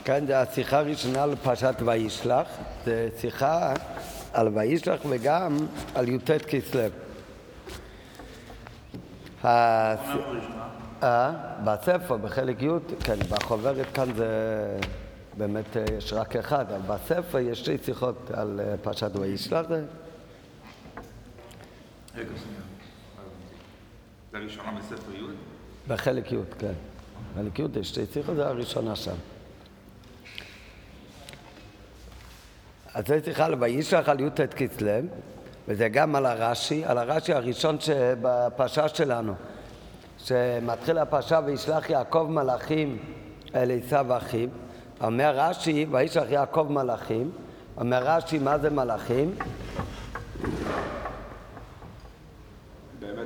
כאן זה השיחה הראשונה על פרשת וישלח, זה שיחה על וישלח וגם על י"ט כסלו. בספר, בחלק י', כן, בחוברת כאן זה באמת יש רק אחד, אבל בספר יש שתי שיחות על פרשת וישלח. רגע, שנייה. זה הראשונה בספר י'? בחלק י', כן. בחלק י' יש שתי שיחות, זה הראשונה שם. אז זה שיחה על וישלח על י"ט כסלו, וזה גם על הרש"י הראשון שבפרשה שלנו, שמתחיל הפרשה וישלח יעקב מלאכים אל עשיו אחיו. אומר רש"י וישלח יעקב מלאכים. אומר רש"י, מה זה מלאכים? באמת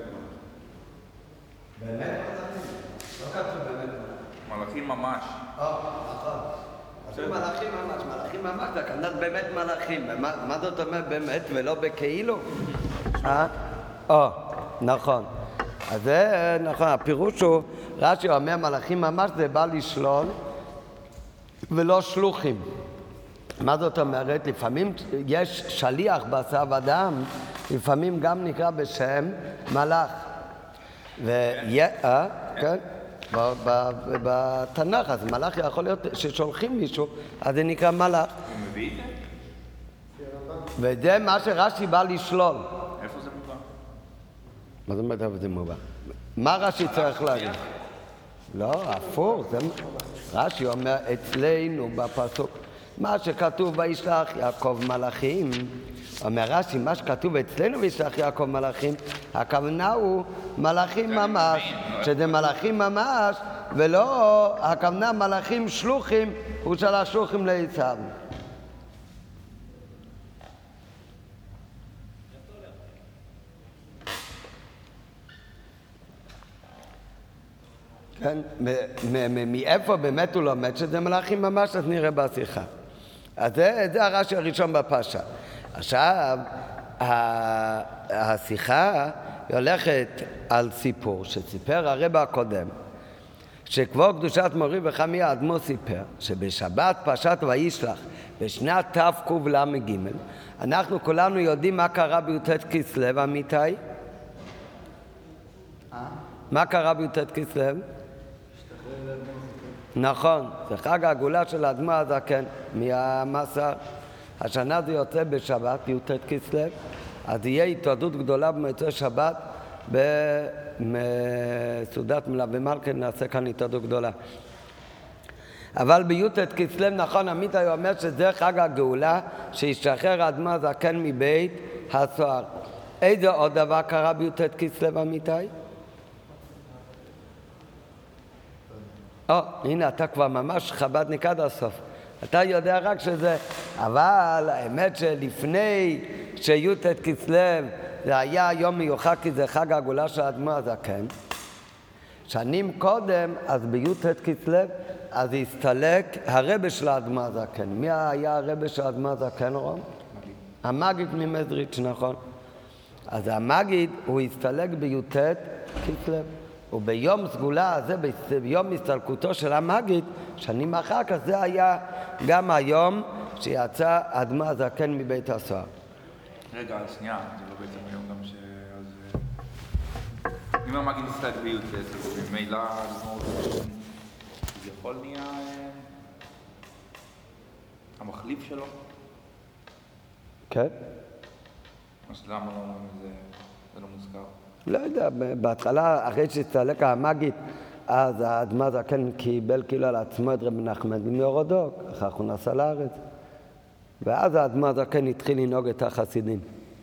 באמת מלאכים? לא כתוב באמת מלאכים ממש. נכון. מלאכים ממש, זה כנת באמת מלאכים. מה זאת אומרת באמת ולא בכאילו? נכון. אז זה נכון, הפירוש הוא, רש"י אומר מלאכים ממש זה בא לשלול ולא שלוחים. מה זאת אומרת? לפעמים יש שליח בשר אדם, לפעמים גם נקרא בשם מלאך. כן? בתנ"ך, אז מלאך יכול להיות ששולחים מישהו, אז זה נקרא מלאך. הוא מביא את זה? וזה מה שרש"י בא לשלול. איפה זה מובא? מה זאת אומרת איפה זה מובא? מה רש"י צריך להגיד? לא, הפוך. רש"י אומר אצלנו בפסוק, מה שכתוב וישלח יעקב מלאכים, אומר רש"י, מה שכתוב אצלנו וישלח יעקב מלאכים, הכוונה הוא מלאכים ממש, שזה מלאכים ממש, ולא הכוונה מלאכים שלוחים, הוא שלח שלוחים לעשיו. כן, מאיפה באמת הוא לומד שזה מלאכים ממש, אז נראה בשיחה. אז זה הרש"י הראשון בפרשה. עכשיו, השיחה הולכת על סיפור שסיפר הרב הקודם, שכבוד קדושת מורי וחמי האדמו"ר סיפר שבשבת פרשת וישלח בשנת תקל"ג, אנחנו כולנו יודעים מה קרה בי"ט כסלו, אמיתי? מה קרה בי"ט כסלו? נכון, זה חג הגאולה של האדמו"ר הזקן מהמסע. השנה זה יוצא בשבת, י"ט כסלו, אז יהיה התוועדות גדולה במוצאי שבת בסעודת מלווה מלכה, נעשה כאן התוועדות גדולה. אבל בי"ט כסלו, נכון, אמיתי אומר שזה חג הגאולה שהשתחרר האדמו"ר הזקן מבית הסוהר. איזה עוד דבר קרה בי"ט כסלו, אמיתי? הנה, אתה כבר ממש חב"דניק עד הסוף. אתה יודע רק שזה, אבל האמת שלפני שי"ט כסלו זה היה יום מיוחד, כי זה חג הגאולה של האדמו"ר הזקן. שנים קודם, אז בי"ט כסלו, אז הסתלק הרבי של האדמו"ר הזקן. מי היה הרבי של האדמו"ר הזקן, רום? המגיד ממזריץ', נכון. אז המגיד, הוא הסתלק בי"ט כסלו. וביום סגולה הזה, ביום הסתלקותו של המגיד, שנים אחר כך, זה היה גם היום שיצא האדמו"ר הזקן מבית הסוהר. רגע, שנייה, זה לא בעצם היום גם אם המגיד הסתלק בי"ט, אז ממילא זה יכול נהיה המחליף שלו? כן. אז למה לא אומרים זה לא מוזכר? לא יודע, בהתחלה, אחרי שהסתלק המגיד, אז האדמו"ר הזקן קיבל כאילו על עצמו את רבי נחמן ממורודוק, אחר הוא נסע לארץ. ואז האדמו"ר הזקן התחיל לנהוג את החסידים.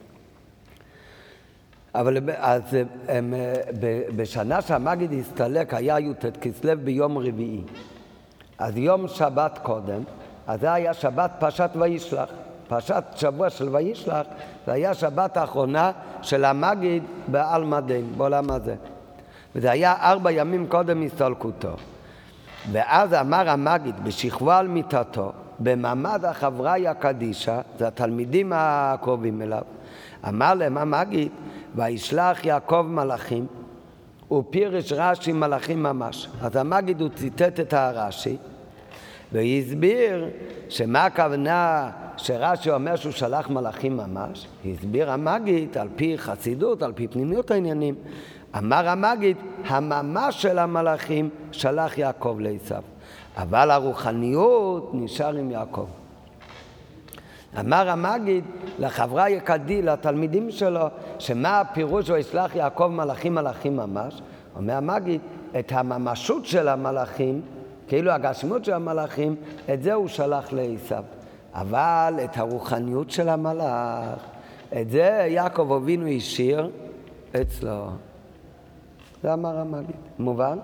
אבל אז בשנה שהמגיד הסתלק היה י"ט כסלו ביום רביעי. אז יום שבת קודם, אז זה היה שבת פרשת וישלח. פרשת שבוע של וישלח, זה היה שבת האחרונה של המגיד בעלמא דין, בעולם הזה. וזה היה 4 ימים קודם הסתלקותו. ואז אמר המגיד בשכבו על מיטתו, במעמד החבריה קדישא, זה התלמידים הקרובים אליו, אמר להם המגיד, וישלח יעקב מלאכים, ופירש רש"י מלאכים ממש. אז המגיד הוא ציטט את הרש"י, והסביר שמה הכוונה שרש"י אומר שהוא שלח מלאכים ממש. הסביר המגיד על פי חסידות, על פי פנימיות העניינים. אמר המגיד, הממש של המלאכים שלח יעקב לעשיו, אבל הרוחניות נשאר עם יעקב. אמר המגיד לחברי הקדי, לתלמידים שלו, שמה הפירוש הוא ישלח יעקב מלאכים ממש? אומר המגיד, את הממשות של המלאכים, כאילו הגשמות של המלאכים, את זה הוא שלח לעשיו. אבל את הרוחניות של המלאך, את זה יעקב אבינו השאיר אצלו. זה אמר המגיד. מובן?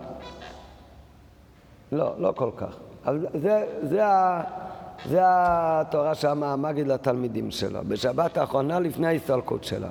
לא, לא כל כך. אבל זה התורה שאמר המגיד לתלמידים שלו, בשבת האחרונה לפני ההסתלקות שלו.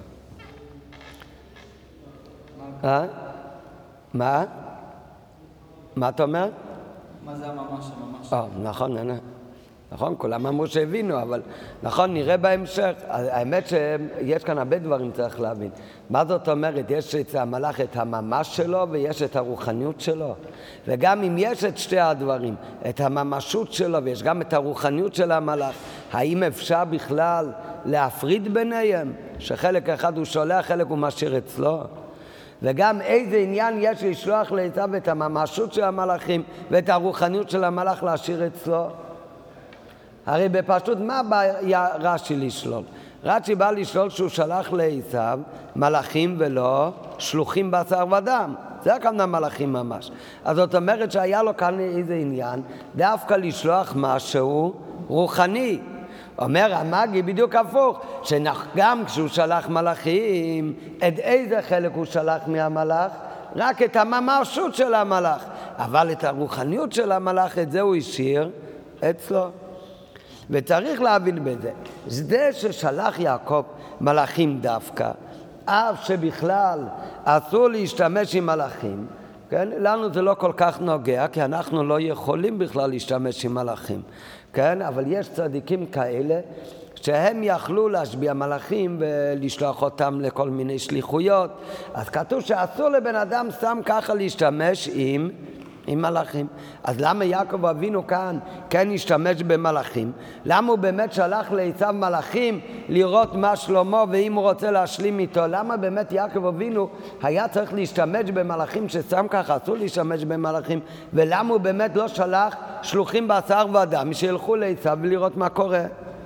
מה? מה אתה אומר? מה זה הממש? נכון, נכון, כולם אמרו שהבינו, אבל נכון, נראה בהמשך. האמת שיש כאן הרבה דברים צריך להבין. מה זאת אומרת? יש את המלאך את הממש שלו ויש את הרוחניות שלו. וגם אם יש את שתי הדברים, את הממשות שלו ויש גם את הרוחניות של המלאך, האם אפשר בכלל להפריד ביניהם? שחלק אחד הוא שולח, חלק הוא משאיר אצלו? וגם איזה עניין יש לשלוח לעשיו את הממשות של המלאכים ואת הרוחניות של המלאך להשאיר אצלו? הרי בפשוט מה בא רש"י לשלול? רש"י בא לשלול שהוא שלח לעשיו מלאכים ולא שלוחים בשר ודם. זה הכוונה מלאכים ממש. אז זאת אומרת שהיה לו כאן איזה עניין, דווקא לשלוח משהו רוחני. אומר המגיד בדיוק הפוך, שגם כשהוא שלח מלאכים, את איזה חלק הוא שלח מהמלאך? רק את הממשות של המלאך. אבל את הרוחניות של המלאך, את זה הוא השאיר אצלו. וצריך להבין בזה, זה ששלח יעקב מלאכים דווקא, אף שבכלל אסור להשתמש עם מלאכים, כן? לנו זה לא כל כך נוגע, כי אנחנו לא יכולים בכלל להשתמש עם מלאכים, כן? אבל יש צדיקים כאלה שהם יכלו להשביע מלאכים ולשלוח אותם לכל מיני שליחויות. אז כתוב שאסור לבן אדם סתם ככה להשתמש עם מלאכים. אז למה יעקב אבינו כאן כן השתמש במלאכים? למה הוא באמת שלח לעשיו מלאכים לראות מה שלמה ואם הוא רוצה להשלים איתו? למה באמת יעקב אבינו היה צריך להשתמש במלאכים שסתם ככה אסור להשתמש במלאכים? ולמה הוא באמת לא שלח שלוחים בשר ודם שילכו לעשיו ולראות מה קורה?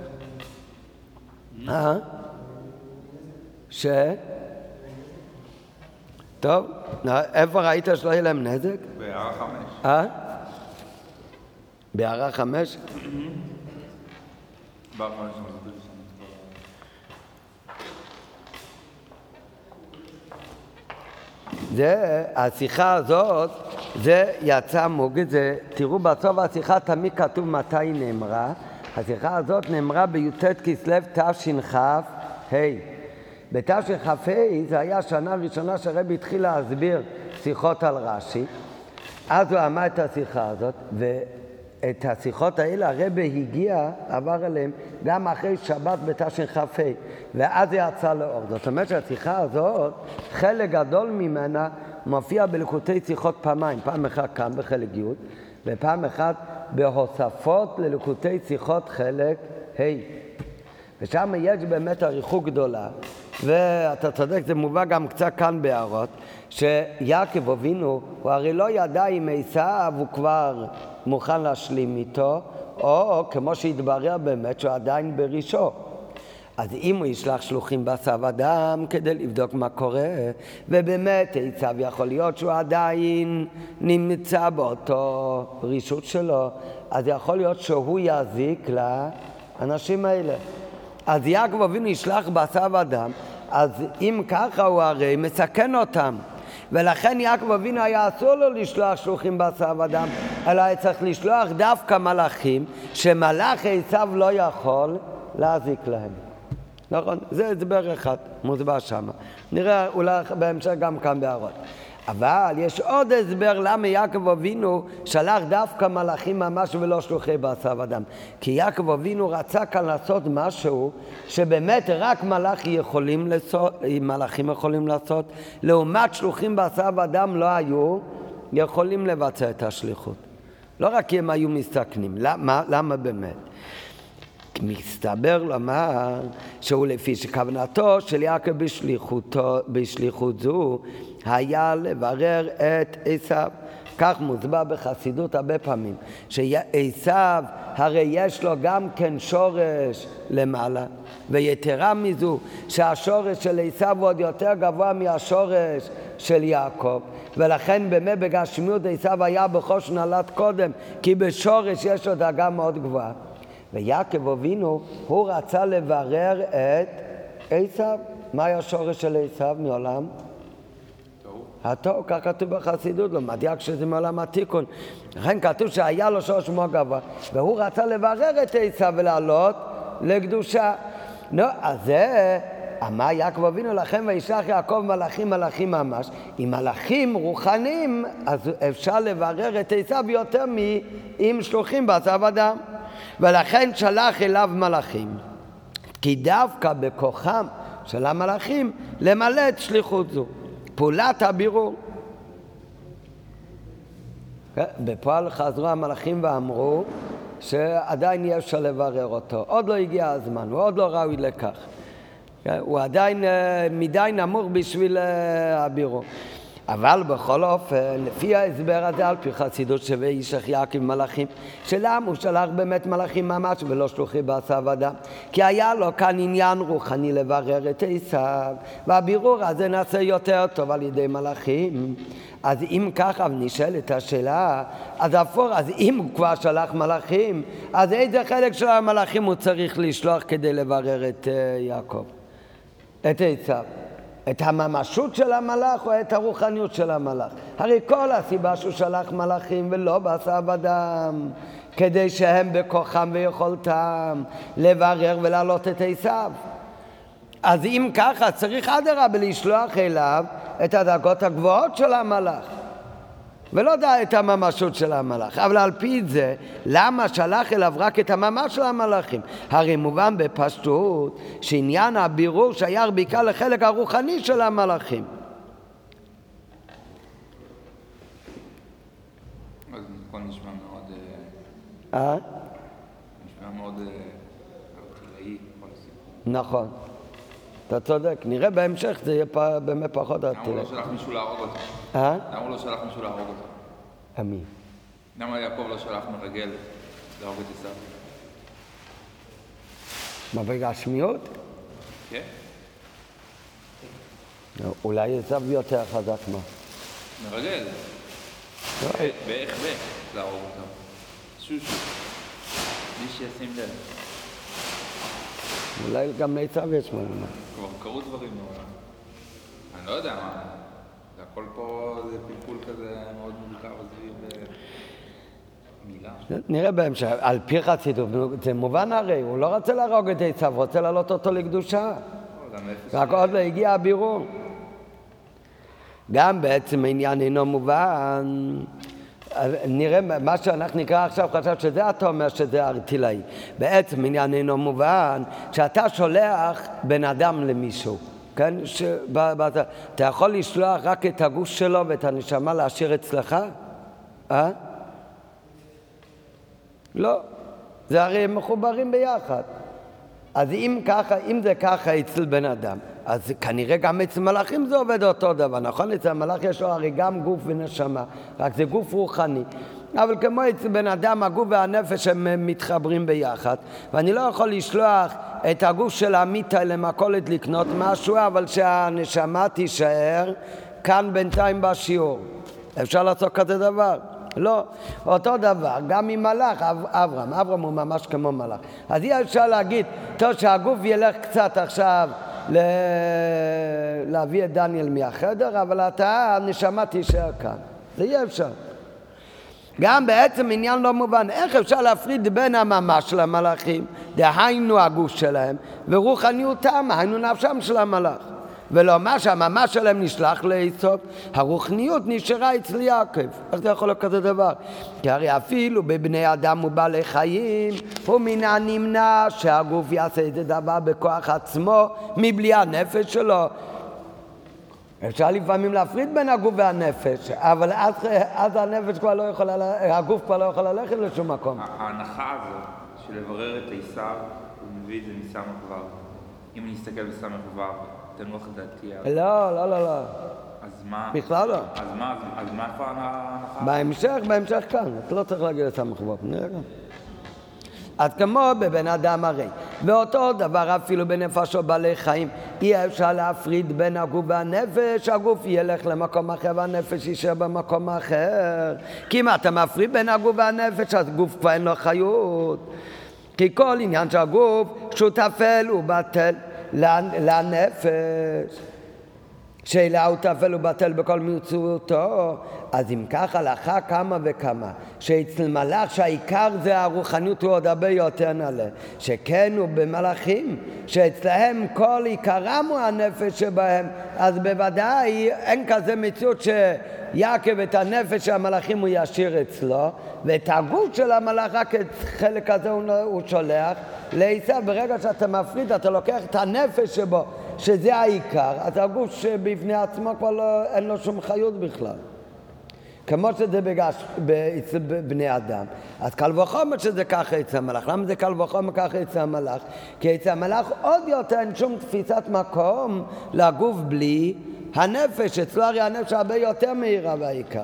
טוב, איפה ראית שלא יהיה להם נזק? בהערה 5. בהערה 5? זה, השיחה הזאת, זה יצא מוגד, זה, תראו בסוף השיחה תמיד כתוב מתי היא נאמרה. השיחה הזאת נאמרה בי"ט כסלו תשכ"ה. בתשכ"ה זה היה שנה ראשונה שהרבי התחיל להסביר שיחות על רש"י. אז הוא אמר את השיחה הזאת, ואת השיחות האלה הרבי עבר אליהם גם אחרי שבת בתשכ"ה, ואז זה יצא לאור. זאת אומרת שהשיחה הזאת, חלק גדול ממנה מופיע בליקוטי שיחות פעמיים, פעם אחת כאן בחלק י' ופעם אחת בהוספות לליקוטי שיחות חלק ה'. ושם יש באמת אריכות גדולה, ואתה צודק, זה מובא גם קצת כאן בהערות, שיעקב אבינו, הוא הרי לא ידע אם עשיו הוא כבר מוכן להשלים איתו, או כמו שהתברר באמת שהוא עדיין בראשו. אז אם הוא ישלח שלוחים בשר ודם כדי לבדוק מה קורה, ובאמת עשיו יכול להיות שהוא עדיין נמצא באותו רשות שלו, אז יכול להיות שהוא יזיק לאנשים האלה. אז יעקב אבינו ישלח בשר ודם, אז אם ככה הוא הרי מסכן אותם. ולכן יעקב אבינו היה אסור לו לשלוח שלוחים בשר ודם, אלא היה צריך לשלוח דווקא מלאכים, שמלאך עשיו לא יכול להזיק להם. נכון? זה הסבר אחד, מוסבר שם. נראה אולי בהמשך גם כאן בהערות. אבל יש עוד הסבר למה יעקב אבינו שלח דווקא מלאכים ממש ולא שלוחי בשר ודם. כי יעקב אבינו רצה כאן לעשות משהו שבאמת רק מלאכים יכולים לעשות, לעומת שלוחים בשר ודם לא היו יכולים לבצע את השליחות. לא רק כי הם היו מסתכנים. למה באמת? מסתבר לומר שהוא לפי שכוונתו של יעקב בשליחות זו היה לברר את עשיו. כך מוסבר בחסידות הרבה פעמים, שעשיו הרי יש לו גם כן שורש למעלה, ויתרה מזו שהשורש של עשיו הוא עוד יותר גבוה מהשורש של יעקב, ולכן באמת בגשמיות עשיו היה בחוש נעלת קודם, כי בשורש יש לו דרגה מאוד גבוהה. ויעקב אבינו הוא רצה לברר את עשיו. מה היה השורש של עשיו מעולם? התוהו, כך כתוב בחסידות, לא מדייק שזה מעולם התיקון. לכן כתוב שהיה לו שורש מאוד גבוה, והוא רצה לברר את עשיו ולעלות לקדושה. אז זה אמר יעקב אבינו לכם וישלח יעקב מלאכים ממש. עם מלאכים רוחניים אז אפשר לברר את עשיו יותר עם שלוחים בשר אדם, ולכן שלח אליו מלאכים, כי דווקא בכוחם של המלאכים למלא את שליחות זו, פעולת הבירור. בפועל חזרו המלאכים ואמרו שעדיין אי אפשר לברר אותו, עוד לא הגיע הזמן, הוא עוד לא ראוי לכך, הוא עדיין מדי נמוך בשביל הבירור. אבל בכל אופן, לפי ההסבר הזה, על פי חסידות וישלח יעקב מלאכים, שלמה הוא שלח באמת מלאכים ממש ולא שלוחי בשר אדם, כי היה לו כאן עניין רוחני לברר את עשיו, והבירור הזה נעשה יותר טוב על ידי מלאכים. אז אם ככה נשאלת השאלה, אז אפור, אז אם הוא כבר שלח מלאכים, אז איזה חלק של המלאכים הוא צריך לשלוח כדי לברר את יעקב, את עשיו? את הממשות של המלאך או את הרוחניות של המלאך? הרי כל הסיבה שהוא שלח מלאכים ולא בשר אדם, כדי שהם בכוחם ויכולתם לברר ולהעלות את עשיו. אז אם ככה צריך אדרבה לשלוח אליו את הדרגות הגבוהות של המלאך, ולא את הממשות של המלאך. אבל על פי זה, למה שלח אליו רק את הממש של המלאכים? הרי מובן בפשטות שעניין הבירור שייך בעיקר לחלק הרוחני של המלאכים. אז פה נשמע מאוד... נשמע מאוד ארטילאי. נכון. אתה צודק, נראה בהמשך זה יהיה באמת פחות ארטילאי. למה הוא לא שלח מישהו להרוג אותו? למה הוא לא שלח מישהו להרוג אותו? מי? למה יעקב לא שלח מרגל להרוג את עשיו? מה, בגשמיות? כן. אולי עשיו יותר חזק מה? מרגל. באיך להרוג אותו. שושו. מי שישים לב. אולי גם לעשיו יש מה לומר. כבר קרו דברים מעולם. אני לא יודע מה. זה הכל פה זה פלפול כזה מאוד מורכב סביב מילה. נראה בהמשך. על פי חסידות, זה מובן הרי, הוא לא רוצה להרוג את עשיו, הוא רוצה להעלות אותו לקדושה. רק עוד לא הגיע הבירור. גם בעצם העניין אינו מובן. נראה מה שאנחנו נקרא עכשיו, חשב שזה אתה אומר שזה ארטילאי. בעצם עניין אינו מובן שאתה שולח בן אדם למישהו, כן? אתה יכול לשלוח רק את הגוף שלו ואת הנשמה להשאיר אצלך? לא, זה הרי הם מחוברים ביחד. אז אם זה ככה אצל בן אדם, אז כנראה גם אצל מלאכים זה עובד אותו דבר, נכון? אצל המלאך יש לו הרי גם גוף ונשמה, רק זה גוף רוחני. אבל כמו אצל בן אדם, הגוף והנפש הם מתחברים ביחד, ואני לא יכול לשלוח את הגוף של המיטה למכולת לקנות משהו, אבל שהנשמה תישאר כאן בינתיים בשיעור. אפשר לעשות כזה דבר? לא, אותו דבר, גם עם מלאך, אברהם הוא ממש כמו מלאך. אז אי אפשר להגיד, טוב שהגוף ילך קצת עכשיו להביא את דניאל מהחדר, אבל הנשמה תישאר כאן. זה אי אפשר. גם בעצם עניין לא מובן, איך אפשר להפריד בין הממש של המלאכים, דהיינו הגוף שלהם, ורוחניותם, היינו נפשם של המלאך. ולומר שהממש שלהם נשלח לעשיו, הרוחניות נשארה אצל יעקב. איך זה יכול להיות כזה דבר? כי הרי אפילו בבני אדם ובעלי חיים, הוא מן הנמנע שהגוף יעשה איזה דבר בכוח עצמו, מבלי הנפש שלו. אפשר לפעמים להפריד בין הגוף והנפש, אבל אז הנפש כבר לא יכולה, הגוף כבר לא יכול ללכת לשום מקום. ההנחה הזאת של לברר את הישר, הוא מביא את זה מסמך כבר. אם אני אסתכל בסמך כבר, תנוח דעתי. לא. אז מה? בכלל לא. אז מה כבר ההנחה? בהמשך כאן, אתה לא צריך להגיד לסמך כבר. אז כמו בבן אדם הרי, ואותו דבר אפילו בנפש או בעלי חיים, אי אפשר להפריד בין הגוף והנפש, הגוף ילך למקום אחר והנפש יישאר במקום אחר. כי אם אתה מפריד בין הגוף והנפש, אז גוף כבר אין לו חיות. כי כל עניין שהגוף שהוא תפל ובטל לנפש, שאלה הוא תפל ובטל בכל מציאותו. אז אם ככה הלכה כמה וכמה, שאצל מלאך שהעיקר זה הרוחניות הוא עוד הרבה יותר נעלה, שכן הוא במלאכים שאצלהם כל עיקרם הוא הנפש שבהם, אז בוודאי אין כזה מציאות שיעקב את הנפש של המלאכים הוא ישאיר אצלו, ואת הגוף של המלאך רק את חלק הזה הוא שולח לעשיו. ברגע שאתה מפריד אתה לוקח את הנפש שבו שזה העיקר, אז הגוף שבפני עצמו כבר לא, אין לו שום חיות בכלל, כמו שזה אצל בני אדם. אז קל וחומר שזה ככה אצל המלאך. למה זה קל וחומר ככה אצל המלאך? כי אצל המלאך עוד יותר אין שום תפיסת מקום לגוף בלי הנפש. אצלו הרי הנפש הרבה יותר מהירה והעיקר.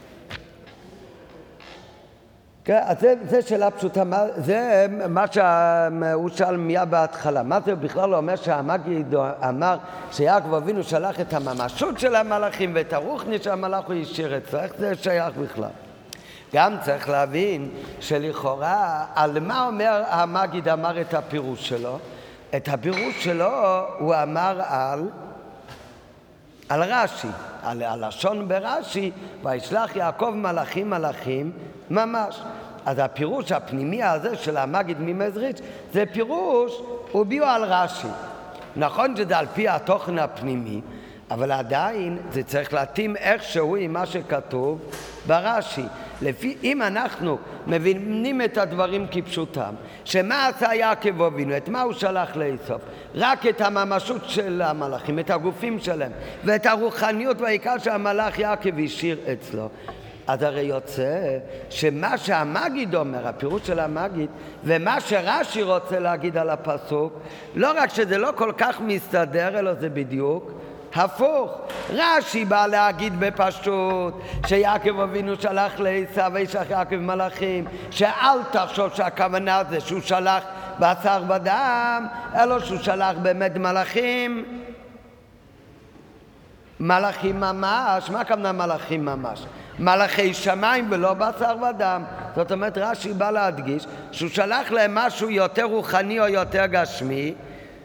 כן, אז זה שאלה פשוטה, זה מה שהוא שאל מיד בהתחלה. מה זה בכלל לא אומר שהמגיד אמר שיעקב אבינו שלח את הממשות של המלאכים ואת הרוחני של המלאך הוא ישאיר אצלו? איך זה שייך בכלל? גם צריך להבין שלכאורה, על מה אומר המגיד אמר את הפירוש שלו? את הפירוש שלו הוא אמר על רש"י, על הלשון ברש"י, וישלח יעקב מלאכים מלאכים ממש. אז הפירוש הפנימי הזה של המגיד ממזריץ' זה פירוש, הוא ביאו על רש"י. נכון שזה על פי התוכן הפנימי, אבל עדיין זה צריך להתאים איכשהו עם מה שכתוב ברש"י. אם אנחנו מבינים את הדברים כפשוטם, שמה עשה יעקב אבינו, את מה הוא שלח לעשו? רק את הממשות של המלאכים, את הגופים שלהם, ואת הרוחניות והעיקר שהמלאך יעקב השאיר אצלו. אז הרי יוצא שמה שהמגיד אומר, הפירוש של המגיד, ומה שרש"י רוצה להגיד על הפסוק, לא רק שזה לא כל כך מסתדר, אלא זה בדיוק הפוך. רש"י בא להגיד בפשוט שיעקב אבינו שלח לעשו וישלח יעקב מלאכים, שאל תחשוב שהכוונה זה שהוא שלח בשר ודם, אלא שהוא שלח באמת מלאכים, מלאכים ממש. מה הכוונה מלאכים ממש? מלאכי שמיים ולא בשר ודם. זאת אומרת רש"י בא להדגיש שהוא שלח להם משהו יותר רוחני או יותר גשמי,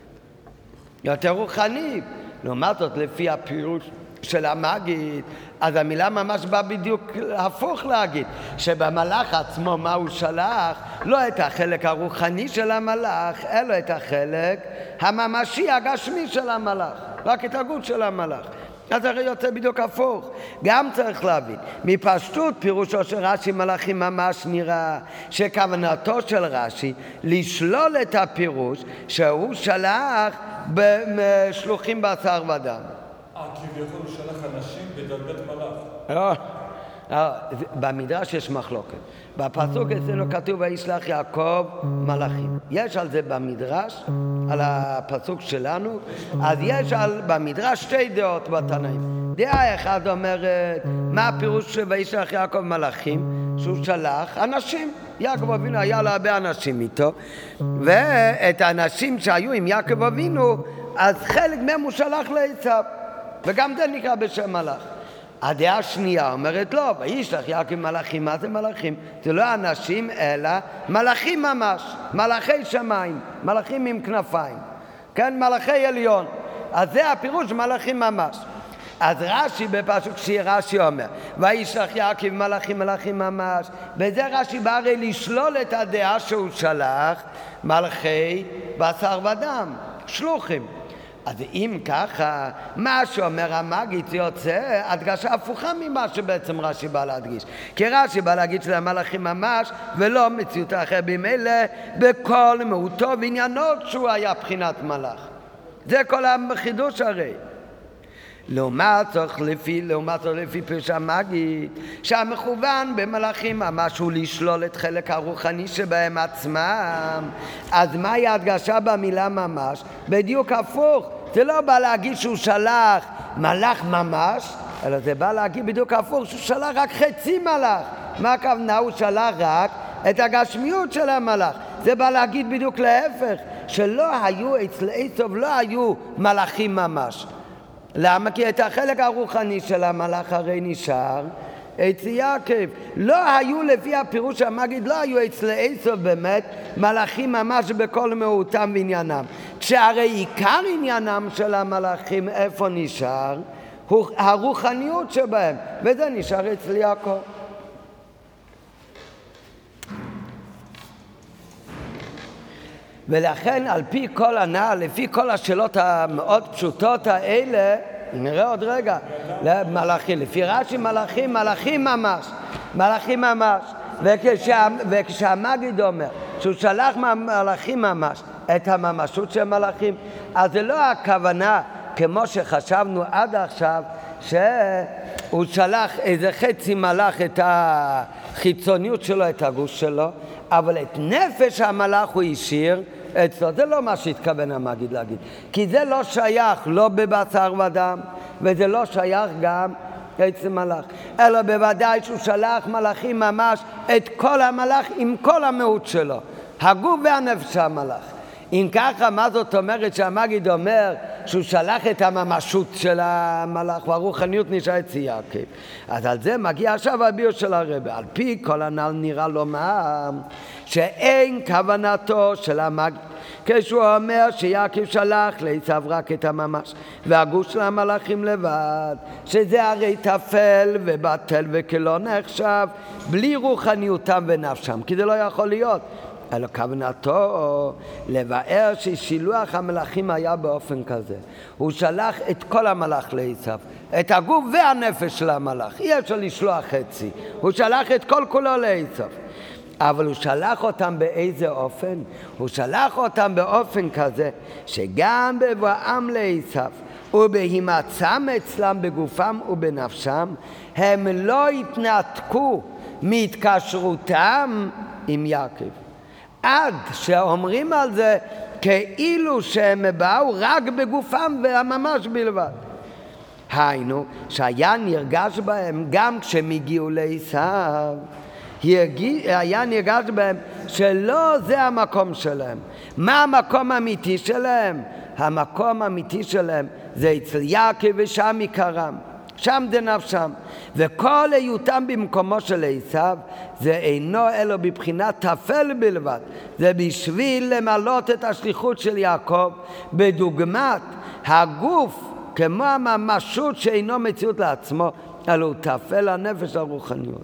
יותר רוחני. לעומת זאת לפי הפירוש של המגיד, אז המילה ממש בא בדיוק הפוך להגיד שבמלאך עצמו מה הוא שלח? לא את החלק הרוחני של המלאך, אלא את החלק הממשי הגשמי של המלאך, רק את הגוף של המלאך. אז הרי יוצא בדיוק הפוך. גם צריך להבין, מפשטות פירושו של רש"י מלאכים ממש נראה שכוונתו של רש"י לשלול את הפירוש שהוא שלח בשלוחים בשר ודם. כביכול הוא שלח אנשים בדרגת מלאך. במדרש יש מחלוקת. בפסוק אצלנו כתוב וישלח יעקב מלאכים. יש על זה במדרש, על הפסוק שלנו, אז יש במדרש שתי דעות בתנאים. דעה אחת אומרת, מה הפירוש וישלח יעקב מלאכים? שהוא שלח אנשים. יעקב אבינו היה לו הרבה אנשים איתו, ואת האנשים שהיו עם יעקב אבינו, אז חלק מהם הוא שלח לעשו, וגם זה נקרא בשם מלאך. הדעה השנייה אומרת לא, וישלח יעקב מלאכים. מה זה מלאכים? זה לא אנשים אלא מלאכים ממש, מלאכי שמיים, מלאכים עם כנפיים, כן, מלאכי עליון. אז זה הפירוש מלאכים ממש. אז רש"י בפסוק שרש"י אומר וישלח יעקב מלאכים מלאכים ממש, וזה רש"י בא הרי לשלול את הדעה שהוא שלח מלאכי בשר ודם, שלוחים. אז אם ככה, מה שאומר המגיד זה יוצא הדגשה הפוכה ממה שבעצם רש"י בא להדגיש. כי רש"י בא להגיד שזה המלאכים ממש ולא מציאות אחר, במילא בכל מהותו ועניינות שהוא היה בחינת מלאך. זה כל החידוש הרי. לעומת זאת לפי פירוש המגיד, שהמכוון במלאכים ממש הוא לשלול את חלק הרוחני שבהם עצמם. אז מהי ההדגשה במילה ממש? בדיוק הפוך. זה לא בא להגיד שהוא שלח מלאך ממש, אלא זה בא להגיד בדיוק הפוך, שהוא שלח רק חצי מלאך. מה הכוונה? הוא שלח רק את הגשמיות של המלאך. זה בא להגיד בדיוק להפך, שלא היו אצל עשו לא היו מלאכים ממש. למה? כי את החלק הרוחני של המלאך הרי נשאר אצל יעקב. לא היו, לפי הפירוש המגיד, לא היו אצל עשו באמת מלאכים ממש בכל מהותם ועניינם. כשהרי עיקר עניינם של המלאכים איפה נשאר? הרוחניות שבהם, וזה נשאר אצל יעקב. ולכן על פי כל הנ"ל, לפי כל השאלות המאוד פשוטות האלה, נראה עוד רגע, מלאכים, לפי רש"י מלאכים ממש. וכשהמגיד אומר שהוא שלח מלאכים ממש את הממשות של מלאכים, אז זה לא הכוונה כמו שחשבנו עד עכשיו, שהוא שלח איזה חצי מלאך את החיצוניות שלו, את הגוש שלו, אבל את נפש המלאך הוא השאיר אצלו. זה לא מה שהתכוון המגיד להגיד, כי זה לא שייך לא בבשר ודם, וזה לא שייך גם אצל מלאך, אלא בוודאי שהוא שלח מלאכים ממש את כל המלאך עם כל המהות שלו, הגוף והנפש המלאך. אם ככה, מה זאת אומרת שהמגיד אומר שהוא שלח את הממשות של המלאך והרוחניות נשאר אצל יעקב? אז על זה מגיע עכשיו הביור של הרבי. על פי כל הנ"ל נראה לומר שאין כוונתו של המגיד כשהוא אומר שיעקב שלח לעשו רק את הממש והגוש של המלאכים לבד, שזה הרי תפל ובטל וכלא נחשב בלי רוחניותם ונפשם, כי זה לא יכול להיות. אלא כוונתו לבאר ששילוח המלאכים היה באופן כזה. הוא שלח את כל המלאך לעשו, את הגוף והנפש של המלאך. אי אפשר לשלוח חצי. הוא שלח את כל כולו לעשו. אבל הוא שלח אותם באיזה אופן? הוא שלח אותם באופן כזה שגם בבואם לעשו ובהימצאם אצלם בגופם ובנפשם, הם לא התנתקו מהתקשרותם עם יעקב. עד שאומרים על זה כאילו שהם באו רק בגופם וממש בלבד. היינו, שהיה נרגש בהם גם כשהם הגיעו לעשו, היה נרגש בהם שלא זה המקום שלהם. מה המקום האמיתי שלהם? המקום האמיתי שלהם זה אצל יעקב ושם עיקרם. שם זה נפשם, וכל היותם במקומו של עשו זה אינו אלא בבחינת תפל בלבד. זה בשביל למלות את השליחות של יעקב בדוגמת הגוף כמו הממשות שאינו מציאות לעצמו, אלא הוא תפל הנפש הרוחניות.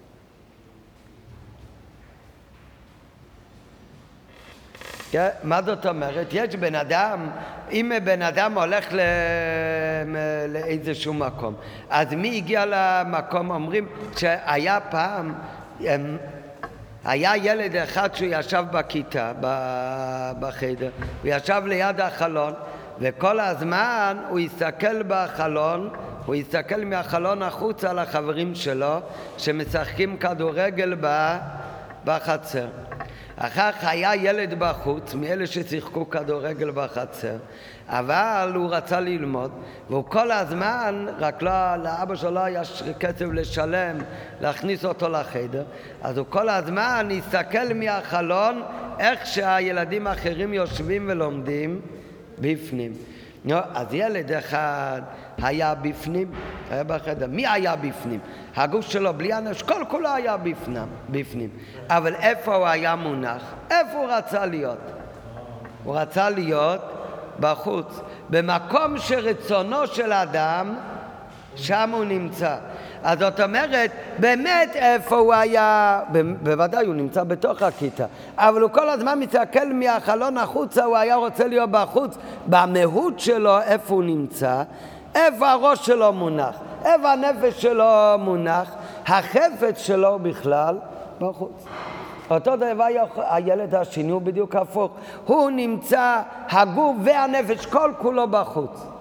מה זאת אומרת? יש בן אדם, אם בן אדם הולך לאיזשהו מקום, אז מי הגיע למקום? אומרים שהיה פעם, היה ילד אחד שהוא ישב בכיתה, בחדר, הוא ישב ליד החלון, וכל הזמן הוא הסתכל בחלון, הוא הסתכל מהחלון החוצה על החברים שלו שמשחקים כדורגל בחצר. אחר כך היה ילד בחוץ, מאלה ששיחקו כדורגל בחצר, אבל הוא רצה ללמוד, והוא כל הזמן, רק לאבא שלו היה כסף לשלם, להכניס אותו לחדר, אז הוא כל הזמן הסתכל מהחלון איך שהילדים האחרים יושבים ולומדים בפנים. אז ילד אחד היה בפנים, היה בחדר. מי היה בפנים? הגוף שלו בלי הנפש, כל כולו היה בפנים. אבל איפה הוא היה מונח? איפה הוא רצה להיות? הוא רצה להיות בחוץ. במקום שרצונו של אדם, שם הוא נמצא. אז זאת אומרת, באמת איפה הוא היה, בוודאי הוא נמצא בתוך הכיתה, אבל הוא כל הזמן מסתכל מהחלון החוצה, הוא היה רוצה להיות בחוץ, במהות שלו איפה הוא נמצא, איפה הראש שלו מונח, איפה הנפש שלו מונח, החפץ שלו בכלל בחוץ. אותו דבר הילד השני הוא בדיוק הפוך, הוא נמצא, הגוף והנפש כל כולו בחוץ.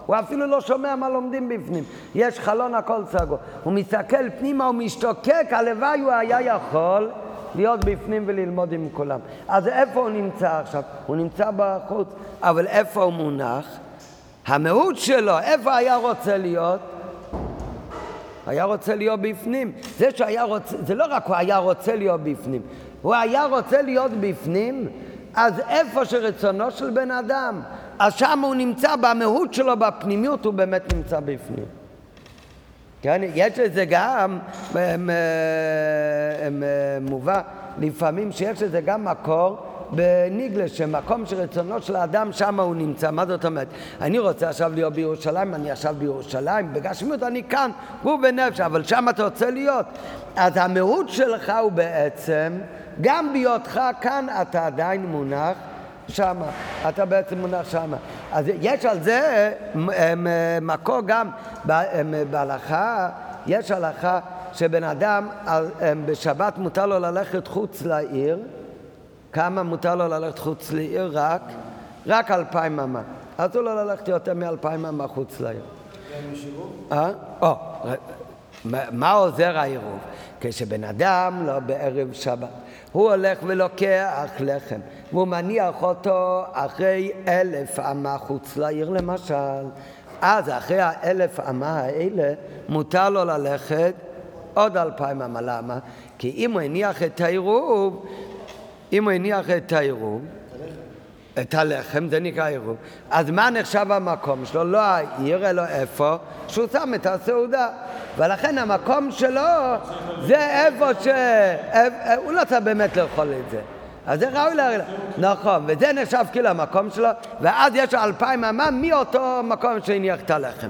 הוא אפילו לא שומע מה לומדים בפנים. יש חלון, הכל סגור. הוא מסתכל פנימה, הוא משתוקק, הלוואי הוא היה יכול להיות בפנים וללמוד עם כולם. אז איפה הוא נמצא עכשיו? הוא נמצא בחוץ, אבל איפה הוא מונח? המהות שלו, איפה היה רוצה להיות? היה רוצה להיות בפנים. זה לא רק הוא היה רוצה להיות בפנים, הוא היה רוצה להיות בפנים, אז איפה שרצונו של בן אדם, אז שם הוא נמצא במהות שלו, בפנימיות, הוא באמת נמצא בפנים. כן? יש לזה גם מובא לפעמים שיש לזה גם מקור בניגלה, שמקום שרצונו של האדם שם הוא נמצא. מה זאת אומרת? אני רוצה עכשיו להיות בירושלים, אני עכשיו בירושלים, בגשמיות אני כאן, הוא בנפש, אבל שם אתה רוצה להיות. אז המהות שלך הוא בעצם, גם בהיותך כאן אתה עדיין מונח שם, אתה בעצם מונח שם. אז יש על זה מקור גם בהלכה, יש הלכה שבן אדם בשבת מותר לו ללכת חוץ לעיר. כמה מותר לו ללכת חוץ לעיר? רק 2,000 אמה. אסור לו ללכת יותר מ2,000 אמה חוץ לעיר. מה עוזר העירוב? כשבן אדם לא בערב שבת, הוא הולך ולוקח לחם, והוא מניח אותו אחרי 1,000 אמה חוץ לעיר למשל, אז אחרי 1,000 אמה האלה מותר לו ללכת עוד 2,000 אמה. למה? כי אם הוא הניח את העירוב, את הלחם, זה נקרא עירוב. אז מה נחשב המקום שלו? לא העיר, אלא איפה? שהוא שם את הסעודה. ולכן המקום שלו זה איפה הוא לא צריך באמת לאכול את זה. אז זה ראוי להגיד. נכון, וזה נחשב כאילו המקום שלו, ואז יש 2,000 אמה מאותו מקום שהניח את הלחם.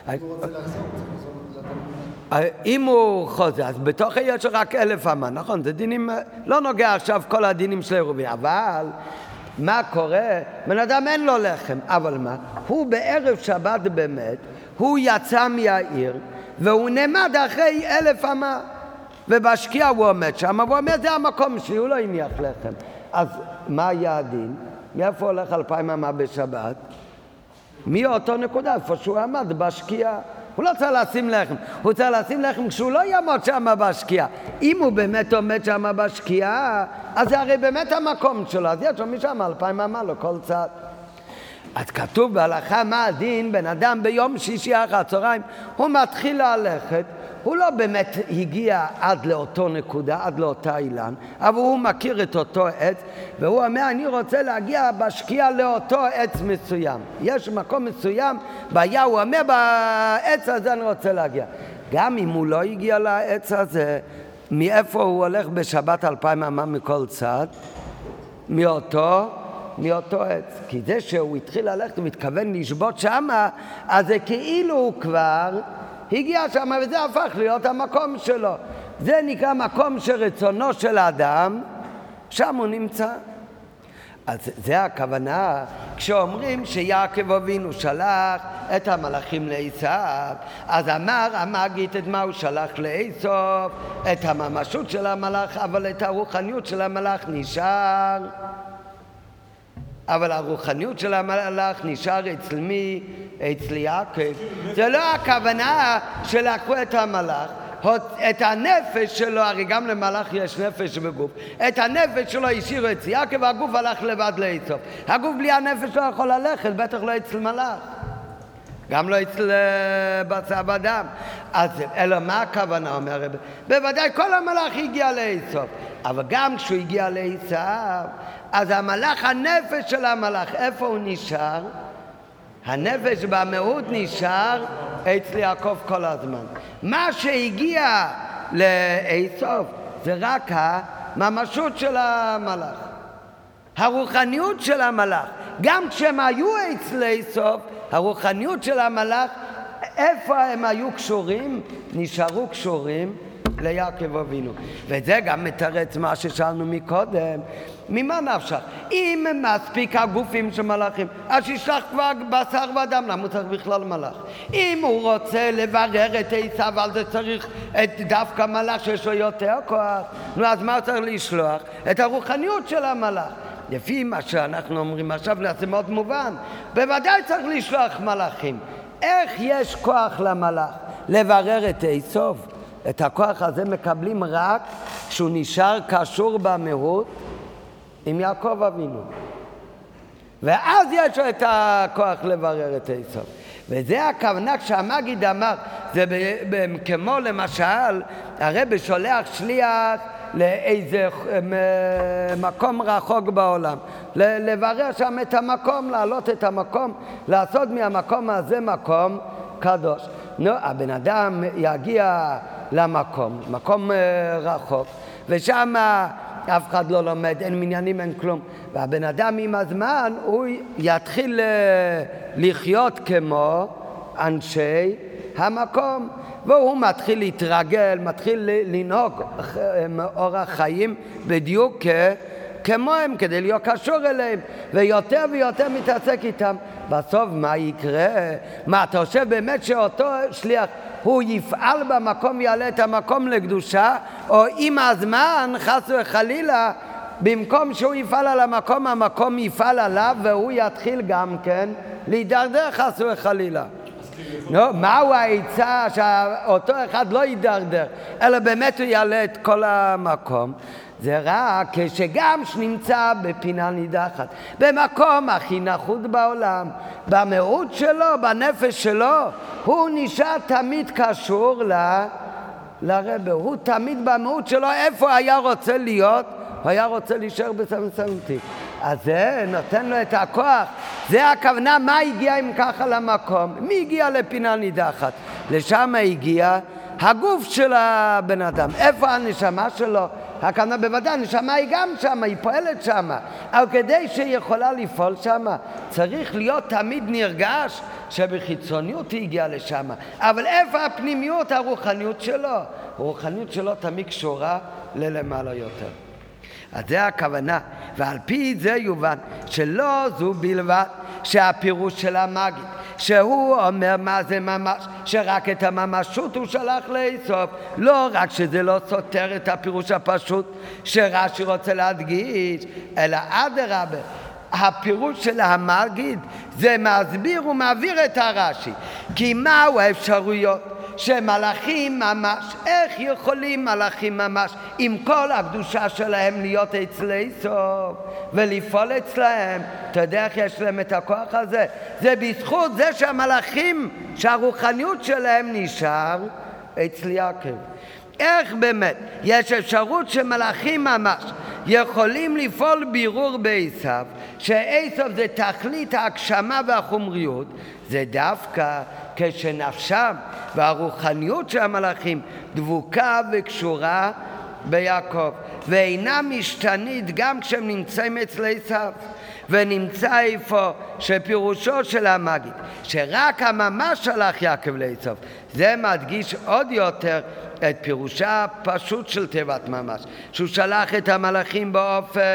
אם הוא חוזר, אז בתוך יש רק 1,000 אמה, נכון? זה דינים, לא נוגע עכשיו כל הדינים של עירובין, אבל מה קורה? בן אדם אין לו לחם, אבל מה? הוא בערב שבת באמת, הוא יצא מהעיר, והוא נעמד אחרי 1,000 אמה, ובשקיע הוא עומד שם, והוא אומר, זה המקום שלי, הוא לא הניח לחם. אז מה היה הדין? מאיפה הולך 2,000 אמה בשבת? מאותו נקודה, איפה שהוא עמד, בשקיע. הוא לא צריך לשים לחם, הוא צריך לשים לחם כשהוא לא יעמוד שם בשקיעה. אם הוא באמת עומד שם בשקיעה, אז זה הרי באמת המקום שלו, אז יש לו משם 2,000 אמה לו כל צד. אז כתוב בהלכה מה הדין, בן אדם ביום שישי אחר הצהריים, הוא מתחיל ללכת, הוא לא באמת הגיע עד לאותו נקודה, עד לאותה אילן, אבל הוא מכיר את אותו עץ, והוא אומר, אני רוצה להגיע בשקיעה לאותו עץ מסוים. יש מקום מסוים, והיה הוא אומר, בעץ הזה אני רוצה להגיע. גם אם הוא לא הגיע לעץ הזה, מאיפה הוא הולך בשבת 2,000 אמה מכל צד? מאותו עץ. כי זה שהוא התחיל ללכת ומתכוון לשבות שמה, אז זה כאילו הוא כבר הגיע שם, וזה הפך להיות המקום שלו. זה נקרא מקום שרצונו של האדם, שם הוא נמצא. אז זה הכוונה, כשאומרים שיעקב אבינו שלח את המלאכים לעשיו, אז אמר המגיד את מה הוא שלח לעשיו, את הממשות של המלאך, אבל את הרוחניות של המלאך נשאר. אבל הרוחניות של המלאך נשאר אצל מי? אצל יעקב. זה לא הכוונה שלקחו את המלאך, את הנפש שלו, הרי גם למלאך יש נפש בגוף, את הנפש שלו השאירו אצל יעקב, והגוף הלך לבד לעשיו. הגוף בלי הנפש לא יכול ללכת, בטח לא אצל מלאך, גם לא אצל בשר אדם. אז אלא מה הכוונה, אומר הרב? בוודאי כל המלאך הגיע לעשיו, אבל גם כשהוא הגיע לעשיו, אז המלאך, הנפש של המלאך, איפה הוא נשאר? הנפש במהות נשאר אצל יעקב כל הזמן. מה שהגיע לעשיו זה רק הממשות של המלאך, הרוחניות של המלאך. גם כשהם היו אצל עשיו, הרוחניות של המלאך, איפה הם היו קשורים? נשארו קשורים ליעקב אבינו. וזה גם מתרץ מה ששאלנו מקודם, ממה נפשך? אם מספיק הגופים של מלאכים, אז שישלח כבר בשר ואדם, למה הוא צריך בכלל מלאך? אם הוא רוצה לברר את עשיו, אז זה צריך את דווקא מלאך שיש לו יותר כוח. נו, אז מה צריך לשלוח? את הרוחניות של המלאך. לפי מה שאנחנו אומרים עכשיו, זה מאוד מובן. בוודאי צריך לשלוח מלאכים. איך יש כוח למלאך לברר את עשיו? את הכוח הזה מקבלים רק כשהוא נשאר קשור במהות עם יעקב אבינו. ואז יש לו את הכוח לברר את עשיו. וזה הכוונה כשהמגיד אמר, זה כמו למשל, הרבי שולח שליח לאיזה מקום רחוק בעולם, לברר שם את המקום, להעלות את המקום, לעשות מהמקום הזה מקום קדוש. נו, הבן אדם יגיע למקום, מקום רחוק, ושם אף אחד לא לומד, אין מניינים, אין כלום. והבן אדם עם הזמן, הוא יתחיל לחיות כמו אנשי המקום. והוא מתחיל להתרגל, מתחיל לנהוג אורח חיים בדיוק כמוהם, כדי להיות קשור אליהם, ויותר ויותר מתעסק איתם. בסוף מה יקרה? מה, אתה חושב באמת שאותו שליח הוא יפעל במקום, יעלה את המקום לקדושה, או עם הזמן, חס וחלילה, במקום שהוא יפעל על המקום, המקום יפעל עליו, והוא יתחיל גם כן להידרדר חס וחלילה. מהו העצה שאותו אחד לא יידרדר, אלא באמת הוא יעלה את כל המקום? זה רק כשגם שנמצא בפינה נידחת, במקום הכי נחות בעולם, במהות שלו, בנפש שלו, הוא נשאר תמיד קשור לרבי. הוא תמיד במהות שלו, איפה היה רוצה להיות? הוא היה רוצה להישאר בסמסמתי. אז זה נותן לו את הכוח. זה הכוונה, מה הגיע אם ככה למקום? מי הגיע לפינה נידחת? לשם הגיע הגוף של הבן אדם. איפה הנשמה שלו? הכוונה בוודאי, הנשמה היא גם שם, היא פועלת שם. אבל כדי שהיא יכולה לפעול שם, צריך להיות תמיד נרגש שבחיצוניות היא הגיעה לשם. אבל איפה הפנימיות, הרוחניות שלו? הרוחניות שלו תמיד קשורה ללמעלה יותר. אז זה הכוונה, ועל פי זה יובן שלא זו בלבד שהפירוש של המגיד, שהוא אומר מה זה ממש, שרק את הממשות הוא שלח לאסוף, לא רק שזה לא סותר את הפירוש הפשוט שרש"י רוצה להדגיש, אלא אדרבה, הפירוש של המגיד זה מסביר ומעביר את הרש"י, כי מהו האפשרויות שמלאכים ממש, איך יכולים מלאכים ממש עם כל הקדושה שלהם להיות אצלי סוף ולפעול אצלהם? אתה יודע איך יש להם את הכוח הזה? זה בזכות זה שהמלאכים, שהרוחניות שלהם נשאר אצל יעקב. איך באמת יש אפשרות שמלאכים ממש יכולים לפעול בירור בעשיו, שעשיו זה תכלית ההגשמה והחומריות? זה דווקא כשנפשם והרוחניות של המלאכים דבוקה וקשורה ביעקב, ואינה משתנית גם כשהם נמצאים אצל עשיו. ונמצא איפה שפירושו של המגיד שרק הממש שלח יעקב לעשיו, זה מדגיש עוד יותר את פירושה הפשוט של תיבת ממש, שהוא שלח את המלאכים באופן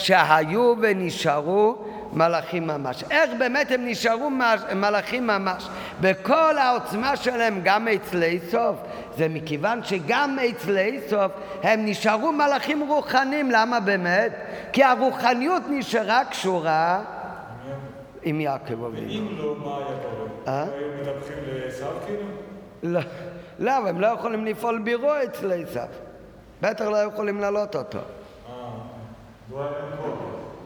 שהיו ונשארו מלאכים ממש. איך באמת הם נשארו מלאכים ממש? בכל העוצמה שלהם גם אצל עשיו, זה מכיוון שגם אצל עשיו הם נשארו מלאכים רוחניים. למה באמת? כי הרוחניות נשארה קשורה עם יעקב אבינו. ואם לא, מה היה קורה? היו מדווחים לעשיו כאילו? לא, הם לא יכולים לפעול בירור אצל עשיו. בטח לא יכולים לעלות אותו. לא היה להם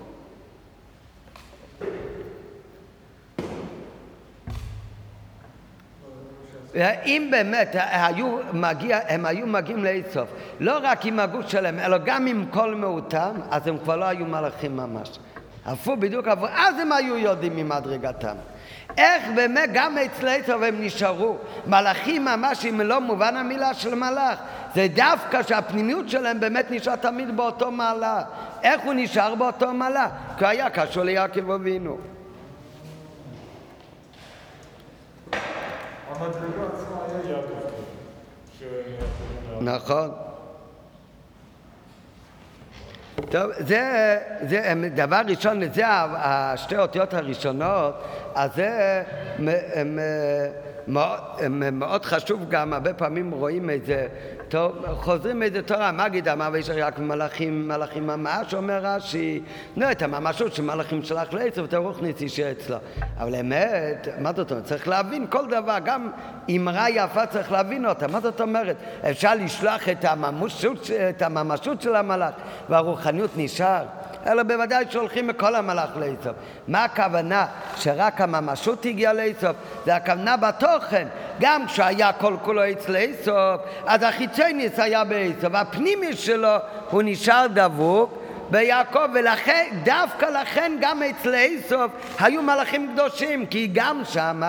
אם באמת הם היו מגיעים לעשיו לא רק עם הגוף שלהם אלא גם עם כל מהותם, אז הם כבר לא היו מלאכים ממש. הפוך בדיוק, אז הם היו יודעים ממדרגתם. איך באמת גם אצל עשיו הם נשארו מלאכים ממש, אם לא מובן המילה של מלאך? זה דווקא שהפנימיות שלהם באמת נשאר תמיד באותו מעלה. איך הוא נשאר באותו מעלה? כי היה קשור ליעקב אבינו. המדרגה עצמה היה יעקב. נכון. טוב, זה דבר ראשון, זה השתי אותיות הראשונות, אז זה מאוד חשוב גם, הרבה פעמים רואים איזה טוב, חוזרים איזה תורה, מגיד אמר ויש רק מלאכים ממש, אומר רש"י, לא, את הממשות של מלאכים שלח לעצב, את הרוח ניסי שאצלו. אבל האמת, מה זאת אומרת? צריך להבין כל דבר, גם אמרה יפה צריך להבין אותה. מה זאת אומרת? אפשר לשלוח את הממשות של המלאך, והרוחניות נשאר. אלא בוודאי שולחים מכל המלאך לעצב. מה הכוונה? שרק הממשות הגיעה לעצב? זה הכוונה בתוכן. גם כשהיה כל כולו אצל עשב, אז החיצוניס היה בעשב, הפנימי שלו הוא נשאר דבוק ביעקב, ולכן, דווקא לכן גם אצל עשב היו מלאכים קדושים, כי גם שם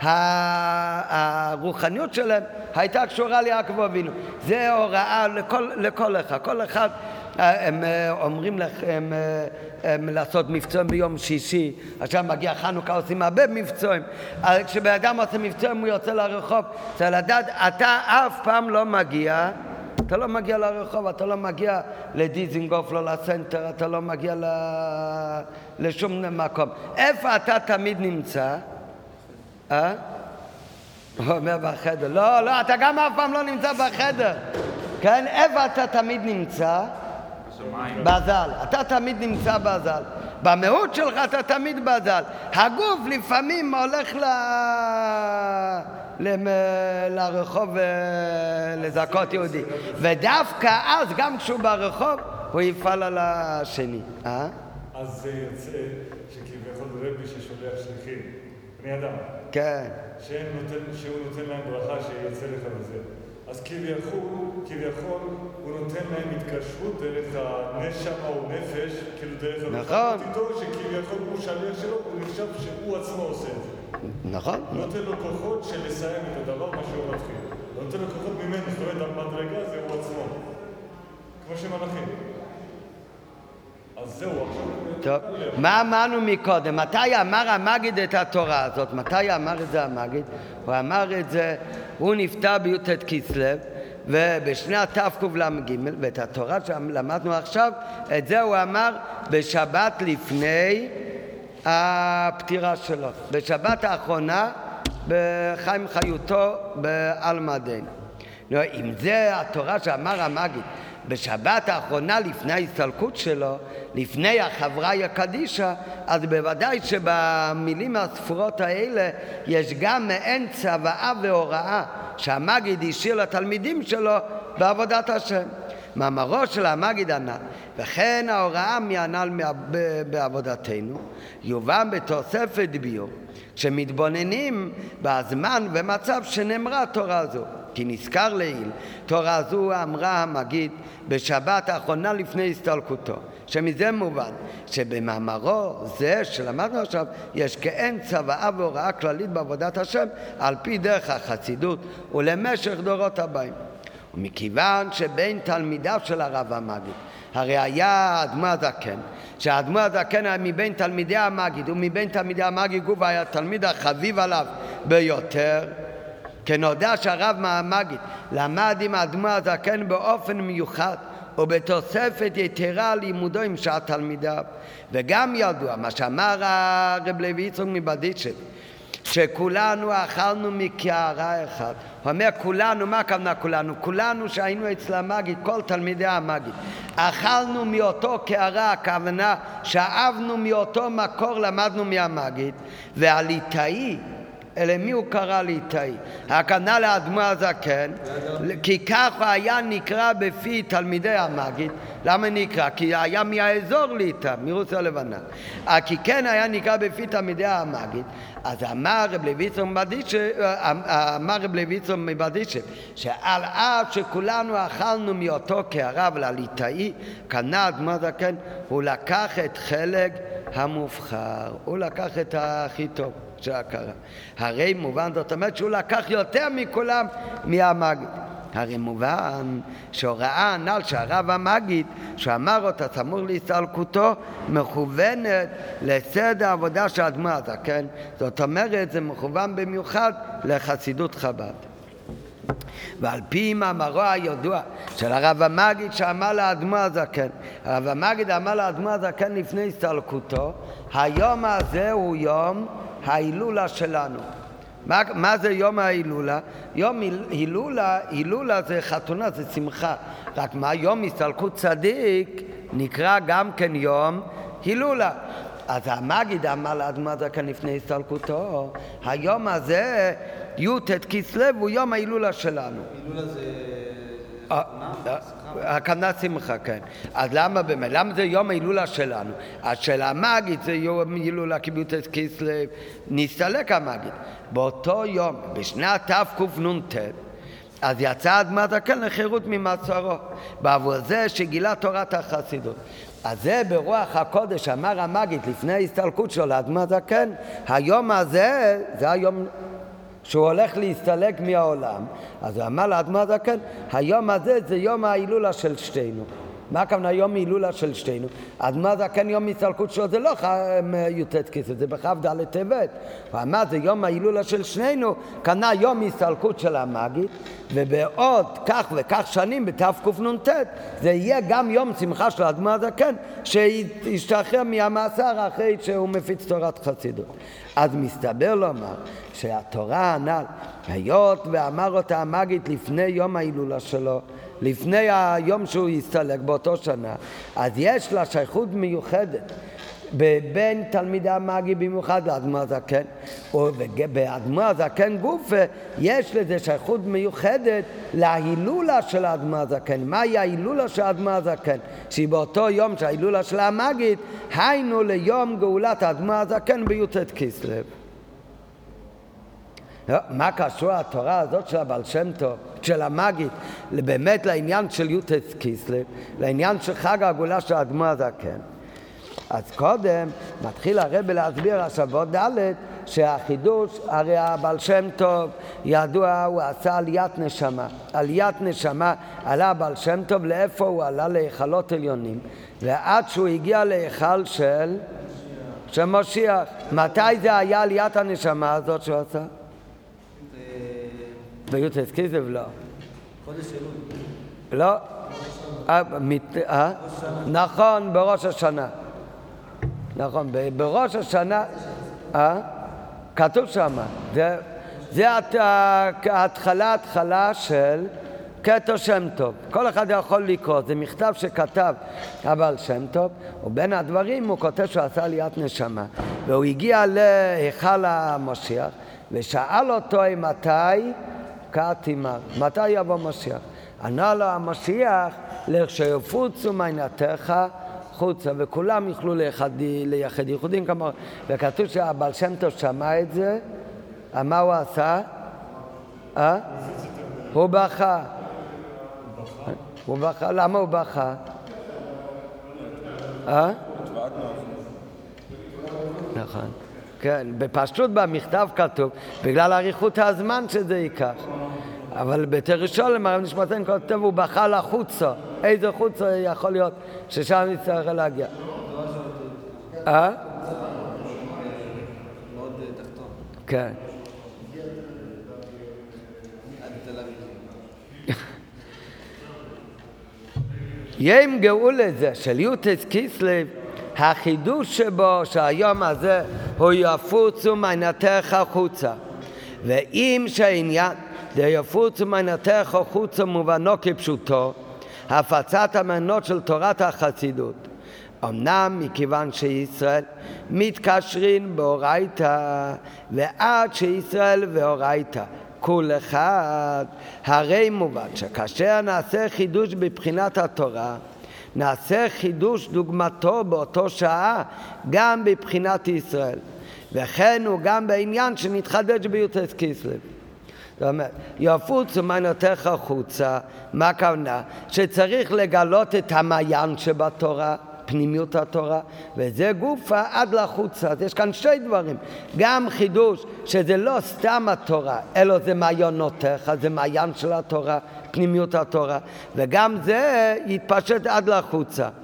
הרוחניות שלהם הייתה קשורה ליעקב אבינו. זה הוראה לכל אחד. כל אחד הם אומרים לכם לעשות מבצעים ביום שישי, עכשיו מגיע חנוכה, עושים הרבה מבצעים. כשבאדם עושה מבצעים הוא יוצא לרחוב, צריך לדעת, אתה אף פעם לא מגיע, אתה לא מגיע לרחוב, אתה לא מגיע לדיזינגוף, לא לסנטר, אתה לא מגיע לשום מקום. איפה אתה תמיד נמצא? הוא אומר בחדר. לא, אתה גם אף פעם לא נמצא בחדר. כן, איפה אתה תמיד נמצא? בזל. אתה תמיד נמצא בזל. במהות שלך אתה תמיד בזל. הגוף לפעמים הולך לרחוב לזכות יהודי. ודווקא אז, גם כשהוא ברחוב, הוא יפעל על השני. אז זה יוצא שכביכול רבי ששולח שליחים, בני אדם. כן. שהוא נותן להם ברכה שיצא לך בזה. אז כביכול הוא נותן להם התקשרות דרך הנשמה או נפש, כאילו דרך נכון. איתו, שכביכול הוא שליח שלו, הוא נחשב שהוא עצמו עושה את זה. נכון. הוא נותן לו כוחות של לסיים את הדבר, מה שהוא מתחיל. הוא נותן לו כוחות ממנו, זאת אומרת, המדרגה זה הוא עצמו. כמו שמלאכים. אז זהו, עכשיו... טוב, מה אמרנו מקודם? מתי אמר המגיד את התורה הזאת? מתי אמר את זה המגיד? הוא אמר את זה, הוא נפטר בי"ט כסלו, ובשנת תקל"ג, ואת התורה שלמדנו עכשיו, את זה הוא אמר בשבת לפני הפטירה שלו. בשבת האחרונה, בחיים חיותו באלמדין. אם זה התורה שאמר המגיד, בשבת האחרונה לפני ההסתלקות שלו, לפני החבריה קדישה, אז בוודאי שבמילים הספורות האלה יש גם מעין צוואה והוראה שהמגיד השאיר לתלמידים שלו בעבודת השם. מאמרו של המגיד הנ"ל, וכן ההוראה מהנ"ל בעבודתנו, יובן בתוספת ביור, כשמתבוננים בזמן ומצב שנאמרה תורה זו. כי נזכר לעיל, תורה זו אמרה המגיד בשבת האחרונה לפני הסתלקותו, שמזה מובן שבמאמרו זה שלמדנו עכשיו יש כאין צוואה והוראה כללית בעבודת השם על פי דרך החסידות ולמשך דורות הבאים. ומכיוון שבין תלמידיו של הרב המגיד, הרי היה האדמו"ר הזקן, שהאדמו"ר הזקן היה מבין תלמידי המגיד, ומבין תלמידי המגיד הוא היה תלמיד החביב עליו ביותר, כנודע שהרב מהמגיד למד עם האדמו"ר הזקן באופן מיוחד ובתוספת יתרה לימודו עם שעת תלמידיו. וגם ידוע מה שאמר הרב לוי יצחק מברדיצ'ב, שכולנו אכלנו מקערה אחד. הוא אומר כולנו, מה הכוונה כולנו? כולנו שהיינו אצל המגיד, כל תלמידי המגיד, אכלנו מאותו קערה, הכוונה שאבנו מאותו מקור, למדנו מהמגיד. והליטאי, למי הוא קרא ליטאי? הכוונה לאדמו"ר הזקן, כי כך הוא היה נקרא בפי תלמידי המגיד. למה נקרא? כי היה מהאזור ליטא, מרוסיה הלבנה. כי כן היה נקרא בפי תלמידי המגיד. אז אמר רב לוי יצחק מברדיצ'ב, שעל אף שכולנו אכלנו מאותו קערה, ולליטאי קנה אדמו"ר הזקן, הוא לקח את חלק המובחר, הוא לקח את הכי טוב של הקערה. הרי מובן, זאת אומרת שהוא לקח יותר מכולם מהמגיד. הרי מובן שהוראה הנ"ל שהרב המגיד שאמר אותה סמוך להסתלקותו מכוונת לסדר העבודה של האדמו"ר הזקן. זאת אומרת זה מכוון במיוחד לחסידות חב"ד. ועל פי מאמרו הידוע של הרב המגיד שאמר לאדמו"ר הזקן, הרב המגיד אמר לאדמו"ר הזקן לפני הסתלקותו, היום הזה הוא יום ההילולה שלנו. מה זה יום ההילולה? יום הילולה זה חתונה, זה שמחה. רק מה, יום הסתלקות צדיק נקרא גם כן יום הילולה. אז המגיד אמר לאדמו"ר הזקן לפני הסתלקותו, היום הזה, י"ט כסלו, הוא יום ההילולה שלנו. הילולה זה... הכוונה שמחה, כן. אז למה זה יום ההילולה שלנו? אז של המגיד זה יום הילולה כי"ט כסלו, נסתלק המגיד. באותו יום, בשנת תקנ"ט, אז יצא אדמו"ר הזקן לחירות ממאסרו, בעבור זה שגילה תורת החסידות. אז זה ברוח הקודש אמר המגיד לפני ההסתלקות שלו לאדמו"ר הזקן, היום הזה זה היום שהוא הולך להסתלק מהעולם. אז הוא אמר לאדמו"ר הזקן, היום הזה זה יום ההילולה של שתינו. מה הכוונה יום ההילולה של שתינו? אדמו"ר הזקן יום ההסתלקות שלו זה לא י"ט כסלו, זה בכ"ד טבת. הוא אמר זה יום ההילולה של שנינו, כנראה יום ההסתלקות של המגיד, ובעוד כך וכך שנים בתקנ"ט זה יהיה גם יום שמחה של אדמו"ר הזקן שישתחרר מהמאסר אחרי שהוא מפיץ תורת חסידות. אז מסתבר לומר שהתורה הנ"ל, היות ואמר אותה המגיד לפני יום ההילולה שלו, לפני היום שהוא יסתלק באותו שנה, אז יש לה שייכות מיוחדת בין תלמידי המגיד במיוחד לאדמו"ר הזקן, ובאדמו"ר הזקן גופה יש לזה שייכות מיוחדת להילולה של האדמו"ר הזקן. מהי ההילולה של האדמו"ר הזקן? שהיא באותו יום שההילולה של המגיד, היינו ליום גאולת האדמו"ר הזקן בי"ט כסלו. מה קשור התורה הזאת של הבעל שם טוב, של המגיד, באמת לעניין של י"ט כסלו, לעניין של חג הגאולה של האדמו"ר הזקן? אז קודם מתחיל הרב להסביר השבוע ד' שהחידוש, הרי הבעל שם טוב ידוע, הוא עשה עליית נשמה. עליית נשמה עלה הבעל שם טוב, לאיפה הוא עלה? להיכלות עליונים, ועד שהוא הגיע להיכל של משיח. מתי זה היה עליית הנשמה הזאת שהוא עשה? בי"ט כסלו? לא. חודש אלול. לא. נכון, בראש השנה. נכון, בראש השנה, כתוב שם, זה התחלה של כתר שם טוב. כל אחד יכול לקרוא, זה מכתב שכתב הבעל שם טוב, ובין הדברים הוא כותב שהוא עשה עליית נשמה, והוא הגיע להיכל המשיח, ושאל אותו מתי יבוא משיח? ענה לו המשיח, לכשיפוצו מעינתך חוצה, וכולם יוכלו לייחד ייחודים כמובן. וכתוב שהבעל שם טוב שמע את זה, מה הוא עשה? הוא בכה. הוא בכה. למה הוא בכה? נכון. כן, בפשטות במכתב כתוב, בגלל אריכות הזמן שזה ייקח. אבל בתרשולם הרב נשמתנו כותב, הוא בכה לחוצה. איזה חוצה יכול להיות ששם נצטרך להגיע? מאוד תחתון. כן. עד תל אביב. יום גאולה זה של י"ט כסלו, החידוש שבו שהיום הזה הוא יפוצו מעינתך חוצה. ואם שהעניין יפוצו מעינתך חוצה מובנו כפשוטו, הפצת המעיינות של תורת החסידות. אמנם מכיוון שישראל מתקשרים באורייתא, ועד שישראל ואורייתא כל אחד, הרי מובן שכאשר נעשה חידוש בבחינת התורה, נעשה חידוש דוגמתו באותו שעה גם בבחינת ישראל, וכן הוא גם בעניין שנתחדש בי"ט כסלו. זאת אומרת, יפוצו מעיינותיך חוצה, מה הכוונה? שצריך לגלות את המעיין שבתורה, פנימיות התורה, וזה גופה עד לחוצה. אז יש כאן שתי דברים, גם חידוש שזה לא סתם התורה, אלא זה מעיינותיך, זה מעיין של התורה, פנימיות התורה, וגם זה יתפשט עד לחוצה.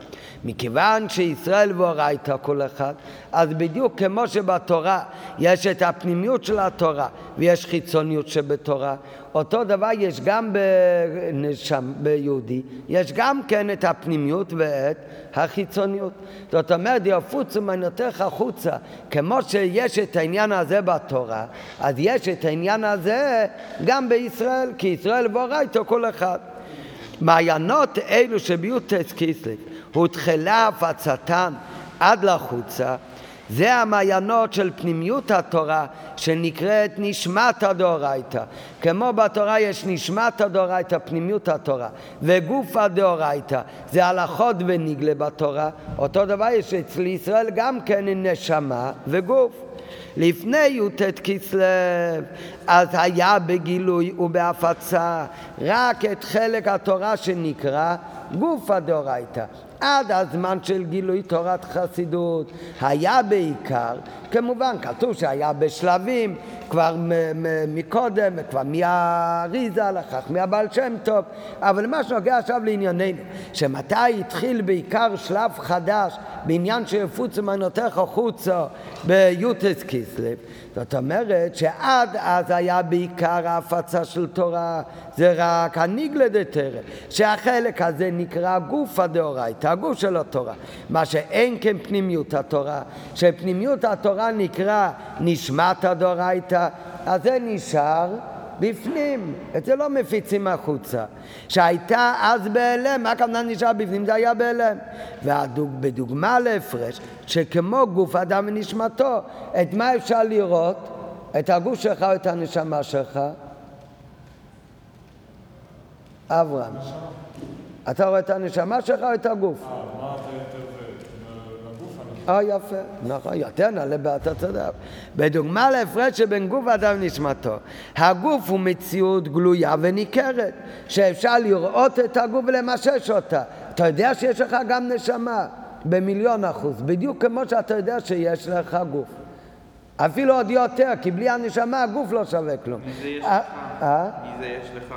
מכיוון שישראל ואורייתא כל אחד, אז בדיוק כמו שבתורה יש את הפנימיות של התורה ויש חיצוניות שבתורה, אותו דבר יש גם ביהודי, יש גם כן את הפנימיות ואת החיצוניות. זאת אומרת, יפוצו מעיינותיך החוצה, כמו שיש את העניין הזה בתורה, אז יש את העניין הזה גם בישראל, כי ישראל ואורייתא כל אחד. מעיינות אלו שביוטס כסלו הותחלה הפצתן עד לחוצה, זה המעיינות של פנימיות התורה שנקראת נשמת דאורייתא. כמו בתורה יש נשמת דאורייתא, פנימיות התורה, וגוף דאורייתא, זה הלכות ונגלה בתורה. אותו דבר יש אצל ישראל גם כן נשמה וגוף. לפני י"ט כסלו אז היה בגילוי ובהפצה רק את חלק התורה שנקרא גופא דאורייתא. עד הזמן של גילוי תורת חסידות היה בעיקר, כמובן כתוב שהיה בשלבים כבר מקודם, כבר מהאריזה לכך, מהבעל שם טוב, אבל מה שנוגע עכשיו לענייננו, שמתי התחיל בעיקר שלב חדש בעניין שיפוצו מעיינותיך החוצה בי"ט כסלו, זאת אומרת שעד אז היה בעיקר ההפצה של תורה, זה רק הנגלה דתרא, שהחלק הזה נקרא גופא דאורייתא, הגוף של התורה, מה שאין כן פנימיות התורה, שפנימיות התורה נקרא נשמת דאורייתא, אז זה נשאר בפנים, את זה לא מפיצים החוצה. שהייתה אז בהלם, מה כמובן נשאר בפנים? זה היה בהלם. ובדוגמה להפרש, שכמו גוף אדם ונשמתו, את מה אפשר לראות? את הגוף שלך או את הנשמה שלך? אברהם, אתה רואה את הנשמה שלך או את הגוף? מה אתה יותר לגוף? יפה, נכון, יותר נעלה, אתה צודק. בדוגמה להפרש שבין גוף אדם ונשמתו, הגוף הוא מציאות גלויה וניכרת, שאפשר לראות את הגוף ולמשש אותה. אתה יודע שיש לך גם נשמה, ב1,000,000%, בדיוק כמו שאתה יודע שיש לך גוף. אפילו עוד יותר, כי בלי הנשמה הגוף לא שווה כלום. מי זה יש לך? מי זה יש לך?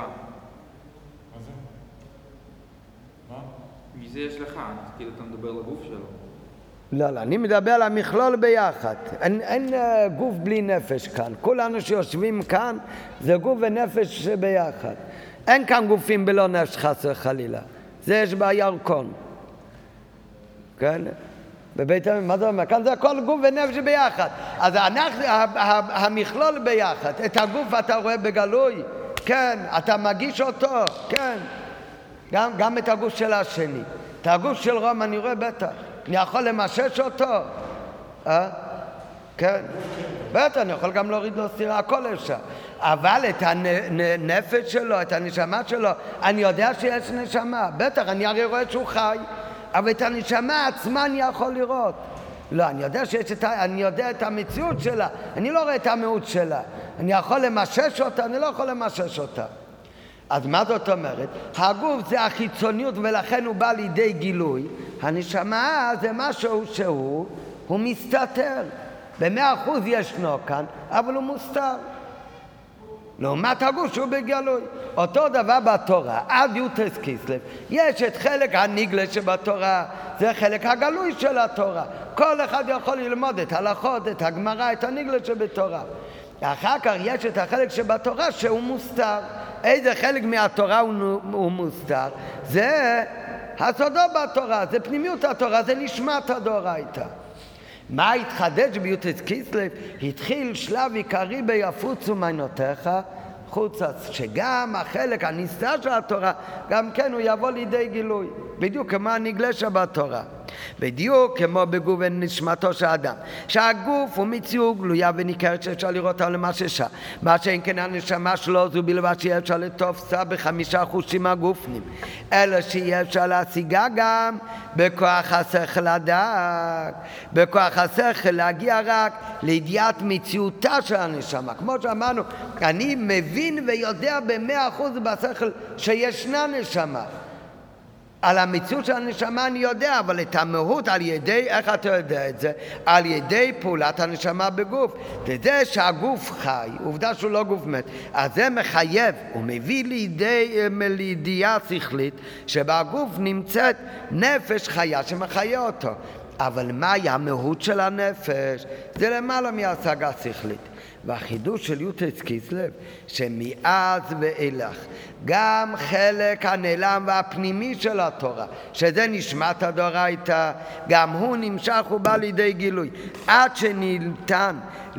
מי זה יש לך? כאילו אתה מדבר לגוף שלו. לא, אני מדבר על המכלול ביחד. אין גוף בלי נפש כאן. כולנו שיושבים כאן זה גוף ונפש ביחד. אין כאן גופים בלא נפש חס וחלילה. זה יש בירקון. כן? בבית המין, מה זה אומר? כאן זה הכל גוף ונפש ביחד. אז אנחנו, המכלול ביחד. את הגוף אתה רואה בגלוי? כן. אתה מגיש אותו? כן. גם את הגוף של השני. את הגוף של רום אני רואה בטח. אני יכול למשש אותו? כן. בטח, אני יכול גם להוריד לו סתירה, הכל אפשר. אבל את הנפש שלו, את הנשמה שלו, אני יודע שיש נשמה. בטח, אני הרי רואה שהוא חי. אבל את הנשמה עצמה אני יכול לראות. לא, אני יודע אני יודע את המציאות שלה. אני לא רואה את המהות שלה. אני יכול למשש אותה, אני לא יכול למשש אותה. אז מה זאת אומרת? הגוף זה החיצוניות ולכן הוא בא לידי גילוי. הנשמה זה משהו שהוא מסתתר. ב100% ישנו כאן, אבל הוא מוסתר. לעומת הגוף שהוא בגלוי. אותו דבר בתורה, עד י"ט כסלו, יש את חלק הנגלה שבתורה, זה חלק הגלוי של התורה. כל אחד יכול ללמוד את ההלכות, את הגמרא, את הנגלה שבתורה. אחר כך יש את החלק שבתורה שהוא מוסתר. איזה חלק מהתורה הוא מוסתר? זה הסודו בתורה, זה פנימיות התורה, זה נשמת דאורייתא. מה התחדש בי"ט כסלו? התחיל שלב עיקרי ביפוצו מעיינותיך חוצה, שגם החלק הנסתר של התורה, גם כן הוא יבוא לידי גילוי, בדיוק כמו הנגלה שבתורה. בדיוק כמו בגוף ונשמתו של האדם, שהגוף הוא מציאות גלויה וניכרת שאפשר לראות על למששה, מה שאין כן הנשמה שלו זו בלבד שיהיה אפשר לתופסה ב5 חושים הגופנים, אלא שיהיה אפשר להשיגה גם בכוח השכל לדעת, בכוח השכל להגיע רק לידיעת מציאותה של הנשמה. כמו שאמרנו, אני מבין ויודע ב100% בשכל שישנה נשמה, על המציאות של הנשמה אני יודע, אבל את המהות על ידי, איך אתה יודע את זה? על ידי פעולת הנשמה בגוף. זה שהגוף חי, עובדה שהוא לא גוף מת, אז זה מחייב, הוא מביא לידיעה שכלית, שבגוף נמצאת נפש חיה שמחיה אותו. אבל מהי המהות של הנפש? זה למעלה מהשגה שכלית. והחידוש של י"ט כסלו, שמאז ואילך גם חלק הנעלם והפנימי של התורה, שזה נשמת הדאורייתא, גם הוא נמשך ובא לידי גילוי, עד שניתן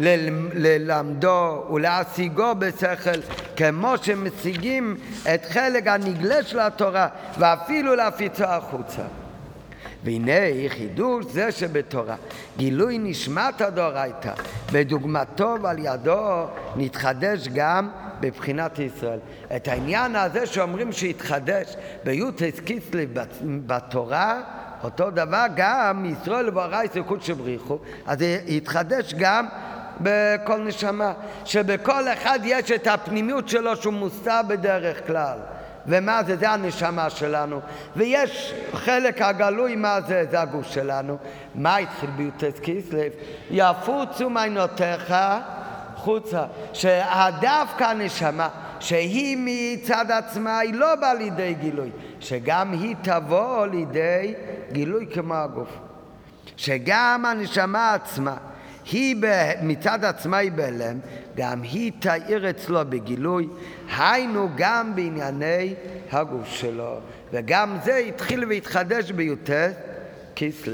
ללמדו ולהשיגו בשכל, כמו שמשיגים את חלק הנגלה של התורה, ואפילו להפיצו החוצה. והנה חידוש זה שבתורה גילוי נשמת הדאורייתא בדוגמתו ועל ידו נתחדש גם בבחינת ישראל. את העניין הזה שאומרים שהתחדש בי"ט כסלו בתורה, אותו דבר גם ישראל ואורייתא קודשא בריחו, אז יתחדש גם בכל נשמה, שבכל אחד יש את הפנימיות שלו שהוא מוסתר בדרך כלל. ומה זה? זה הנשמה שלנו. ויש חלק הגלוי, מה זה? זה הגוף שלנו. מה התחיל בי"ט כסלו? יפוצו מעיינותיך חוצה. שדווקא הנשמה, שהיא מצד עצמה, היא לא באה לידי גילוי. שגם היא תבוא לידי גילוי כמו הגוף. שגם הנשמה עצמה, היא מצד עצמה היא בהלם, גם היא תאיר אצלו בגילוי, היינו גם בענייני הגוף שלו. וגם זה התחיל והתחדש בי"ט כסלו.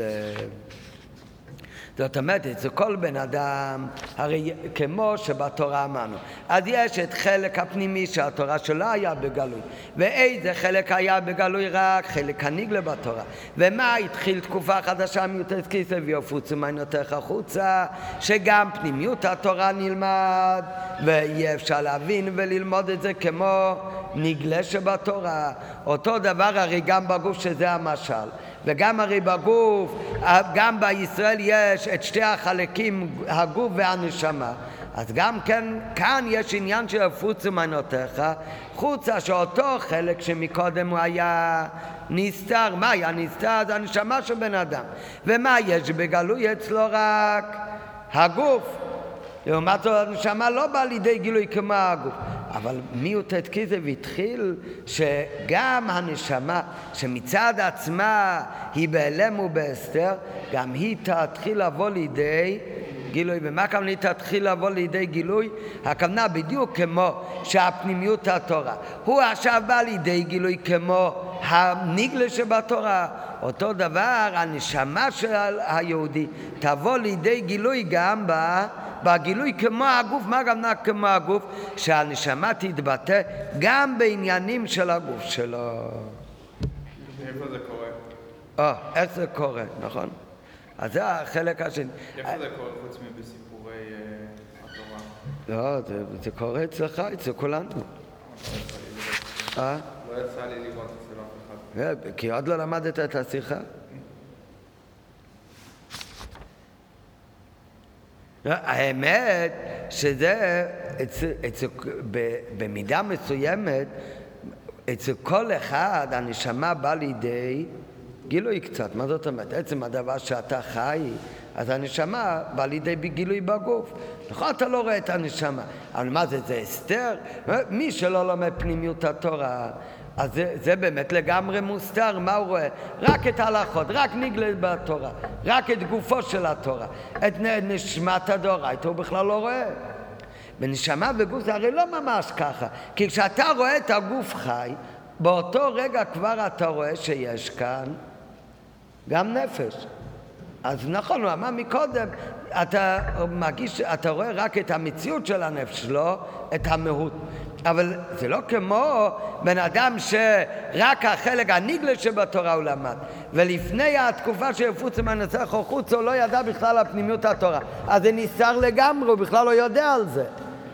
זאת אומרת, אצל כל בן אדם, הרי כמו שבתורה אמרנו, אז יש את חלק הפנימי שהתורה שלו היה בגלוי. ואיזה חלק היה בגלוי? רק חלק הנגלה בתורה. ומה התחיל תקופה חדשה מי"ט כסלו? ויפוצו מעיינותיך החוצה, שגם פנימיות התורה נלמד, ויהיה אפשר להבין וללמוד את זה כמו נגלה שבתורה. אותו דבר הרי גם בגוף, שזה המשל. וגם הרי בגוף, גם בישראל יש את שתי החלקים, הגוף והנשמה. אז גם כן, כאן יש עניין של יפוצו מעיינותיך חוצה, שאותו חלק שמקודם הוא היה נסתר. מה היה נסתר? זה הנשמה של בן אדם. ומה יש בגלוי אצלו? רק הגוף. לעומת זאת, הנשמה לא באה לידי גילוי כמו הגוף. אבל מי"ט כסלו התחיל שגם הנשמה שמצד עצמה היא בהלם ובהסתר, גם היא תתחיל לבוא לידי גילוי. ומה הכוונה היא תתחיל לבוא לידי גילוי? הכוונה בדיוק כמו שהפנימיות התורה הוא עכשיו בא לידי גילוי כמו הנגלה שבתורה, אותו דבר הנשמה של היהודי תבוא לידי גילוי גם בגילוי כמו הגוף. מה גם כמו הגוף? שהנשמה תתבטא גם בעניינים של הגוף שלו. איפה זה קורה? איך זה קורה, נכון? אז זה החלק השני. איפה זה קורה חוץ מבסיפורי התורה? לא, זה קורה אצלך, אצל כולנו. לא יצא לי לראות אצל אף אחד. כי עוד לא למדת את השיחה. האמת שזה במידה מסוימת אצל כל אחד הנשמה בא לידי גילוי קצת. מה זאת אומרת? עצם הדבר שאתה חי, אז הנשמה בא לידי גילוי בגוף. נכון, אתה לא רואה את הנשמה, אבל מה זה? זה הסתר? מי שלא לומד פנימיות התורה, אז זה באמת לגמרי מוסתר. מה הוא רואה? רק את ההלכות, רק נגלה בתורה, רק את גופו של התורה. את נשמת הדאורייתא הוא בכלל לא רואה. בנשמה וגוף זה הרי לא ממש ככה, כי כשאתה רואה את הגוף חי, באותו רגע כבר אתה רואה שיש כאן גם נפש. אז נכון, הוא אמר מקודם, אתה רואה רק את המציאות של הנפש, לא את המהות. אבל זה לא כמו בן אדם שרק החלק הנגלה שבתורה הוא למד, ולפני התקופה שיפוצו מעיינותיך חוצה הוא לא ידע בכלל על פנימיות התורה, אז זה נסתר לגמרי, הוא בכלל לא יודע על זה.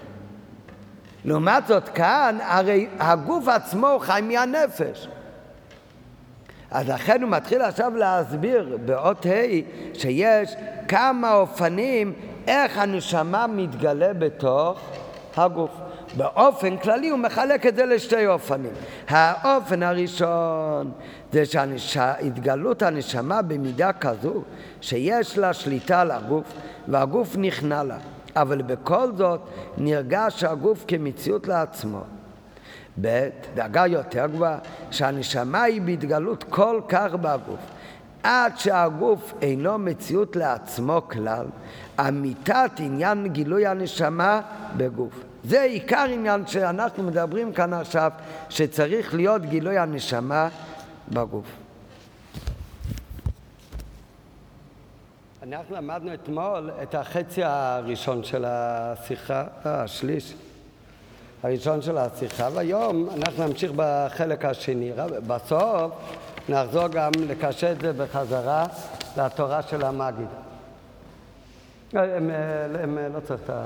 לעומת זאת כאן, הרי הגוף עצמו הוא חי מהנפש. אז לכן הוא מתחיל עכשיו להסביר באות ה' שיש כמה אופנים איך הנשמה מתגלה בתוך הגוף. באופן כללי הוא מחלק את זה לשתי אופנים. האופן הראשון זה שהתגלות הנשמה במידה כזו שיש לה שליטה על הגוף והגוף נכנע לה, אבל בכל זאת נרגש הגוף כמציאות לעצמו. בדרגה יותר גבוהה שהנשמה היא בהתגלות כל כך בגוף עד שהגוף אינו מציאות לעצמו כלל, אמיתת עניין גילוי הנשמה בגוף. זה עיקר עניין שאנחנו מדברים כאן עכשיו, שצריך להיות גילוי הנשמה בגוף. אנחנו למדנו אתמול את החצי הראשון של השיחה, השליש הראשון של השיחה, והיום אנחנו נמשיך בחלק השני. בסוף נחזור גם לקשר את זה בחזרה לתורה של המגיד. הם לא צריך את ה...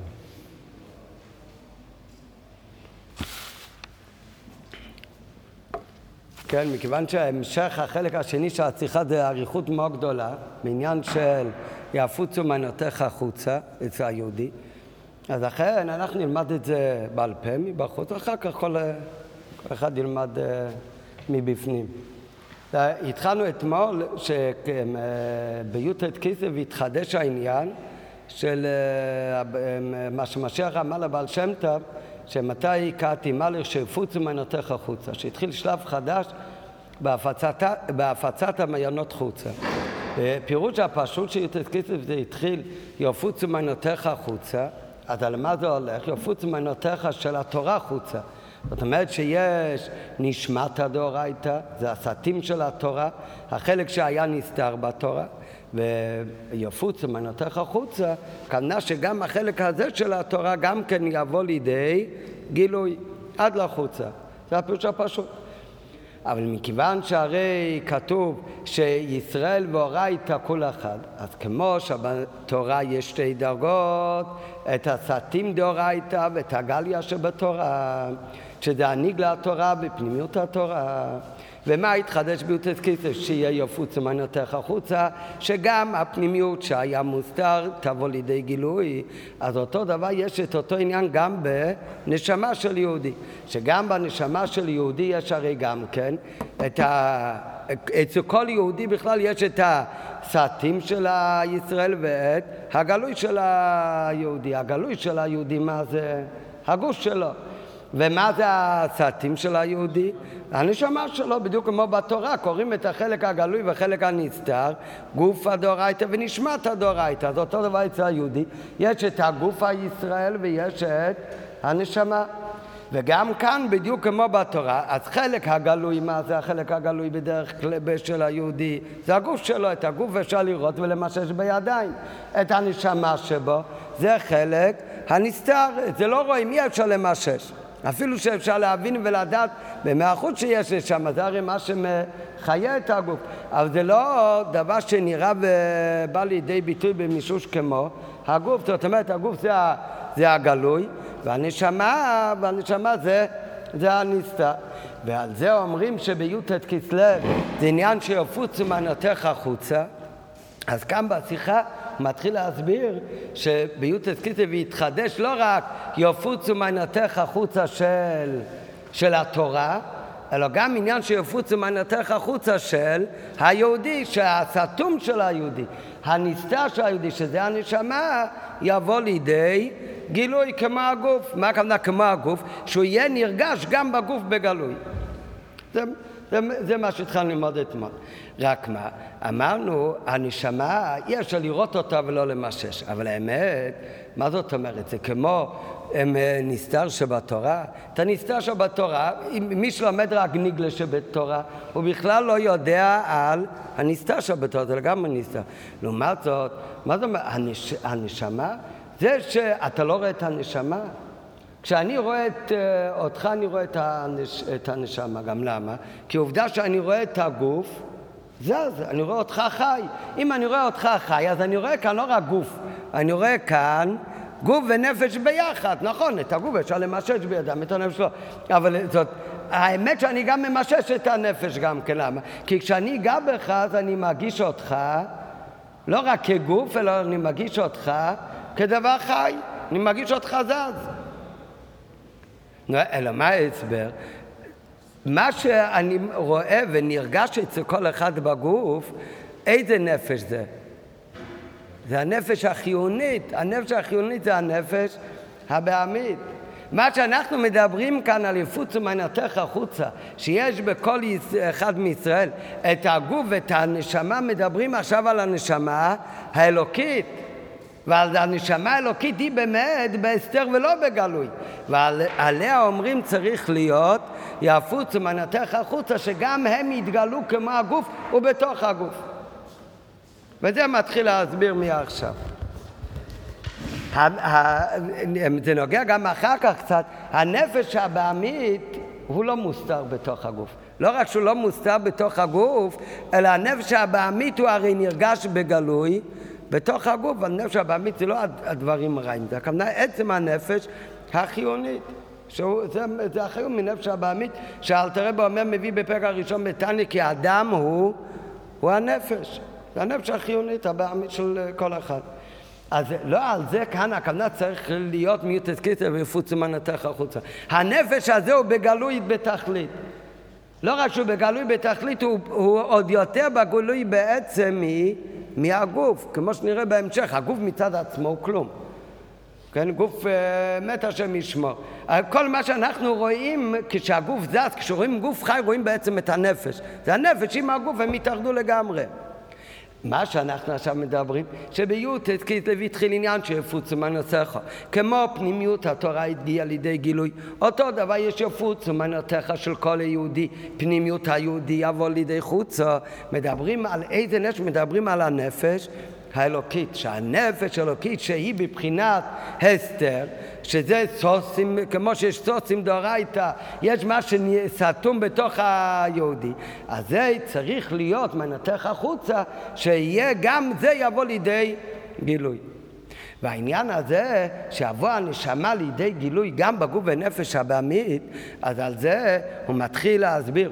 כן, מכיוון שהמשך החלק השני של השיחה זה אריכות מאוד גדולה, בעניין של יפוצו מעיינותיך החוצה אצל היהודי, אז לכן אנחנו נלמד את זה בעל פה מבחוץ, ואחר כך כל אחד ילמד מבפנים. התחלנו אתמול שבי"ט כסלו התחדש העניין של מה שמשיח אמר לבעל שם טוב, שמתי קראתי מלך שיפוצו מעיינותיך חוצה, שהתחיל שלב חדש בהפצת המעיינות חוצה. פירוש הפשוט של י"ט כסלו זה התחיל יפוצו מעיינותיך חוצה, אז על מה זה הולך? יפוצו מעיינותיך של התורה חוצה. זאת אומרת שיש נשמת הדאורייתא, זה הסתים של התורה, החלק שהיה נסתר בתורה, ויפוצו מעיינותיך החוצה, כמובן שגם החלק הזה של התורה גם כן יבוא לידי גילוי עד לחוצה. זה הפירוש הפשוט. אבל מכיוון שהרי כתוב שישראל ואורייתא כול אחד, אז כמו שבתורה יש שתי דרגות, את הסתים דאורייתא ואת הגליה שבתורה, שזה הנגלה התורה בפנימיות התורה. ומה התחדש בי"ט כסלו? שיהיה יפוצו מעיינותיך החוצה, שגם הפנימיות שהיה מוסתר תבוא לידי גילוי. אז אותו דבר יש את אותו עניין גם בנשמה של יהודי, שגם בנשמה של יהודי יש הרי גם כן אצל כל יהודי בכלל יש את הסתים של ישראל ואת הגלוי של היהודי. הגלוי של היהודי מה זה? הגוש שלו. ומה זה הסתים של היהודי? הנשמה שלו, בדיוק כמו בתורה, קוראים את החלק הגלוי וחלק הנסתר, גוף הדאורייתא ונשמת הדאורייתא. אז אותו דבר אצל היהודי, יש את הגוף הישראל ויש את הנשמה. וגם כאן, בדיוק כמו בתורה, אז חלק הגלוי, מה זה החלק הגלוי בדרך כלל של היהודי? זה הגוף שלו, את הגוף אפשר לראות ולמשש בידיים. את הנשמה שבו, זה חלק הנסתר, זה לא רואים, מי אפשר למשש? אפילו שאפשר להבין ולדעת ב100% שיש שם, זה הרי מה שמחיה את הגוף, אבל זה לא דבר שנראה ובא לידי ביטוי במישוש כמו הגוף. זאת אומרת, הגוף זה הגלוי, והנשמה זה הנסתר. ועל זה אומרים שבי"ט כסלו זה עניין שיפוצו מעיינותיך החוצה. אז כאן בשיחה מתחיל להסביר שבי"ט כסלו יתחדש לא רק יפוצו מעיינותיך החוצה של התורה, אלא גם עניין שיפוצו מעיינותיך החוצה של היהודי, שהסתום של היהודי, הנסתר של היהודי, שזה הנשמה, יבוא לידי גילוי כמו הגוף. מה הכוונה כמו הגוף? שהוא יהיה נרגש גם בגוף בגלוי. זה מה שהתחלנו ללמוד אתמול. רק מה? אמרנו, הנשמה, אי אפשר לראות אותה ולא למשש. אבל האמת, מה זאת אומרת? זה כמו נסתר שבתורה. את הנסתר שבתורה, מי שלומד רק נגלה שבתורה, הוא בכלל לא יודע על הנסתר שבתורה, זה לגמרי נסתר. לעומת זאת, מה זאת אומרת? הנשמה, זה שאתה לא רואה את הנשמה. כשאני רואה אותך, אני רואה את הנשמה. גם למה? כי עובדה שאני רואה את הגוף, זה, אני רואה אותך חי. אם אני רואה אותך חי, אז אני רואה כאן לא רק גוף, אני רואה כאן גוף ונפש ביחד. נכון, את הגוף אפשר למשש בידם, את הנפש שלו. אבל זאת, האמת שאני גם ממשש את הנפש גם כן. למה? כי כשאני אגע בך, אז אני מרגיש אותך, לא רק כגוף, אלא אני מרגיש אותך כדבר חי. אני מרגיש אותך זז. אלא מה ההסבר? מה שאני רואה ונרגש אצל כל אחד בגוף, איזה נפש זה? זה הנפש החיונית. הנפש החיונית זה הנפש הבהמית. מה שאנחנו מדברים כאן על יפוצו מעיינתך החוצה, שיש בכל אחד מישראל את הגוף ואת הנשמה, מדברים עכשיו על הנשמה האלוקית. ועל הנשמה האלוקית היא באמת בהסתר ולא בגלוי. ועליה אומרים צריך להיות יפוצו מעיינתך החוצה, שגם הם יתגלו כמו הגוף ובתוך הגוף. וזה מתחיל להסביר מעכשיו. זה נוגע גם אחר כך קצת, הנפש הבהמית הוא לא מוסתר בתוך הגוף. לא רק שהוא לא מוסתר בתוך הגוף, אלא הנפש הבהמית הוא הרי נרגש בגלוי בתוך הגוף. הנפש הבהמית זה לא הדברים הרעים, זה הכוונה עצם הנפש החיונית. זה החיון מנפש הבהמית, שאלתר רבי אומר מביא בפרק הראשון בתניא, כי האדם הוא הנפש. זה הנפש החיונית הבהמית של כל אחד. אז לא על זה כאן הכוונה צריך להיות מיוטס קיסר ויפוצו מעיינתך החוצה. הנפש הזה הוא בגלוי בתכלית. לא רק שהוא בגלוי בתכלית, הוא עוד יותר בגלוי בעצם מהגוף. כמו שנראה בהמשך, הגוף מצד עצמו הוא כלום. כן, גוף מת השם ישמור. כל מה שאנחנו רואים כשהגוף זז, כשרואים גוף חי, רואים בעצם את הנפש. זה הנפש עם הגוף, הם התאחדו לגמרי. מה שאנחנו עכשיו מדברים, שביוטס קיסר התחיל עניין שיפוצו מעיינתך. כמו פנימיות התורה הגיעה לידי גילוי, אותו דבר יש יפוצו מעיינתך של כל היהודי, פנימיות היהודי יבוא לידי חוצה. מדברים על איזה נפש? מדברים על הנפש האלוקית, שהנפש האלוקית שהיא בבחינת הסתר, שזה סוסים, כמו שיש סוסים דאורייתא, יש מה שסתום בתוך היהודי, אז זה צריך להיות מעיינתך החוצה, שיהיה גם זה יבוא לידי גילוי. והעניין הזה שיבוא הנשמה לידי גילוי גם בגוף ונפש הבהמית, אז על זה הוא מתחיל להסביר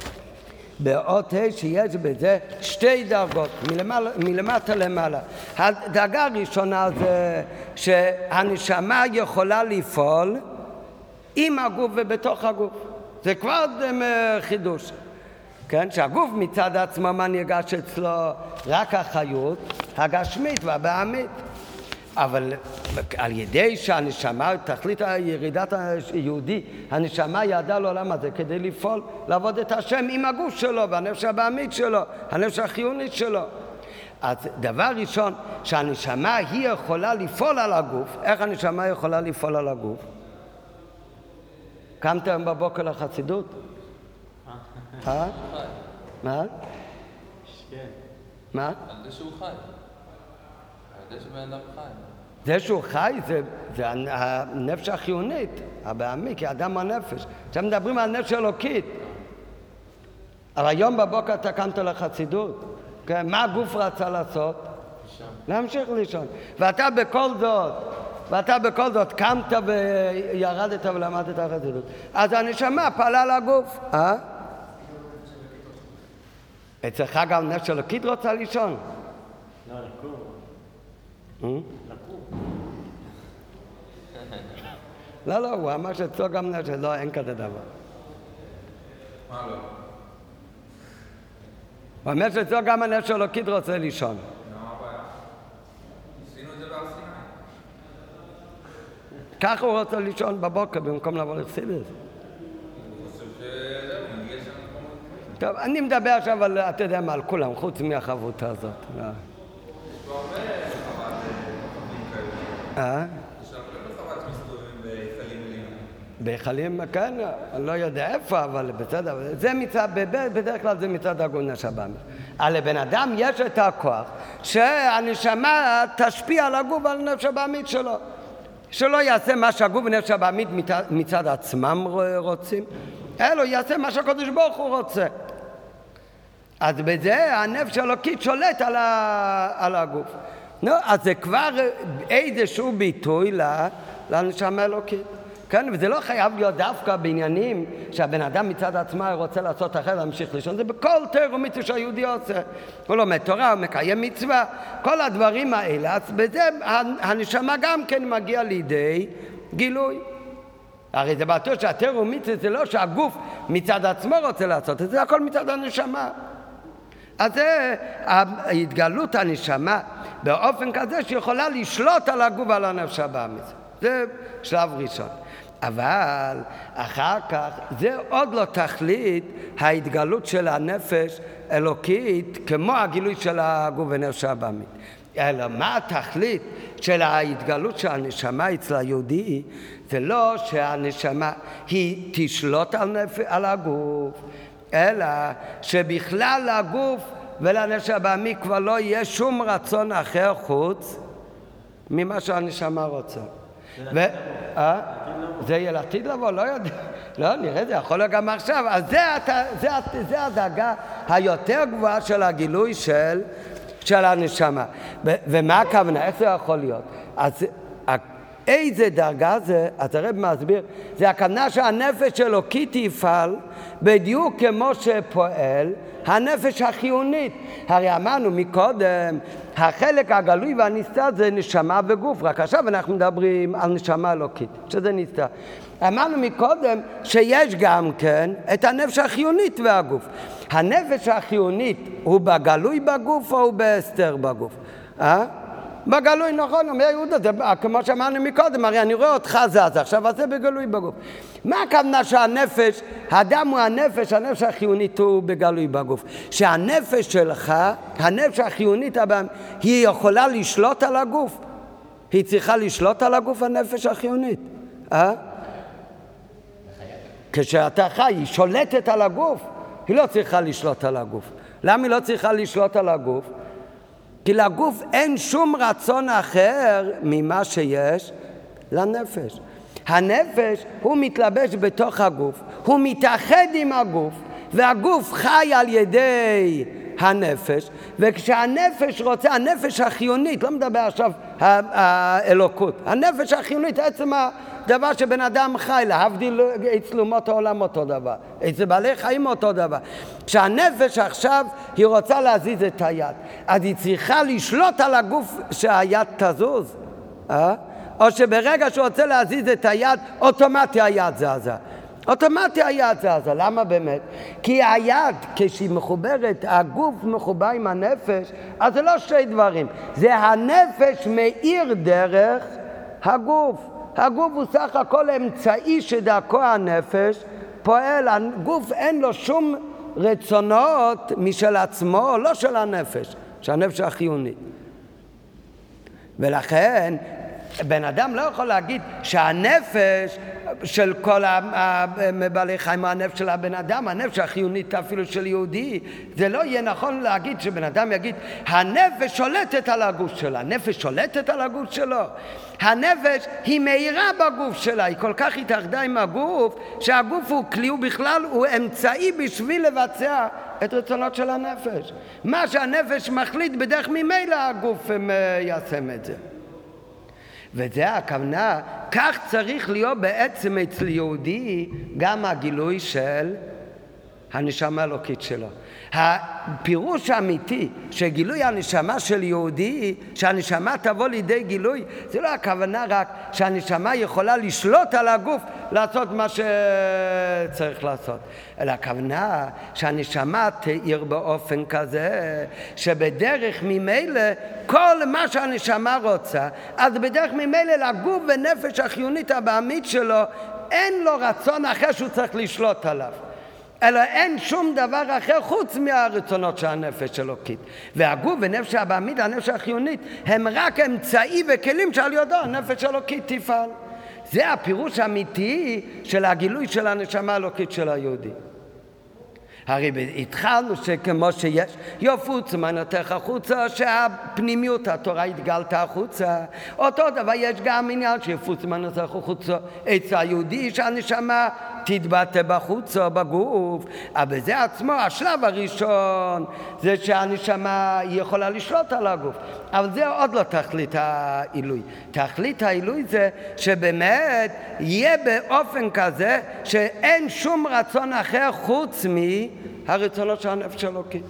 באות ה' שיש בזה שתי דרגות, מלמטה למעלה. הדרגה הראשונה זה שהנשמה יכולה לפעול עם הגוף ובתוך הגוף. זה כבר חידוש. כן? שהגוף מצד עצמו מה נרגש אצלו? רק החיות הגשמית והבהמית. אבל על ידי שהנשמה, תכלית ירידת היהודי, הנשמה ידעה לעולם הזה כדי לפעול, לעבוד את השם עם הגוף שלו והנפש הבהמית שלו, הנפש החיונית שלו. אז דבר ראשון, שהנשמה היא יכולה לפעול על הגוף. איך הנשמה יכולה לפעול על הגוף? קמת היום בבוקר לחסידות? מה? כן. מה? על זה שהוא חי. זה שבן אדם חי. זה שהוא חי זה הנפש החיונית, הבהמי, כי האדם הוא הנפש. עכשיו מדברים על נפש אלוקית. אבל היום בבוקר אתה קמת לחסידות. כן? מה הגוף רצה לעשות? להמשיך לישון. ואתה בכל זאת קמת וירדת ולמדת החסידות. אז הנשמה פעלה לגוף. אצלך גם נפש אלוקית רוצה לישון? לא, לקום. לא, הוא אמר שאצלו גם נפש, לא, אין כזה דבר. מה לא? הוא אומר שאצלו גם הנפש אלוקית רוצה לישון. מה הבעיה? עשינו את זה בהר סיני. ככה הוא רוצה לישון בבוקר במקום לבוא לחסידות. הוא חושב שזהו, נגיע שם למקומות. טוב, אני מדבר עכשיו על, אתה יודע מה, על כולם, חוץ מהחברותה הזאת. יש פה הרבה חוות חברים כאלה. יש הרבה חוות מסתובבים בהיכלים עיליים. בהיכלים, כן, אני לא יודע איפה, אבל בסדר. זה מצד, בדרך כלל זה מצד הגון השב"מי. על הבן אדם יש את הכוח שהנשמה תשפיע על הגוף ועל הנפש הבהמית שלו. שלא יעשה מה שהגוף ונפש הבהמית מצד עצמם רוצים, אלא יעשה מה שהקדוש ברוך הוא רוצה. אז בזה הנפש האלוקית שולט על הגוף. אז זה כבר איזשהו ביטוי לנשמה האלוקית. כן, וזה לא חייב להיות דווקא בעניינים שהבן אדם מצד עצמו רוצה לעשות אחר להמשיך לישון. זה בכל תורה ומצווה שהיהודי עושה. הוא לומד תורה, הוא מקיים מצווה. כל הדברים האלה, אז בזה הנשמה גם כן מגיע לידי גילוי. הרי זה בטוח שהתורה ומצווה זה לא שהגוף מצד עצמו רוצה לעשות את זה, הכל מצד הנשמה. אז זה ההתגלות הנשמה באופן כזה שיכולה לשלוט על הגוף ועל הנפש הבאמית. זה שלב ראשון. אבל אחר כך זה עוד לא תכלית ההתגלות של הנפש אלוקית כמו הגילוי של הגוף ונפש הבאמית. אלא מה התכלית של ההתגלות של הנשמה אצל היהודי? זה לא שהנשמה היא תשלוט על הגוף, אלא שבכלל לגוף ולנפש הבאמית כבר לא יהיה שום רצון אחר חוץ ממה שהנשמה רוצה. זה יהיה לעתיד לבוא? לא יודע. לא, נראה, זה יכול להיות גם עכשיו. אז זה הדרגה היותר גבוהה של הגילוי של הנשמה. ומה הכוונה? איך זה יכול להיות? אז איזה דרגה זה? אז הרב מסביר, זה הכוונה שהנפש אלוקית יפעל בדיוק כמו שפועל הנפש החיונית. הרי אמרנו מקודם, החלק הגלוי והנסתר זה נשמה וגוף, רק עכשיו אנחנו מדברים על נשמה אלוקית, שזה נסתר. אמרנו מקודם שיש גם כן את הנפש החיונית והגוף. הנפש החיונית הוא בגלוי בגוף או הוא בהסתר בגוף? בגלוי, נכון, אומר יהודה, זה כמו שאמרנו מקודם, הרי אני רואה אותך זז, עכשיו זה בגלוי בגוף. מה הכוונה שהנפש, האדם הוא הנפש, הנפש החיונית הוא בגלוי בגוף. שהנפש שלך, הנפש החיונית, היא יכולה לשלוט על הגוף. היא צריכה לשלוט על הגוף, הנפש החיונית. כשאתה חי, היא שולטת על הגוף, היא לא צריכה לשלוט על הגוף. למה היא לא צריכה לשלוט על הגוף? כי לגוף אין שום רצון אחר ממה שיש לנפש. הנפש הוא מתלבש בתוך הגוף, הוא מתאחד עם הגוף, והגוף חי על ידי הנפש, וכשהנפש רוצה, הנפש החיונית, לא מדבר עכשיו האלוקות, הנפש החיונית, עצם הדבר שבן אדם חי, להבדיל אצל אומות העולם אותו דבר, אצל בעלי חיים אותו דבר. כשהנפש עכשיו היא רוצה להזיז את היד, אז היא צריכה לשלוט על הגוף שהיד תזוז, או שברגע שהוא רוצה להזיז את היד, אוטומטי היד זזה. אוטומטי היד זזה. למה באמת? כי היד, כשהיא מחוברת, הגוף מחובר עם הנפש, אז זה לא שתי דברים. זה הנפש מאיר דרך הגוף. הגוף הוא סך הכל אמצעי שדרכו הנפש פועל. הגוף אין לו שום רצונות משל עצמו, לא של הנפש, שהנפש החיונית. ולכן בן אדם לא יכול להגיד שהנפש של כל בעלי חיים, הנפש של הבן אדם, הנפש החיונית אפילו של יהודי, זה לא יהיה נכון להגיד שבן אדם יגיד הנפש שולטת על הגוף שלה. הנפש שולטת על הגוף שלו. הנפש היא מהירה בגוף שלה, היא כל כך התאחדה עם הגוף, שהגוף הוא כלי, הוא בכלל הוא אמצעי בשביל לבצע את רצונות של הנפש. מה שהנפש מחליט בדרך ממילא הגוף יעשם את זה. וזה הכוונה, כך צריך להיות בעצם אצל יהודי גם הגילוי של הנשמה האלוקית שלו. הפירוש האמיתי שגילוי הנשמה של יהודי, שהנשמה תבוא לידי גילוי, זה לא הכוונה רק שהנשמה יכולה לשלוט על הגוף, לעשות מה שצריך לעשות, אלא הכוונה שהנשמה תאיר באופן כזה שבדרך ממילא כל מה שהנשמה רוצה, אז בדרך ממילא לגוף ונפש החיונית הבאמית שלו אין לו רצון אחר שהוא צריך לשלוט עליו, אלא אין שום דבר אחר חוץ מהרצונות של הנפש אלוקית. והגוף ונפש הבאמית, הנפש החיונית, הם רק אמצעי וכלים שעל ידו הנפש אלוקית תפעל. זה הפירוש האמיתי של הגילוי של הנשמה האלוקית של היהודי. הרי התחלנו שכמו שיש יפוץ מנתך החוצה, שהפנימיות התורה התגלתה החוצה, אותו דבר יש גם עניין שיפוץ מנתך החוצה אצל היהודי, שהנשמה תתבטא בחוצה, בגוף. אבל זה עצמו, השלב הראשון זה שהנשמה יכולה לשלוט על הגוף, אבל זה עוד לא תכלית העילוי. תכלית העילוי זה שבאמת יהיה באופן כזה שאין שום רצון אחר חוץ מהרצונות של הנפש אלוקית.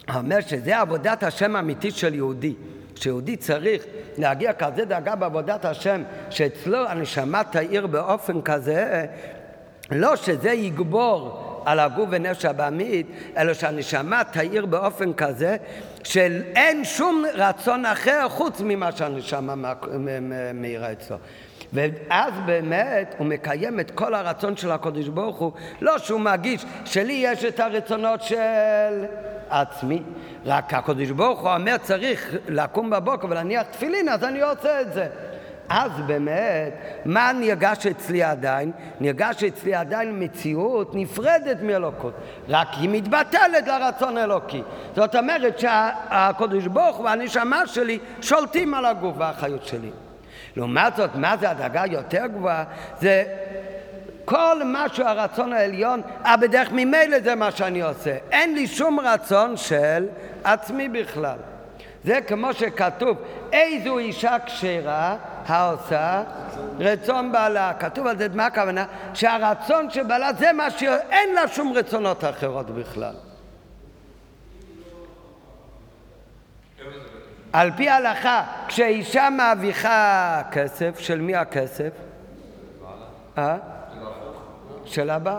אומר שזה עבודת השם האמיתית של יהודי. שיהודי צריך להגיע כזה דאגה בעבודת השם, שאצלו הנשמה תאיר באופן כזה, לא שזה יגבור על הגוף ונפש הבאמית, אלא שהנשמה תאיר באופן כזה, שאין שום רצון אחר חוץ ממה שהנשמה מאירה אצלו. ואז באמת הוא מקיים את כל הרצון של הקדוש ברוך הוא, לא שהוא מרגיש שלי יש את הרצונות של עצמי, רק הקדוש ברוך הוא אומר צריך לקום בבוקר ולהניח תפילין, אז אני עושה את זה. אז באמת, מה נרגש אצלי עדיין? נרגש אצלי עדיין מציאות נפרדת מאלוקות, רק היא מתבטלת לרצון האלוקי. זאת אומרת שהקדוש ברוך הוא והנשמה שלי שולטים על הגוף והחיות שלי. לעומת זאת, מה זה הדרגה יותר גבוהה? זה כל משהו הרצון העליון, בדרך ממילא זה מה שאני עושה. אין לי שום רצון של עצמי בכלל. זה כמו שכתוב, איזו אישה כשרה העושה רצון בעלה. כתוב על זה, מה הכוונה? שהרצון של בעלה זה מה שאין לה שום רצונות אחרות בכלל. על פי ההלכה, כשאישה מרוויחה כסף, של מי הכסף? של הבעל.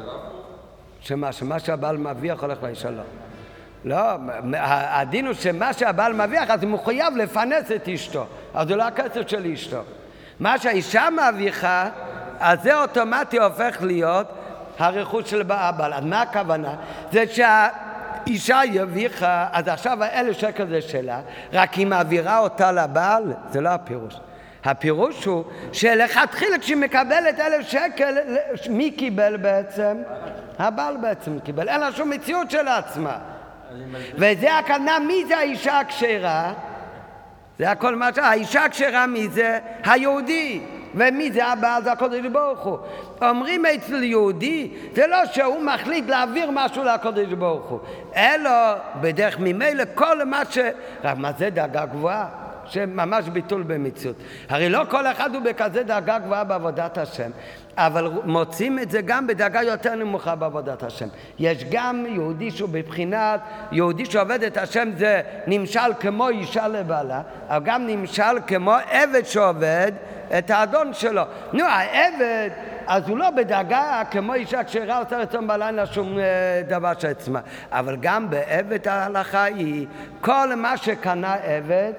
שמה שהבעל מרוויח הולך לאישה לא. לא, הדין הוא שמה שהבעל מרוויח, אז הוא מחויב לפרנס את אשתו. אז זה לא הכסף של אשתו. מה שהאישה מרוויחה, אז זה אוטומטי הופך להיות הרכוש של הבעל. אז מה הכוונה? זה אישה ירוויחה, אז עכשיו 1,000 שקל זה שלה, רק היא מעבירה אותה לבעל, זה לא הפירוש. הפירוש הוא שלכתחילה כשהיא מקבלת 1,000 שקל, מי קיבל בעצם? הבעל בעצם קיבל, אין לה שום מציאות של עצמה. וזה הכוונה, מי זה האישה הכשרה? זה הכל מה האישה הכשרה מי זה? היהודי. ומי זה הבעל? זה הקדוש ברוך הוא. אומרים אצל יהודי, זה לא שהוא מחליט להעביר משהו לקדוש ברוך הוא, אלא בדרך ממילא כל מה רק מה זה דאגה גבוהה? שממש ביטול במציאות. הרי לא כל אחד הוא בכזה דאגה גבוהה בעבודת השם, אבל מוצאים את זה גם בדאגה יותר נמוכה בעבודת השם. יש גם יהודי שהוא בבחינת, יהודי שעובד את השם זה נמשל כמו אישה לבעלה, אבל גם נמשל כמו עבד שעובד את האדון שלו. נו, העבד, אז הוא לא בדאגה כמו אישה כשרה עושה רצון בעלה, אין לה שום דבר שעצמה. אבל גם בעבד ההלכה היא, כל מה שקנה עבד,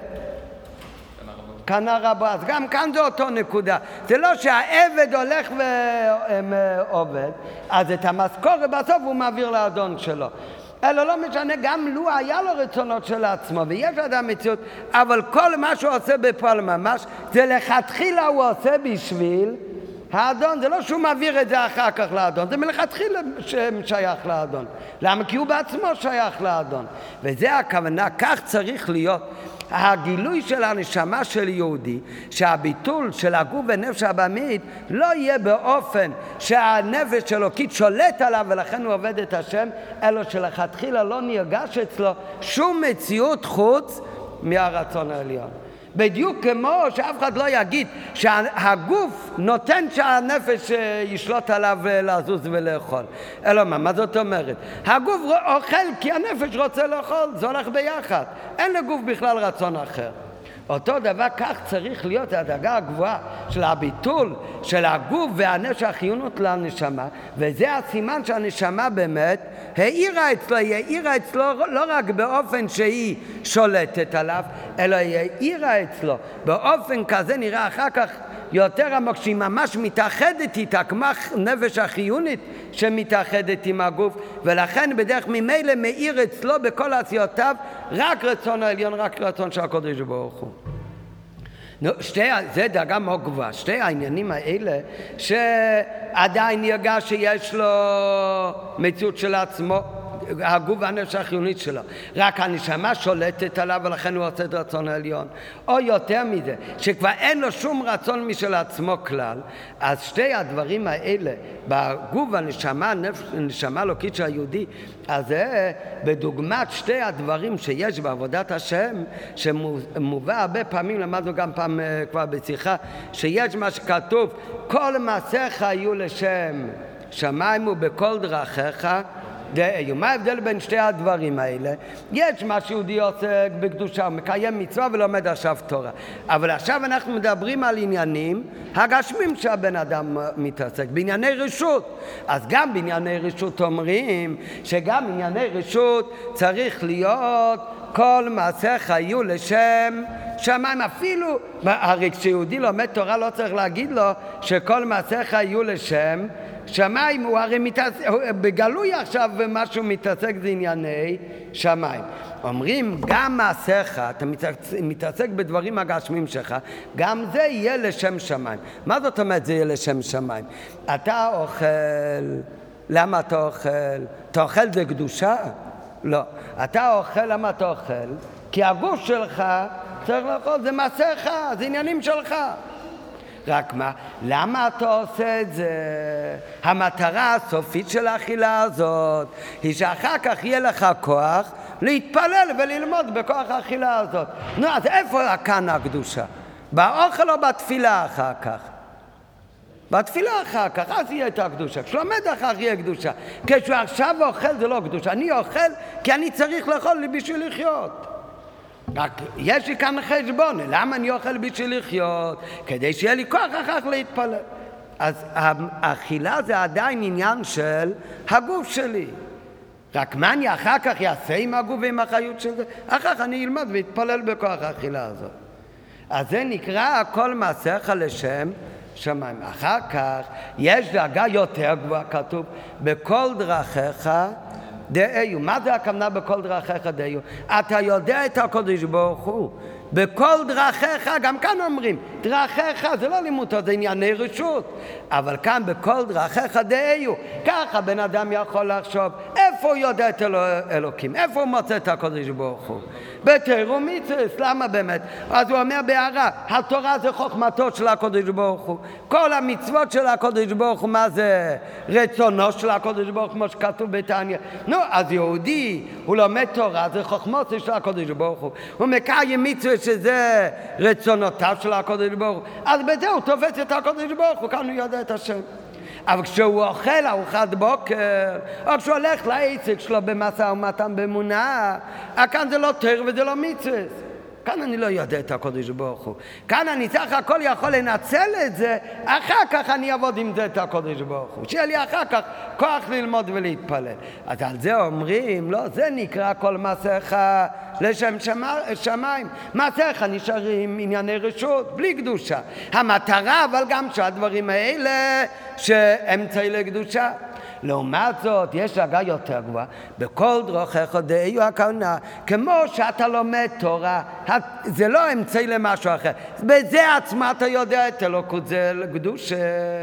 קנה רבו. אז גם כאן זה אותו נקודה. זה לא שהעבד הולך ועובד, אז את המשכורת בסוף הוא מעביר לאדון שלו. אלא לא משנה, גם לו היה לו רצונות של עצמו, ויש אדם מציאות, אבל כל מה שהוא עושה בפועל ממש, זה לכתחילה הוא עושה בשביל האדון. זה לא שהוא מעביר את זה אחר כך לאדון, זה מלכתחילה שייך לאדון. למה? כי הוא בעצמו שייך לאדון. וזה הכוונה, כך צריך להיות. הגילוי של הנשמה של יהודי, שהביטול של הגוף ונפש הבאמית לא יהיה באופן שהנפש אלוקית שולט עליו ולכן הוא עובד את השם, אלא שלכתחילה לא נרגש אצלו שום מציאות חוץ מהרצון העליון. בדיוק כמו שאף אחד לא יגיד שהגוף נותן שהנפש ישלוט עליו לזוז ולאכול. אלא מה זאת אומרת? הגוף אוכל כי הנפש רוצה לאכול, זה הולך ביחד. אין לגוף בכלל רצון אחר. אותו דבר, כך צריך להיות הדרגה הגבוהה של הביטול של הגוף והנפש החיונות לנשמה, וזה הסימן שהנשמה באמת העירה אצלו לא רק באופן שהיא שולטת עליו, אלא היא העירה אצלו באופן כזה נראה אחר כך יותר עמוק, שהיא ממש מתאחדת איתה כמו נפש החיונית שמתאחדת עם הגוף, ולכן בדרך ממילא מאיר אצלו בכל עשיותיו רק רצון העליון, רק רצון של הקדוש ברוך הוא. זה דרגה מאוד גבוהה. שתי העניינים האלה שעדיין ירגש שיש לו מציאות של עצמו, הגוף והנפש החיונית שלו, רק הנשמה שולטת עליו ולכן הוא עושה את רצון העליון. או יותר מזה, שכבר אין לו שום רצון משל עצמו כלל, אז שתי הדברים האלה בגוף והנשמה, הנשמה אלוקית של היהודי, אז זה בדוגמת שתי הדברים שיש בעבודת השם, שמובא הרבה פעמים, למדנו גם פעם כבר בשיחה, שיש מה שכתוב, כל מעשיך היו לשם שמיים ובכל דרכיך דאיו. מה ההבדל בין שתי הדברים האלה? יש מה שיהודי עוסק בקדושה, הוא מקיים מצווה ולומד עכשיו תורה. אבל עכשיו אנחנו מדברים על עניינים הגשמים שהבן אדם מתעסק, בענייני רשות. אז גם בענייני רשות אומרים שגם בענייני רשות צריך להיות כל מעשיך יהיו לשם שמיים. אפילו, הרי כשיהודי לומד תורה לא צריך להגיד לו שכל מעשיך יהיו לשם שמיים, הוא הרי בגלוי עכשיו ומשהו מתעסק זה ענייני שמיים. אומרים גם מעשיך, אתה מתעסק בדברים הגשמים שלך, גם זה יהיה לשם שמיים. מה זאת אומרת זה יהיה לשם שמיים? אתה אוכל, למה אתה אוכל? אתה אוכל זה קדושה? לא. אתה אוכל, למה אתה אוכל? כי הגוף שלך צריך לאכול, זה מעשיך, זה עניינים שלך. רק מה? למה אתה עושה את זה? המטרה הסופית של האכילה הזאת היא שאחר כך יהיה לך כוח להתפלל וללמוד בכוח האכילה הזאת. נו, אז איפה כאן הקדושה? באוכל או בתפילה אחר כך? בתפילה אחר כך, אז יהיה את הקדושה. כשלומד אחר יהיה קדושה. כשהוא עכשיו אוכל זה לא קדושה. אני אוכל כי אני צריך לאכול לי בשביל לחיות. רק יש לי כאן חשבון, למה אני אוכל בשביל לחיות? כדי שיהיה לי כוח אחר כך להתפלל. אז האכילה זה עדיין עניין של הגוף שלי. רק מה אני אחר כך יעשה עם הגוף ועם החיות של זה? אחר כך אני אלמד והתפלל בכוח האכילה הזאת. אז זה נקרא כל מעשיך לשם שמיים. אחר כך יש דרגה יותר גבוהה, כתוב בכל דרכיך דאיו. מה זה הכוונה בכל דרכיך דאיו? אתה יודע את הקדוש ברוך הוא בכל דרכיך. גם כאן אומרים דרכיך זה לא לימוד, זה ענייני רשות, אבל כאן בכל דרכיך דאיו. ככה בן אדם יכול לחשוב איפה הוא יודע את אלוקים, איפה הוא מוצא את הקדוש ברוך הוא? בתורה ומצוות. למה באמת? אז הוא אומר בהערה, התורה זה חוכמתו של הקדוש ברוך הוא, כל המצוות של הקדוש ברוך הוא, מה זה? רצונו של הקדוש ברוך הוא, כמו שכתוב בתניא. נו, אז יהודי הוא לומד תורה, זה חוכמתו של הקדוש ברוך הוא, הוא מקיים מצוות שזה רצונותיו של הקדוש ברוך הוא, אז בזה הוא תופס את הקדוש ברוך הוא, כאן הוא יודע את השם. אבל כשהוא אוכל ארוחת בוקר, או כשהוא הולך לעסק שלו במשא ומתן באמונה, כאן זה לא תורה וזה לא מצוות. כאן אני לא יודע את הקדוש ברוך הוא. כאן אני סך הכל יכול לנצל את זה, אחר כך אני אעבוד עם זה את הקדוש ברוך הוא. שיהיה לי אחר כך כוח ללמוד ולהתפלל. אז על זה אומרים, לא, זה נקרא כל מעשיך לשם שמיים. מעשיך נשארים ענייני רשות, בלי קדושה. המטרה, אבל גם שהדברים האלה שאמצעי לקדושה. לעומת זאת, יש דרגה יותר גבוהה, בכל דרכיך דאיו הכוונה, כמו שאתה לומד תורה, זה לא אמצעי למשהו אחר, בזה עצמה אתה יודע את אלוקות, זה קדושה.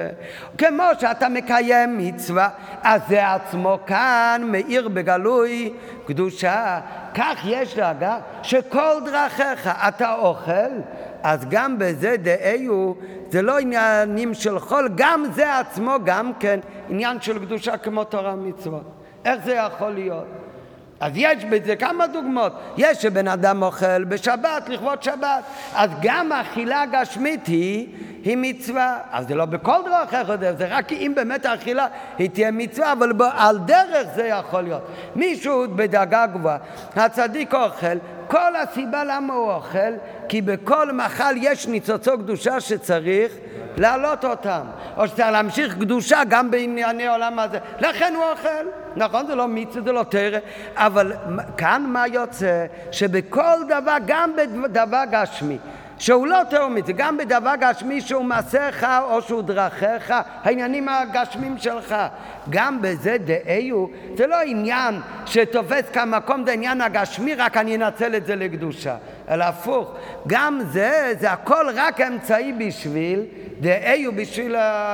כמו שאתה מקיים מצווה, אז זה עצמו כאן מאיר בגלוי קדושה. כך יש דרגה שכל דרכיך אתה אוכל, אז גם בזה דאיו, זה לא עניינים של חול, גם זה עצמו גם כן עניין של קדושה כמו תורה ומצוות. איך זה יכול להיות? אז יש בזה כמה דוגמאות. יש שבן אדם אוכל בשבת, לכבוד שבת, אז גם האכילה הגשמית היא מצווה. אז זה לא בכל דרכיך, זה רק אם באמת האכילה היא תהיה מצווה, אבל על דרך זה יכול להיות. מישהו בדרגה גבוהה, הצדיק אוכל, כל הסיבה למה הוא אוכל, כי בכל מאכל יש ניצוצות קדושה שצריך להעלות אותם, או שצריך להמשיך קדושה גם בענייני העולם הזה, לכן הוא אוכל. נכון, זה לא מצווה, זה לא תורה, אבל כאן מה יוצא? שבכל דבר, גם בדבר גשמי, שהוא לא תאומית, גם בדבר גשמי שהוא מעשיך או שהוא דרכיך, העניינים הגשמים שלך, גם בזה דאיו, זה לא עניין שתופס כמקום, זה עניין הגשמי, רק אני אנצל את זה לקדושה, אלא הפוך, גם זה הכל רק אמצעי בשביל דאיו, בשביל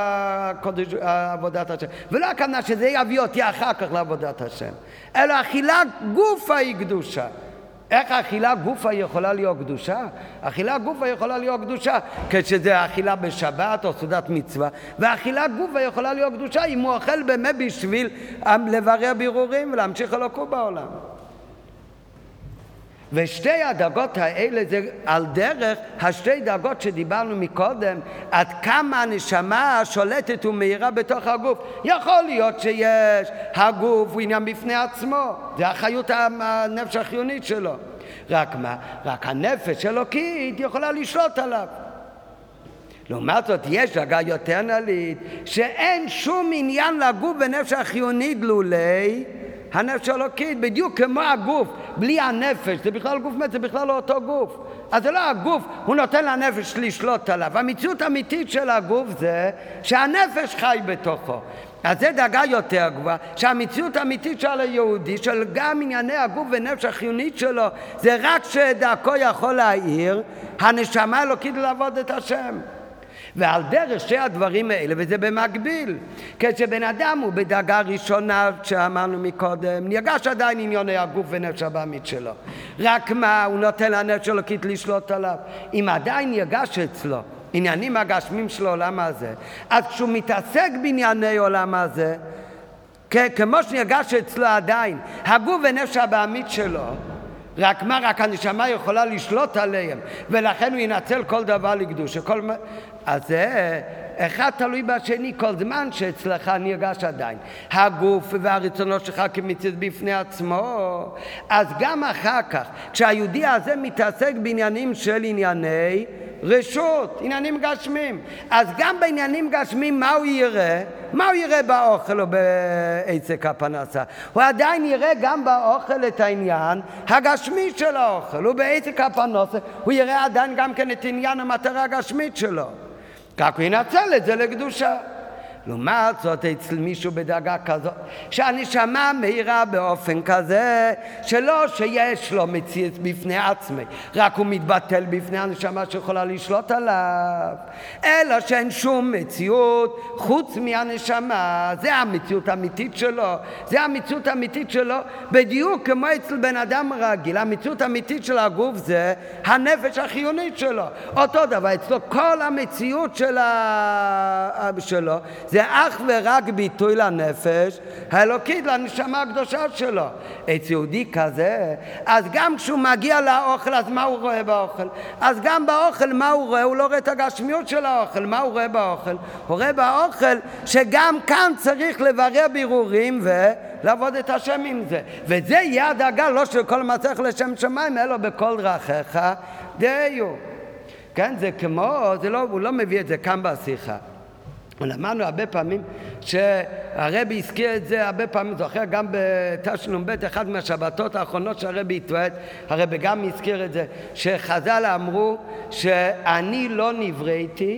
עבודת השם, ולא הכוונה שזה יביא אותי אחר כך לעבודת השם, אלא אכילה גופה היא קדושה. איך האכילה גופה יכולה להיות קדושה? אכילה גופה יכולה להיות קדושה כשזה אכילה בשבת או סעודת מצווה, והאכילה גופה יכולה להיות קדושה אם הוא אוכל באמת בשביל לברר בירורים ולהמשיך אלוקות בעולם. ושתי הדרגות האלה זה על דרך השתי דרגות שדיברנו מקודם, עד כמה הנשמה שולטת ומהירה בתוך הגוף. יכול להיות שיש, הגוף הוא עניין בפני עצמו, זה החיות הנפש החיונית שלו. רק מה? רק הנפש אלוקית יכולה לשלוט עליו. לעומת זאת יש דרגה יותר נעלית, שאין שום עניין לגוף בנפש החיונית לולי הנפש האלוקית, בדיוק כמו הגוף, בלי הנפש, זה בכלל גוף מת, זה בכלל לא אותו גוף. אז זה לא הגוף, הוא נותן לנפש לשלוט עליו. המציאות האמיתית של הגוף זה שהנפש חי בתוכו. אז זה דרגה יותר גבוהה, שהמציאות האמיתית של היהודי, של גם ענייני הגוף ונפש החיונית שלו, זה רק שדרכו יכול להעיר, הנשמה האלוקית לעבוד את השם. ועל דרך שתי הדברים האלה, וזה במקביל, כשבן אדם הוא בדרגה ראשונה שאמרנו מקודם, נרגש עדיין ענייני הגוף ונפש הבאמית שלו. רק מה, הוא נותן לנפש אלוקית לשלוט עליו. אם עדיין נרגש אצלו עניינים הגשמים של העולם הזה, אז כשהוא מתעסק בענייני עולם הזה, כמו שנרגש אצלו עדיין הגוף ונפש הבאמית שלו, רק מה, רק הנשמה יכולה לשלוט עליהם, ולכן הוא ינצל כל דבר לקדושה. אז זה אחד תלוי בשני, כל זמן שאצלך נרגש עדיין הגוף והרצונות שלך כמציאות בפני עצמו, אז גם אחר כך כשהיהודי הזה מתעסק בעניינים של ענייני רשות, עניינים גשמים, אז גם בעניינים גשמים מה הוא יראה? מה הוא יראה באוכל או בעצק הפנסה? הוא עדיין יראה גם באוכל את העניין הגשמי של האוכל, ובעצק הפנסה הוא יראה עדיין גם כן את עניין המטרה הגשמית שלו, כך הוא ינצל את זה לקדושה. לעומת זאת אצל מישהו בדרגה כזאת שהנשמה מהירה באופן כזה שלא שיש לו מציאות בפני עצמי, רק הוא מתבטל בפני הנשמה שיכולה לשלוט עליו, אלא שאין שום מציאות חוץ מהנשמה. זה המציאות האמיתית שלו, זה המציאות האמיתית שלו בדיוק כמו אצל בן אדם רגיל. המציאות האמיתית של הגוף זה הנפש החיונית שלו, אותו דבר אצלו כל המציאות שלו זה אך ורק ביטוי לנפש האלוקית, לנשמה הקדושה שלו. אצל יהודי כזה, אז גם כשהוא מגיע לאוכל, אז מה הוא רואה באוכל? אז גם באוכל מה הוא רואה? הוא לא רואה את הגשמיות של האוכל. מה הוא רואה באוכל? הוא רואה באוכל שגם כאן צריך לברר בירורים ולעבוד את השם עם זה. וזה יהיה הדאגה לא של כל מצליח לשם שמיים, אלא בכל דרכיך דיו. כן, זה כמו, הוא לא מביא את זה כאן בשיחה. למדנו הרבה פעמים שהרבי הזכיר את זה הרבה פעמים, זוכר גם בתשנ"ב, אחד מהשבתות האחרונות שהרבי התוועד, הרבי גם הזכיר את זה, שחז"ל אמרו שאני לא נבראתי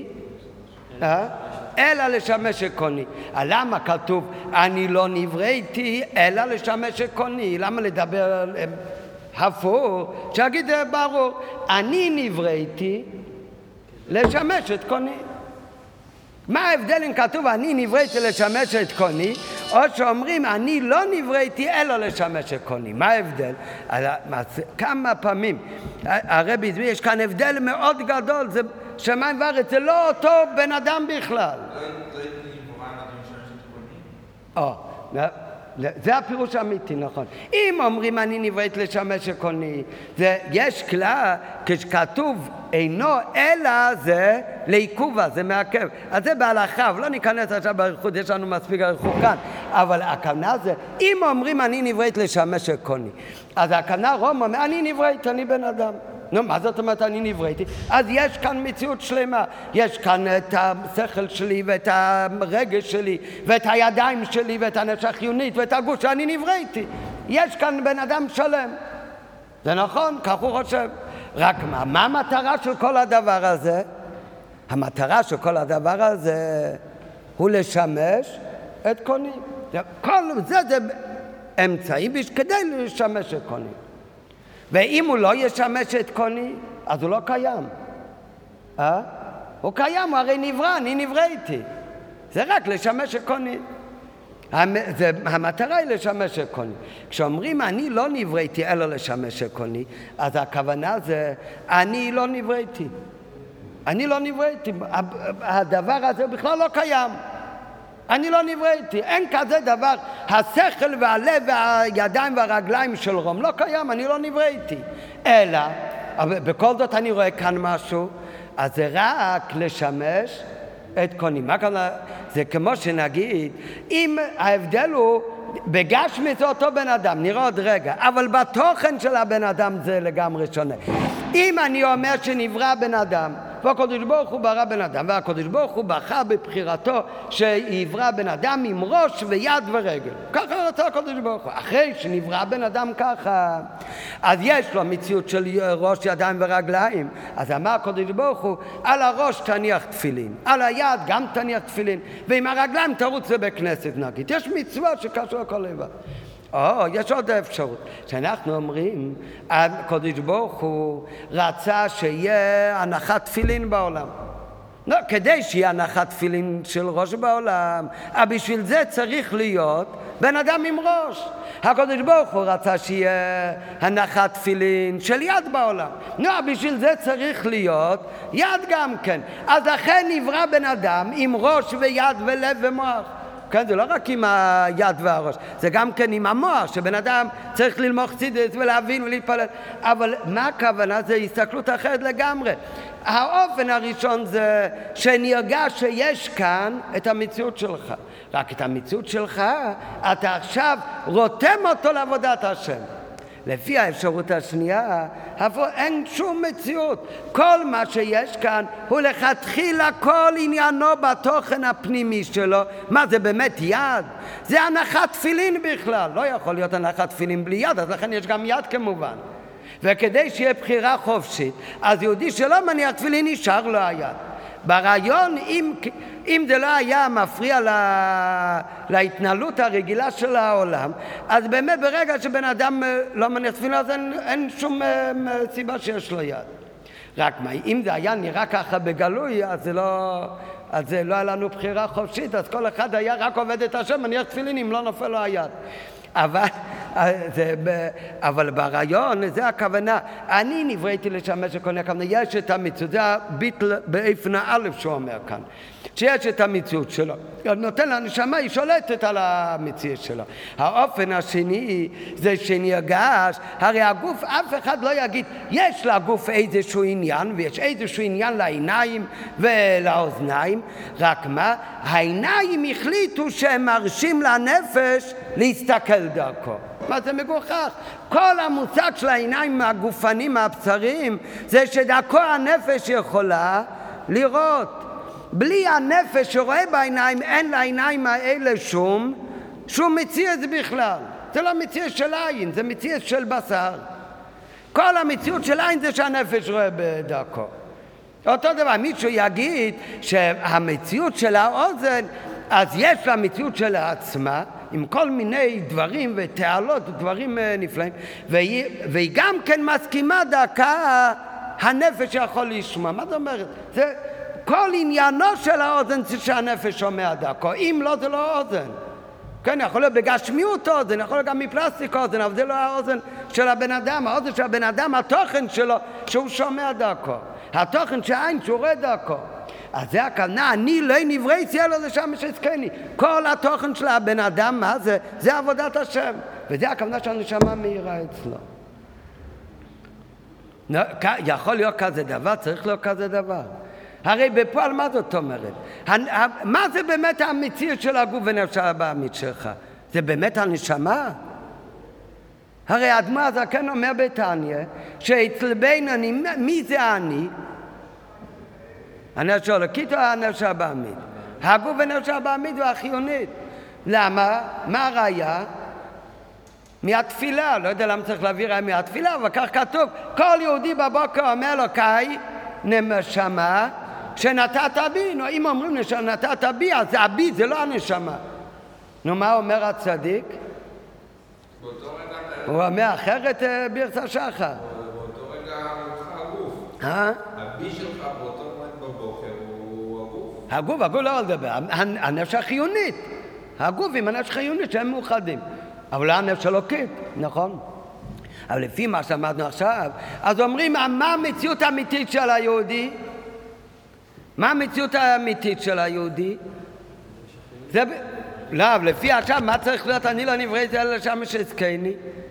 אלא לשמש קוני. למה כתוב אני לא נבראתי אלא לשמש קוני? למה לדבר הפוך? שיגיד ברור, אני נבראתי לשמש את קוני. מה ההבדל אם כתוב אני נבראתי לשמש את קוני, או שאומרים אני לא נבראתי אלא לשמש את קוני? מה ההבדל? כמה פעמים הרבי הסביר, יש כאן הבדל מאוד גדול, זה שמיים וארץ, זה לא אותו בן אדם בכלל. זה הפירוש האמיתי, נכון. אם אומרים אני נבראת לשמש קוני, יש כלל, כשכתוב אינו אלא זה לעיכובה, זה מעכב. אז זה בהלכה, אבל לא ניכנס עכשיו באריכות, יש לנו מספיק אריכות כאן. אבל הכוונה זה, אם אומרים אני נבראת לשמש קוני, אז הכוונה רום אומר אני נבראת, אני בן אדם. נו, מה זאת אומרת אני נבראתי? אז יש כאן מציאות שלמה, יש כאן את השכל שלי ואת הרגש שלי ואת הידיים שלי ואת הנפש החיונית ואת הגוף שאני נבראתי. יש כאן בן אדם שלם, זה נכון, כך הוא חושב. רק מה המטרה של כל הדבר הזה? המטרה של כל הדבר הזה הוא לשמש את קוני. כל זה אמצעי כדי לשמש את קוני. ואם הוא לא ישמש את קוני, אז הוא לא קיים. הוא קיים, הוא הרי נברא, אני נבראתי. זה רק לשמש את קוני. המטרה היא לשמש את קוני. כשאומרים אני לא נבראתי אלא לשמש את קוני, אז הכוונה זה אני לא נבראתי. אני לא נבראתי. הדבר הזה בכלל לא קיים. אני לא נבראתי, אין כזה דבר, השכל והלב והידיים והרגליים של רום לא קיים, אני לא נבראתי. אלא, אבל בכל זאת אני רואה כאן משהו, אז זה רק לשמש את קונים. מה כאן? זה כמו שנגיד, אם ההבדל הוא, בגשמי זה אותו בן אדם, נראה עוד רגע, אבל בתוכן של הבן אדם זה לגמרי שונה. אם אני אומר שנברא בן אדם, והקדוש ברוך הוא ברא בן אדם, והקדוש ברוך הוא בחר בבחירתו שיברא בן אדם עם ראש ויד ורגל. ככה רצה הקדוש ברוך הוא. אחרי שנברא בן אדם ככה, אז יש לו מציאות של ראש, ידיים ורגליים. אז אמר הקדוש ברוך הוא, על הראש תניח תפילין, על היד גם תניח תפילין, ועם הרגליים תרוץ לבית כנסת נגיד. יש מצווה שקשור לכל לבד. יש עוד אפשרות, שאנחנו אומרים, הקדוש ברוך הוא רצה שיהיה הנחת תפילין בעולם. לא, כדי שיהיה הנחת תפילין של ראש בעולם, בשביל זה צריך להיות בן אדם עם ראש. הקדוש ברוך הוא רצה שיהיה הנחת תפילין של יד בעולם. בשביל זה צריך להיות יד גם כן. אז לכן נברא בן אדם עם ראש ויד ולב ומוח. כן, זה לא רק עם היד והראש, זה גם כן עם המוח, שבן אדם צריך ללמוד חסידות ולהבין ולהתפלל. אבל מה הכוונה? זה הסתכלות אחרת לגמרי. האופן הראשון זה שנרגע שיש כאן את המציאות שלך. רק את המציאות שלך, אתה עכשיו רותם אותו לעבודת השם. לפי האפשרות השנייה, אין שום מציאות. כל מה שיש כאן הוא לכתחילה כל עניינו בתוכן הפנימי שלו. מה זה באמת יד? זה הנחת תפילין בכלל. לא יכול להיות הנחת תפילין בלי יד, אז לכן יש גם יד כמובן. וכדי שיהיה בחירה חופשית, אז יהודי שלא מניח תפילין נשאר לו היד. ברעיון, אם זה לא היה מפריע להתנהלות הרגילה של העולם, אז באמת ברגע שבן אדם לא מניח תפילין, אז אין שום סיבה שיש לו יד. רק מה, אם זה היה נראה ככה בגלוי, אז זה לא היה לנו בחירה חופשית, אז כל אחד היה רק עובד את השם, מניח תפילין אם לא נופל לו היד. אבל ברעיון זה הכוונה. אני נבראתי לשמש הקונה הכוונה. יש את המציאות, זה הביטל באופן א' שהוא אומר כאן, שיש את המציאות שלו, נותן לנשמה, היא שולטת על המציאות שלו. האופן השני זה שנרגש, הרי הגוף, אף אחד לא יגיד יש לגוף איזשהו עניין, ויש איזשהו עניין לעיניים ולאוזניים, רק מה? העיניים החליטו שהם מרשים לנפש להסתכל דרכו. מה זה מגוחך? כל המושג של העיניים הגופנים הבשריים זה שדרכו הנפש יכולה לראות. בלי הנפש שרואה בעיניים, אין לעיניים האלה שום מציאות בכלל. זה לא מציאות של עין, זה מציאות של בשר. כל המציאות של עין זה שהנפש רואה בדרכו. אותו דבר, מישהו יגיד שהמציאות של האוזן, אז יש לה מציאות של עצמה, עם כל מיני דברים ותעלות ודברים נפלאים, והיא גם כן מסכימה דקה הנפש יכול לשמוע. מה זאת אומרת? זה כל עניינו של האוזן זה שהנפש שומע דקו, אם לא זה לא אוזן. כן, יכול להיות בגשמיות אוזן, יכול להיות גם מפלסטיק אוזן, אבל זה לא האוזן של הבן אדם. האוזן של הבן אדם, התוכן שלו שהוא שומע דקו, התוכן שהעין שהוא רואה דקו. אז זה הכוונה, אני לא נבראתי אלא לשמש עסקני. כל התוכן של הבן אדם, מה זה? זה עבודת השם. וזה הכוונה שהנשמה מאירה אצלו. יכול להיות כזה דבר, צריך להיות כזה דבר. הרי בפועל מה זאת אומרת? מה זה באמת המציאות של הגוף ונפש הבעמית שלך? זה באמת הנשמה? הרי האדמו"ר הזקן אומר בתניא, שאצל בינוני, מי זה אני? הנפש האלוקית או הנפש הבעמית? הגוף ונפש הבעמית והחיונית. למה? מה הראיה? מהתפילה, לא יודע למה צריך להביא ראיה מהתפילה, אבל כך כתוב, כל יהודי בבוקר אומר לו, קאי, נשמה, שנתת בי. נו, אם אומרים שנתת בי, אז הבי זה לא הנשמה. נו, מה אומר הצדיק? הוא אומר אחרת בירצה שחר. באותו רגע ממך הגוף. הבי שלך באותו מועד בבוקר הוא הגוף. הגוף לא לדבר. הנפש החיונית. הגוף עם הנפש החיונית שהם מאוחדים. אבל לא הנפש אלוקית, נכון? אבל לפי מה שאמרנו עכשיו, אז אומרים, מה המציאות האמיתית של היהודי? מה המציאות האמיתית של היהודי? לא, לפי עכשיו, מה צריך להיות? אני לא נבראתי אלא שם שהזכני.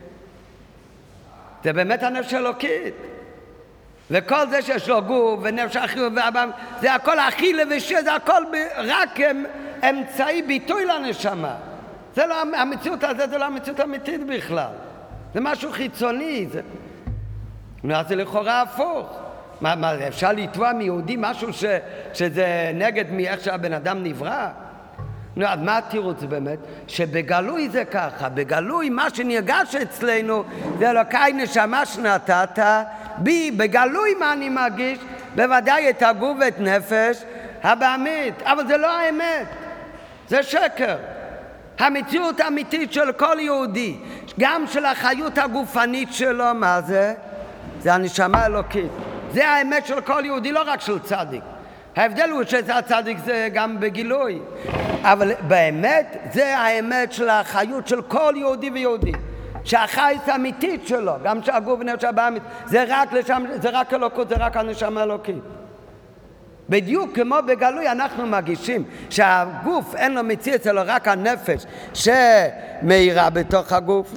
זה באמת הנפש אלוקית. וכל זה שיש לו גוף ונפש החיוב זה הכל אכילה ושתייה, זה הכל רק אמצעי ביטוי לנשמה. זה לא, המציאות הזאת זה לא המציאות האמיתית בכלל. זה משהו חיצוני. זה לכאורה הפוך. מה, אפשר לתבוע מיהודי משהו שזה נגד מאיך שהבן אדם נברא? אז מה התירוץ באמת? שבגלוי זה ככה, בגלוי מה שנרגש אצלנו זה אלוקי נשמה שנתת בי, בגלוי מה אני מרגיש? בוודאי את הגוף ואת נפש הבאמית, אבל זה לא האמת, זה שקר. המציאות האמיתית של כל יהודי, גם של החיות הגופנית שלו, מה זה? זה הנשמה האלוקית. זה האמת של כל יהודי, לא רק של צדיק. ההבדל הוא שהצדיק זה גם בגילוי, אבל באמת זה האמת של החיות של כל יהודי ויהודי, שהחיות האמיתית שלו, גם שהגוף ונפש הבאמית, זה רק אלוקות, זה רק הנשמה האלוקית. בדיוק כמו בגלוי אנחנו מגישים שהגוף אין לו מציאות אלא רק הנפש שמאירה בתוך הגוף.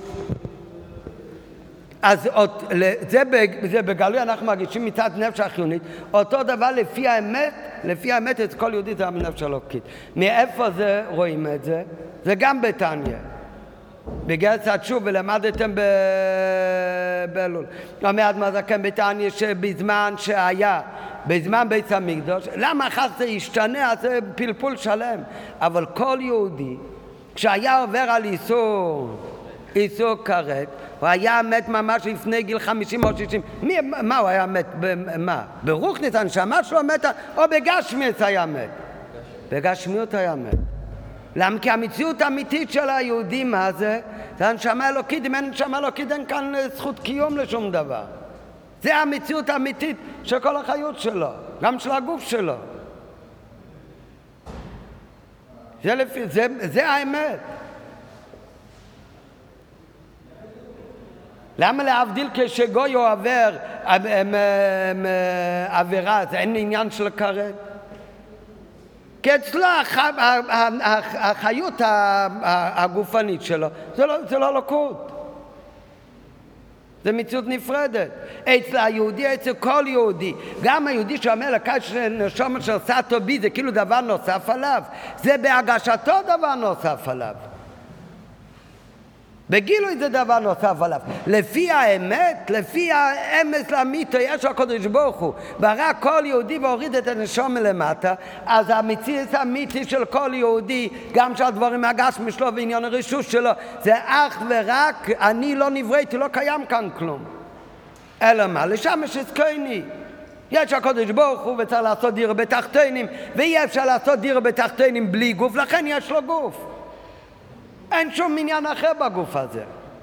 אז זה בגלוי אנחנו מרגישים מצד נפש החיונית, אותו דבר לפי האמת את כל יהודית זה הנפש אלוקית. מאיפה זה רואים את זה? זה גם בתניא. בגלל קצת שוב ולמדתם באלול. אומר אדמו"ר הזקן בתניא שבזמן שהיה, בזמן בית המקדש, למה אחר זה ישתנה? אז זה פלפול שלם. אבל כל יהודי, כשהיה עובר על איסור כרת, הוא היה מת ממש לפני גיל 50 או 60. מה הוא היה מת? מה? ברוחנית הנשמה שלו מתה, או בגשמיות היה מת? בגשמיות היה מת. למה? כי המציאות האמיתית של היהודים, מה זה? זה הנשמה אלוקית. אם אין נשמה אלוקית, אין כאן זכות קיום לשום דבר. זה המציאות האמיתית של כל החיות שלו, גם של הגוף שלו. זה האמת. למה להבדיל כשגוי או עבר עבירה? זה אין עניין של כרת. כי אצלו החיות הגופנית שלו זה לא אלוקות. זה מציאות נפרדת. אצל היהודי, אצל כל יהודי, גם היהודי שאומר לקש נשמה שעושה אותו בי, זה כאילו דבר נוסף עליו. זה בהגשתו דבר נוסף עליו. בגילוי זה דבר נוסף עליו. לפי האמת, לפי האמס לאמיתו, יש הקדוש ברוך הוא, ברא כל יהודי והוריד את הנשמה למטה, אז המציאות האמיתית של כל יהודי, גם שהדברים הגשמיים שלו ועניין הרשוש שלו, זה אך ורק, אני לא נבראתי, לא קיים כאן כלום. אלא מה? לשם שזכני. יש הקדוש ברוך הוא וצריך לעשות דירה בתחתונים, ואי אפשר לעשות דירה בתחתונים בלי גוף, לכן יש לו גוף. אין שום עניין אחר בגוף הזה.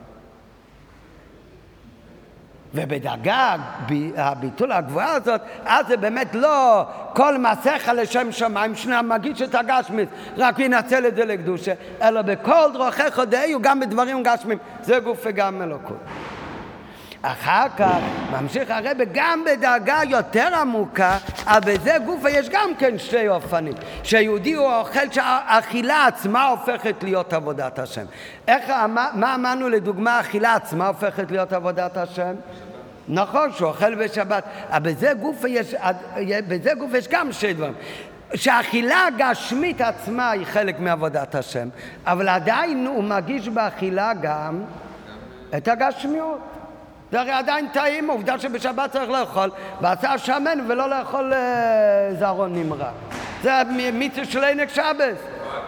ובדרגה הביטול הגבוהה הזאת, אז זה באמת לא כל מעשיך לשם שמיים, שני המגיש את הגשמית, רק ינצל את זה לקדושה, אלא בכל דרכיך דהיו, גם בדברים גשמיים, זה גוף וגם אלוקות. אחר כך ממשיך הרב גם בדרגה יותר עמוקה, אבל בזה גוף יש גם כן שתי אופנים. שיהודי הוא אוכל שהאכילה עצמה הופכת להיות עבודת השם. מה אמרנו לדוגמה, האכילה עצמה הופכת להיות עבודת השם? נכון, שהוא אוכל בשבת, אבל בזה גוף יש גם שתי דברים. שהאכילה הגשמית עצמה היא חלק מעבודת השם, אבל עדיין הוא מגיש באכילה גם את הגשמיות. זה הרי עדיין טעים, עובדה שבשבת צריך לאכול בשר שמן ולא לאכול זרעון נמרק. זה מיצה של עינק שבס.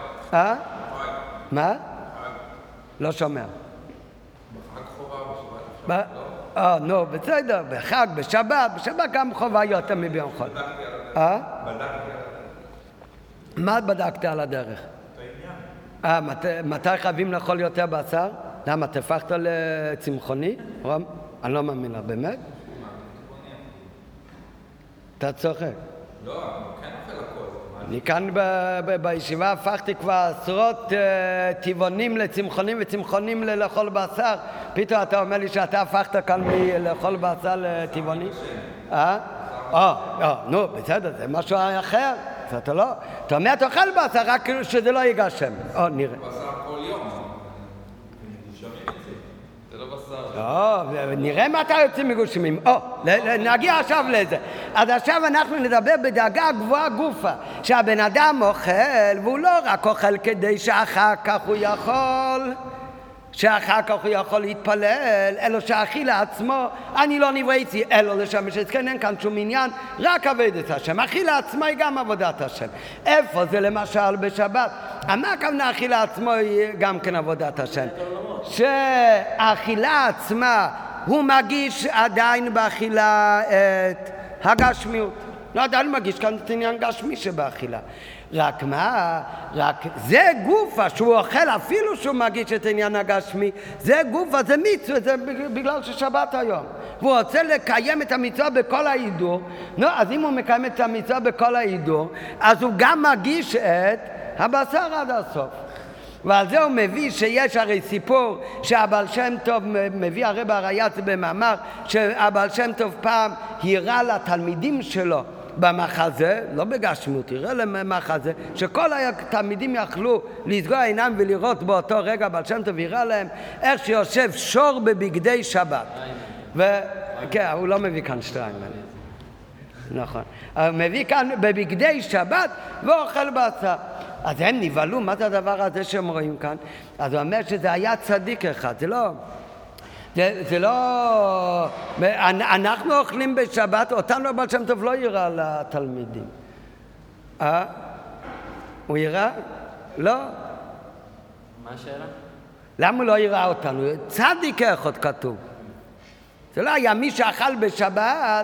מה? לא שומע. בחג חובה, בשבת. נו, בסדר, בחג, בשבת גם חובה יותר מביום חול. מה בדקת על הדרך? מתי חייבים לאכול יותר בשר? למה, תפחת לצמחוני? רום? אני לא מאמין לה, באמת? אתה צוחק. לא, אני כן אוכל הכל. אני כאן בישיבה הפכתי כבר עשרות טבעונים לצמחונים וצמחונים לאכול בשר. פתאום אתה אומר לי שאתה הפכת כאן מלאכול בשר לטבעוני? נו, בסדר, זה משהו אחר. אתה לא, אתה אומר תאכל בשר רק שזה לא יגשם. נראה. בשר כל יום. זה לא בשר. נראה מתי יוצאים מגושמים. נגיע עכשיו לזה. אז עכשיו אנחנו נדבר בדאגה גבוהה גופה, שהבן אדם אוכל, והוא לא רק אוכל כדי שאחר כך הוא יכול להתפלל, אלא שאכילה עצמו, אני לא נבראתי, אלא לשמש את כן, אין כאן שום עניין, רק עבודת השם. אכילה עצמו היא גם עבודת השם. איפה זה למשל בשבת? מה הכוונה אכילה עצמו היא גם כן עבודת השם? שהאכילה עצמה, הוא מגיש עדיין באכילה את הגשמיות. לא, עדיין מגיש כאן את עניין גשמי שבאכילה. רק מה? רק זה גופה שהוא אוכל אפילו שהוא מגיש את עניין הגשמי, זה גופה, זה מצווה, זה בגלל ששבת היום. והוא רוצה לקיים את המצווה בכל ההידור, אז אם הוא מקיים את המצווה בכל ההידור, אז הוא גם מגיש את הבשר עד הסוף. ועל זה הוא מביא שיש הרי סיפור שהבעל שם טוב מביא הרי בהריי"צ במאמר שהבעל שם טוב פעם הראה לתלמידים שלו במחזה, לא בגשמיות, הראה להם מחזה שכל התלמידים יכלו לסגור עיניים ולראות באותו רגע. בעל שם טוב הראה להם איך שיושב שור בבגדי שבת, וכן, הוא לא מביא כאן שטריימן, נכון, הוא מביא כאן בבגדי שבת ואוכל בשר. אז הם נבהלו, מה זה הדבר הזה שהם רואים כאן? אז הוא אומר שזה היה צדיק אחד, זה לא... אנחנו אוכלים בשבת, אותנו הבעל שם טוב לא יראה לתלמידים. הוא יראה? לא. מה השאלה? למה הוא לא יראה אותנו? צדיק אחד כתוב. זה לא היה מי שאכל בשבת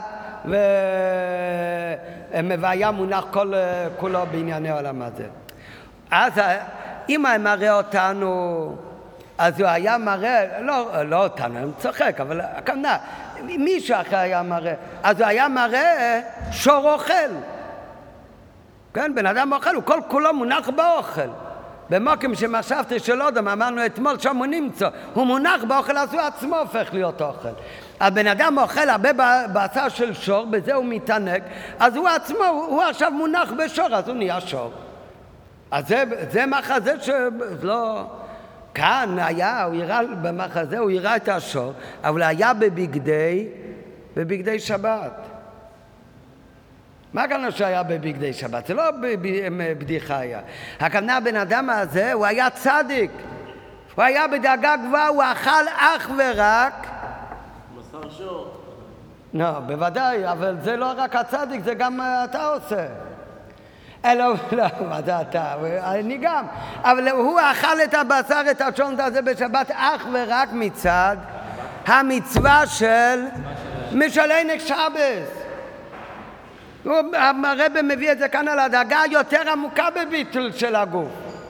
והיה מונח כולו בענייני העולם הזה. אז אם הוא מראה אותנו, אז הוא היה מראה, לא אותנו, אני צוחק, אבל הכוונה, מישהו אחר היה מראה, אז הוא היה מראה שור אוכל. כן, בן אדם אוכל, הוא כל כולו מונח באוכל. במוקם שחשבתי שלא יודע, אמרנו אתמול שם הוא נמצא, הוא מונח באוכל, אז הוא עצמו הופך להיות אוכל. הבן אדם אוכל הרבה בשר של שור, בזה הוא מתענג, אז הוא עצמו, הוא עכשיו מונח בשור, אז הוא נהיה שור. אז זה מחזה שלא... כאן היה, הוא יראה במחזה, הוא יראה את השור, אבל היה בבגדי שבת. מה הכוונה שהיה בבגדי שבת? זה לא בדיחה היה. הכוונה הבן אדם הזה, הוא היה צדיק. הוא היה בדאגה גבוהה, הוא אכל אך ורק... בשר שור. לא, בוודאי, אבל זה לא רק הצדיק, זה גם אתה עושה. לא, מה זה אתה? אני גם. אבל הוא אכל את הבשר, את השונט הזה בשבת, אך ורק מצד המצווה של משלענק שבס. הרב מביא את זה כאן על הדאגה יותר עמוקה בביטול של הגוף.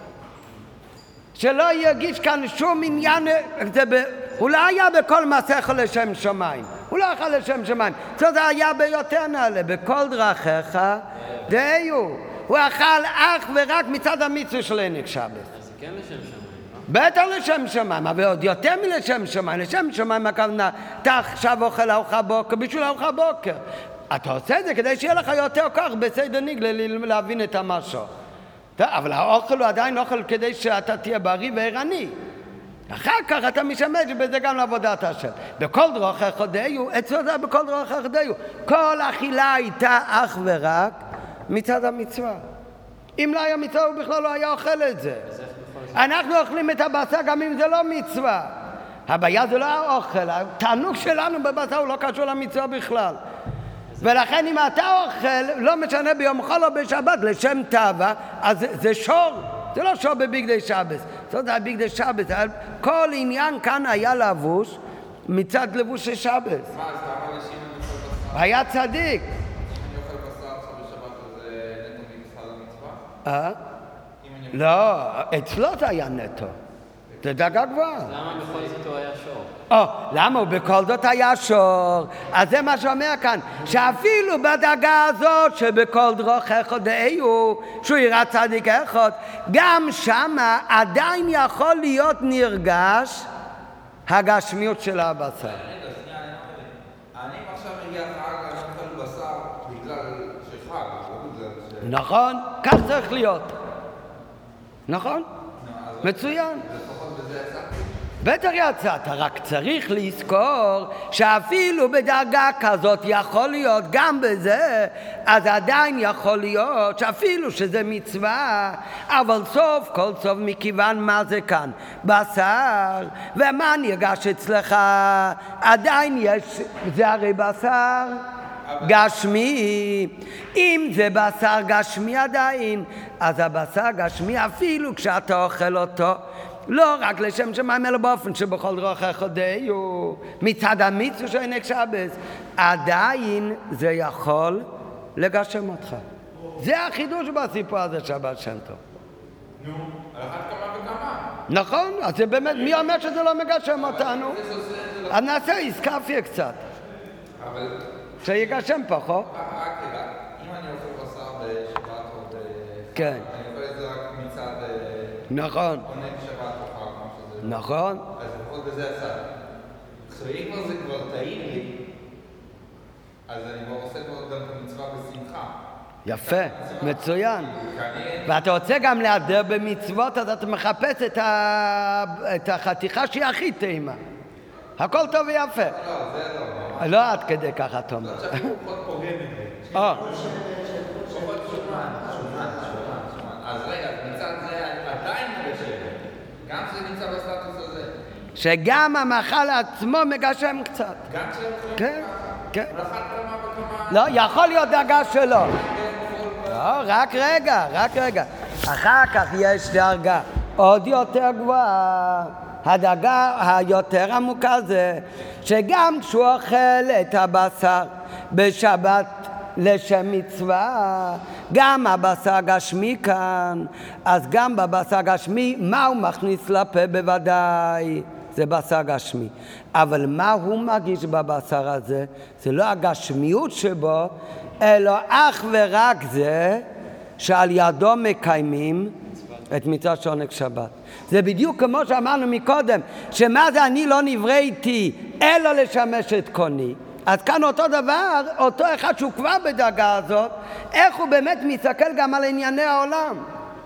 שלא ירגיש כאן שום עניין, הוא לא היה בכל מסך לשם שמיים. הוא לא אכל לשם שמיים. זה היה ביותר נעלה, בכל דרכיך דהיו. הוא אכל אך ורק מצד המצווה של ענק שבס. אז זה כן לשם שמיים, בטח לשם שמיים, אבל עוד יותר מלשם שמיים. לשם שמיים הכוונה, אתה עכשיו אוכל ארוחה בוקר, בשביל ארוחה בוקר. אתה עושה את זה כדי שיהיה לך יותר כוח בסדר ניגלה להבין את המשהו. אבל האוכל הוא עדיין אוכל כדי שאתה תהיה בריא וערני. אחר כך אתה משמש בזה גם לעבודת השם. בכל דרכיך דהיו, אצלו זה בכל דרכיך דהיו. כל אכילה הייתה אך ורק מצד המצווה. אם לא היה מצווה הוא בכלל לא היה אוכל את זה. אנחנו אוכלים את הבשר גם אם זה לא מצווה. הבעיה זה לא האוכל, התענוג שלנו בבשר הוא לא קשור למצווה בכלל. ולכן אם אתה אוכל, לא משנה ביום חול או בשבת, לשם טבע, אז זה שור. זה לא שור בבגדי שבס. זאת אומרת, בגדי שבס. כל עניין כאן היה לבוש מצד לבוש של שבס. מה, אז למה אנשים אני אוכל בשר? היה צדיק. אני אוכל בשר עכשיו בשבת, אז נטו מבשר למצווה? לא, אצלו זה היה נטו. זה דאגה גבוהה. למה בכל זאת הוא היה שור? למה הוא בכל זאת היה שור? אז זה מה שאומר כאן, שאפילו בדאגה הזאת שבכל דרכיך דהיו, שהוא יראה צדיק אחד, גם שמה עדיין יכול להיות נרגש הגשמיות של הבשר. רגע, שנייה, אני עכשיו מגיע חג, אני אוכל בשר בגלל שחג, לא בגלל נכון? כך צריך להיות. נכון? מצוין. בטח יצאת, רק צריך לזכור שאפילו בדרגה כזאת יכול להיות גם בזה, אז עדיין יכול להיות שאפילו שזה מצווה, אבל סוף כל סוף מכיוון מה זה כאן? בשר, ומה נרגש אצלך? עדיין יש, זה הרי בשר גשמי. אם זה בשר גשמי עדיין, אז הבשר גשמי אפילו כשאתה אוכל אותו, לא רק לשם שמיים אלא באופן שבכל דרכיך הודיעו מצד המצווה של ענק שבס, עדיין זה יכול לגשם אותך. זה החידוש בסיפור הזה שבת שם טוב. נו, על אחת כמה וכמה. נכון, אז זה באמת, מי אומר שזה לא מגשם אותנו? אז נעשה איסקפיה קצת. אבל... שיגשם פחות. רק רגע, אם אני אוכל בשר בשבת או כן. אני אוכל את זה רק מצד... נכון. עונג שבת או חג, מה שזה... נכון. אז לפחות בזה הצד. אם כבר זה כבר טעים לי, אז אני כבר עושה כבר גם את המצווה בשמחה. יפה, מצוין. ואתה רוצה גם להדר במצוות, אז אתה מחפש את החתיכה שהיא הכי טעימה. הכל טוב ויפה. לא, זה לא. לא עד כדי ככה, תומר. לא, עכשיו פחות פוגם את זה. פחות שומן. אז רגע, מצד זה עדיין מגשם. גם שזה נמצא בסטטוס הזה. שגם המאכל עצמו מגשם קצת. גם כשאוכלים כן, כן. על אחת כמה וכמה... לא, יכול להיות דרגה שלו. לא, רק רגע. אחר כך יש דרגה עוד יותר גבוהה. הדרגה היותר עמוקה זה שגם כשהוא אוכל את הבשר בשבת לשם מצווה, גם הבשר גשמי כאן, אז גם בבשר גשמי, מה הוא מכניס לפה בוודאי? זה בשר גשמי. אבל מה הוא מרגיש בבשר הזה? זה לא הגשמיות שבו, אלא אך ורק זה שעל ידו מקיימים את מצוות של עונג שבת. זה בדיוק כמו שאמרנו מקודם, שמה זה אני לא נבראתי אלא לשמש את קוני. אז כאן אותו דבר, אותו אחד שהוא כבר בדרגה הזאת, איך הוא באמת מסתכל גם על ענייני העולם.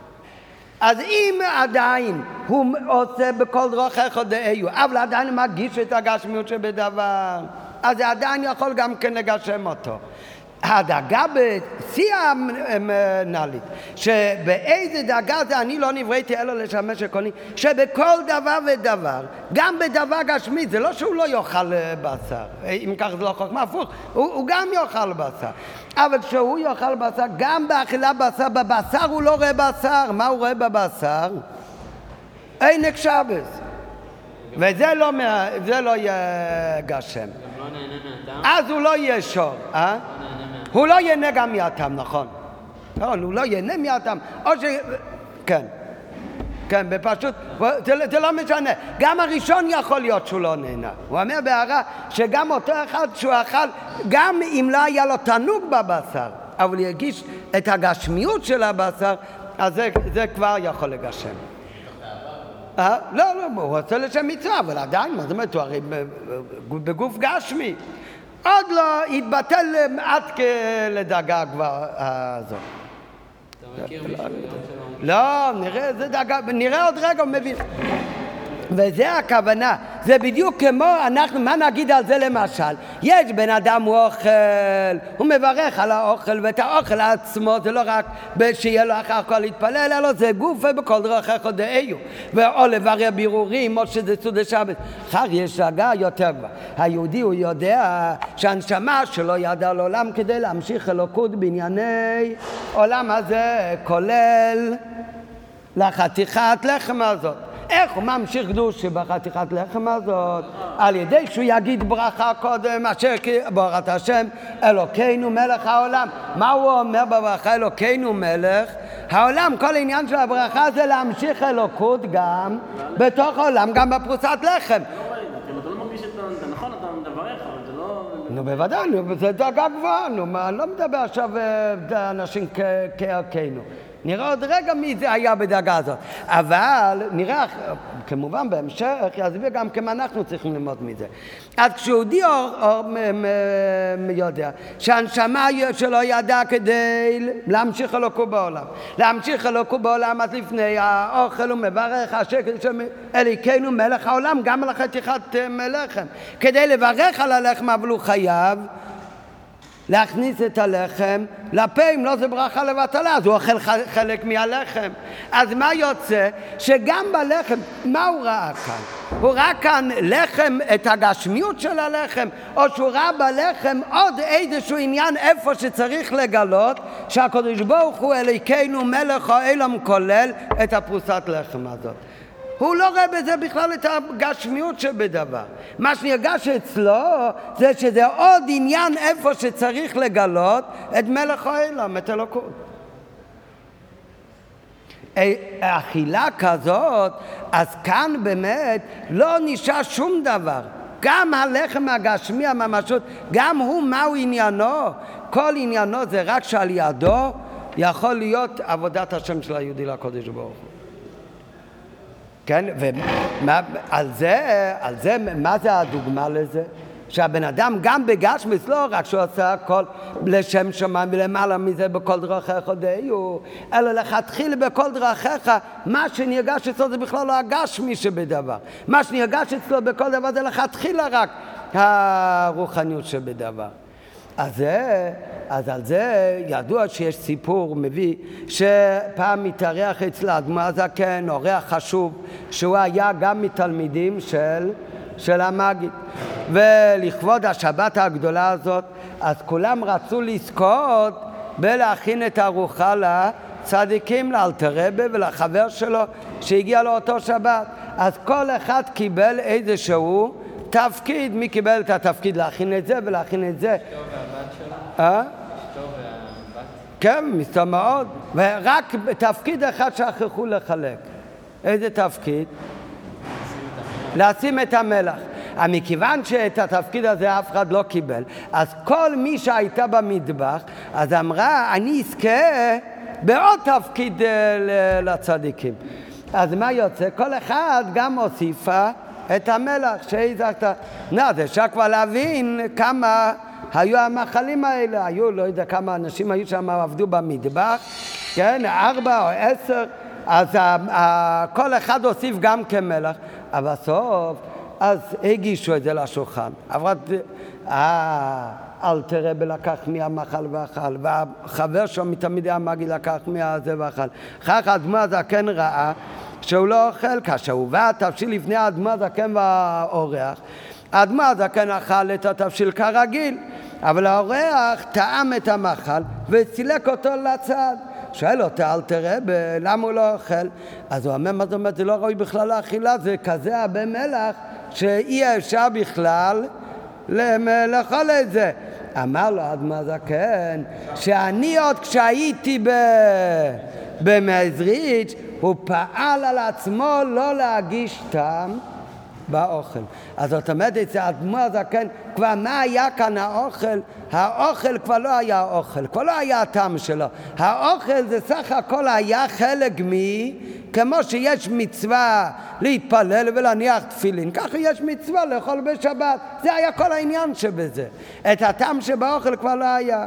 אז אם עדיין הוא עושה בכל דרכיך הודיעו, אבל עדיין מרגיש את הגשמיות שבדבר, אז זה עדיין יכול גם כן לגשם אותו. הדרגה בשיא המנהלית, שבאיזה דרגה זה אני לא נבראתי אלא לשמש את קוני, שבכל דבר ודבר, גם בדבר גשמי, זה לא שהוא לא יאכל בשר, אם כך זה לא חוכמה, הפוך, הוא גם יאכל בשר, אבל כשהוא יאכל בשר, גם באכילה בשר, בבשר הוא לא רואה בשר. מה הוא רואה בבשר? ענג שבס, וזה לא יהיה גשם, אז הוא לא יהיה שור, הוא לא ייהנה גם מהטעם, נכון. לא, הוא לא ייהנה מהטעם. או ש... כן, בפשוט, זה לא משנה. גם הראשון יכול להיות שהוא לא נהנה. הוא אומר בהערה שגם אותו אחד שהוא אכל, גם אם לא היה לו תענוג בבשר, אבל ירגיש את הגשמיות של הבשר, אז זה כבר יכול לגשם. לא, הוא רוצה לשם מצווה, אבל עדיין, מה זאת אומרת, הוא הרי בגוף גשמי. עוד לא התבטל עד לדרגה כבר הזאת. אתה מכיר מישהו? לא, נראה עוד רגע, הוא מבין. וזה הכוונה, זה בדיוק כמו, מה נגיד על זה למשל? יש בן אדם הוא אוכל, הוא מברך על האוכל, ואת האוכל עצמו זה לא רק שיהיה לו אחר כל להתפלל, אלא זה גוף ובכל דרכיך הודיעו, או לברר בירורים, או שזה סעודת שבת. אחר יש דרגה יותר גבוהה. היהודי הוא יודע שהנשמה שלו ידע לעולם כדי להמשיך אלוקות בענייני עולם הזה, כולל לחתיכת לחם הזאת. איך הוא ממשיך קדוש בחתיכת לחם הזאת? על ידי שהוא יגיד ברכה קודם, אשר ברכת השם אלוקינו מלך העולם. מה הוא אומר בברכה אלוקינו מלך העולם? כל העניין של הברכה זה להמשיך אלוקות גם בתוך העולם, גם בפרוסת לחם. אתה לא מרגיש את נכון, אתה מברך, אבל זה לא... נו בוודאי, זה דרגה גבוהה, אני לא מדבר עכשיו אנשים כערכנו. נראה עוד רגע מי זה היה בדרגה הזאת. אבל נראה, כמובן בהמשך, יסביר גם כמה אנחנו צריכים ללמוד מזה. אז כשיהודי יודע שהנשמה שלו ידע כדי להמשיך אלוקות בעולם. להמשיך אלוקות בעולם, אז לפני האוכל הוא מברך השקל אליקנו מלך העולם, גם על חתיכת לחם. כדי לברך על הלחם, אבל הוא חייב להכניס את הלחם לפה, אם לא זה ברכה לבטלה, אז הוא אוכל חלק מהלחם. אז מה יוצא? שגם בלחם, מה הוא ראה כאן? הוא ראה כאן לחם, את הגשמיות של הלחם, או שהוא ראה בלחם עוד איזשהו עניין איפה שצריך לגלות שהקדוש ברוך הוא אליקנו מלך העולם כולל את הפרוסת לחם הזאת. הוא לא רואה בזה בכלל את הגשמיות שבדבר. מה שנרגש אצלו זה שזה עוד עניין איפה שצריך לגלות את מלך העולם, את אלוקות. אכילה כזאת, אז כאן באמת לא נשאר שום דבר. גם הלחם הגשמי הממשות, גם הוא מהו עניינו? כל עניינו זה רק שעל ידו יכול להיות עבודת השם של היהודי לקודש ברוך הוא. כן, ועל זה, מה זה הדוגמה לזה? שהבן אדם גם בגשמיס, לא רק שהוא עושה הכל לשם שמיים ולמעלה מזה בכל דרכיך הודיעו, אלא לכתחילה בכל דרכיך, מה שנרגש אצלו זה בכלל לא הגשמי שבדבר. מה שנרגש אצלו בכל דבר זה לכתחילה רק הרוחניות שבדבר. אז על זה ידוע שיש סיפור מביא שפעם מתארח אצל האדמו"ר הזקן, אורח חשוב, שהוא היה גם מתלמידים של המגיד. ולכבוד השבת הגדולה הזאת, אז כולם רצו לזכות ולהכין את הארוחה לצדיקים, לאלתר רבי ולחבר שלו שהגיע לאותו שבת. אז כל אחד קיבל איזשהו תפקיד, מי קיבל את התפקיד להכין את זה ולהכין את זה? אשתו והבת שלה? אשתו והבת? כן, מסתובב מאוד. ורק תפקיד אחד שכחו לחלק. איזה תפקיד? לשים את המלח. מכיוון שאת התפקיד הזה אף אחד לא קיבל, אז כל מי שהייתה במטבח, אז אמרה, אני אזכה בעוד תפקיד לצדיקים. אז מה יוצא? כל אחד גם הוסיפה את המלח שהזכת. זה אפשר כבר להבין כמה היו המאכלים האלה. היו, לא יודע כמה אנשים היו שם, עבדו במטבח, כן, 4 או 10, אז כל אחד הוסיף גם כמלח. אבל בסוף, אז הגישו את זה לשולחן. אלתר רבי לקח מהמאכל ואכל, והחבר שלו מתלמידי המגיד לקח מהזה ואכל. אחר כך האדמו"ר הזקן ראה שהוא לא אוכל, כאשר הוא בא התבשיל לפני האדמו"ר הזקן והאורח, האדמו"ר הזקן אכל את התבשיל כרגיל, אבל האורח טעם את המאכל וצילק אותו לצד. שואל אותה אלתר רבי, למה הוא לא אוכל? אז הוא אומר, מה זאת אומרת, זה לא ראוי בכלל לאכילה, זה כזה הרבה מלח שאי אפשר בכלל לאכול את זה. אמר לו האדמו"ר הזקן, שאני עוד כשהייתי במזריץ' הוא פעל על עצמו לא להגיש טעם באוכל. אז זאת אומרת, אצל האדמו"ר הזקן, כבר מה היה כאן האוכל? האוכל כבר לא היה האוכל, כבר לא היה הטעם שלו. האוכל זה סך הכל היה חלק כמו שיש מצווה להתפלל ולהניח תפילין, ככה יש מצווה לאכול בשבת. זה היה כל העניין שבזה. את הטעם שבאוכל כבר לא היה.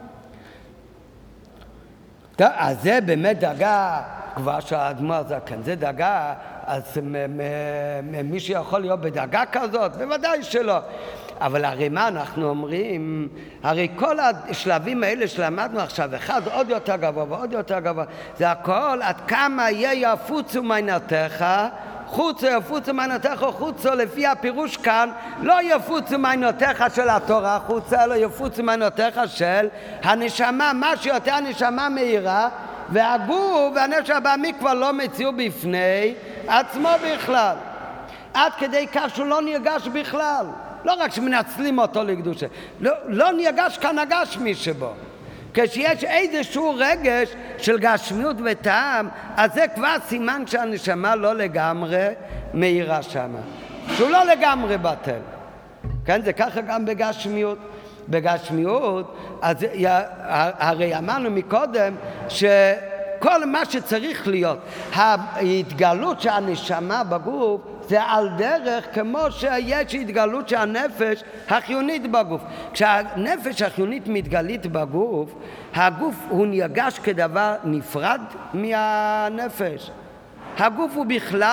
אז זה באמת דרגה כבר שהאדמו"ר הזקן, זה דרגה, אז מי שיכול להיות בדרגה כזאת? בוודאי שלא. אבל הרי מה אנחנו אומרים? הרי כל השלבים האלה שלמדנו עכשיו, אחד עוד יותר גבוה ועוד יותר גבוה, זה הכל עד כמה יהיה יפוצו מעיינותיך, חוצו יפוצו מעיינותיך חוצו, לפי הפירוש כאן, לא יפוצו מעיינותיך של התורה חוצה, אלא יפוצו מעיינותיך של הנשמה, מה שיותר הנשמה מהירה, והגוף והנפש הבאמי כבר לא מציאו בפני עצמו בכלל. עד כדי כך שהוא לא נרגש בכלל. לא רק שמנצלים אותו לקדושה, לא נרגש כאן הגשמי שבו. כשיש איזשהו רגש של גשמיות וטעם, אז זה כבר סימן שהנשמה לא לגמרי מהירה שם. שהוא לא לגמרי בטל. כן, זה ככה גם בגשמיות. בגשמיות, אז הרי אמרנו מקודם וכל מה שצריך להיות, ההתגלות של הנשמה בגוף, זה על דרך כמו שיש התגלות של הנפש החיונית בגוף. כשהנפש החיונית מתגלית בגוף, הגוף הוא נרגש כדבר נפרד מהנפש. הגוף הוא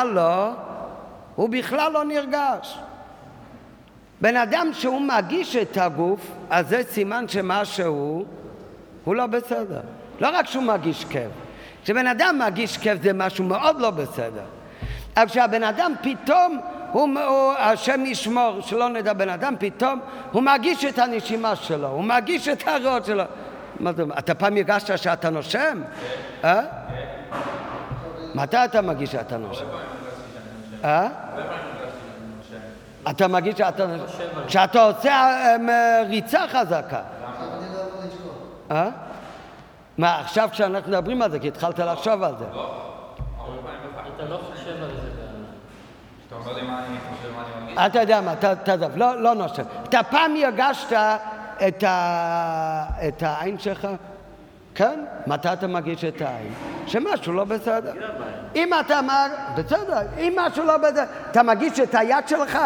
בכלל לא נרגש. בן אדם שהוא מגיש את הגוף, אז זה סימן שמשהו הוא לא בסדר. לא רק שהוא מגיש כאב. כשבן אדם מגיש כאב זה משהו מאוד לא בסדר. אבל כשהבן אדם פתאום, השם ישמור, שלא נדע בן אדם, פתאום הוא מגיש את הנשימה שלו, הוא מגיש את הריאות שלו. אתה פעם הרגשת שאתה נושם? מתי אתה מגיש שאתה נושם? אתה מגיש שאתה נושם? כשאתה עושה ריצה חזקה. מה, עכשיו כשאנחנו מדברים על זה, כי התחלת לחשוב על זה. אתה לא חושב על זה. אתה אומר לי מה אני חושב, מה אני מרגיש? אתה יודע מה, תעזוב, לא נושם. אתה פעם הרגשת את העין שלך? כן? מתי אתה מגיש את העין? שמשהו לא בסדר. אם אתה בסדר, אם משהו לא בסדר, אתה מגיש את היד שלך?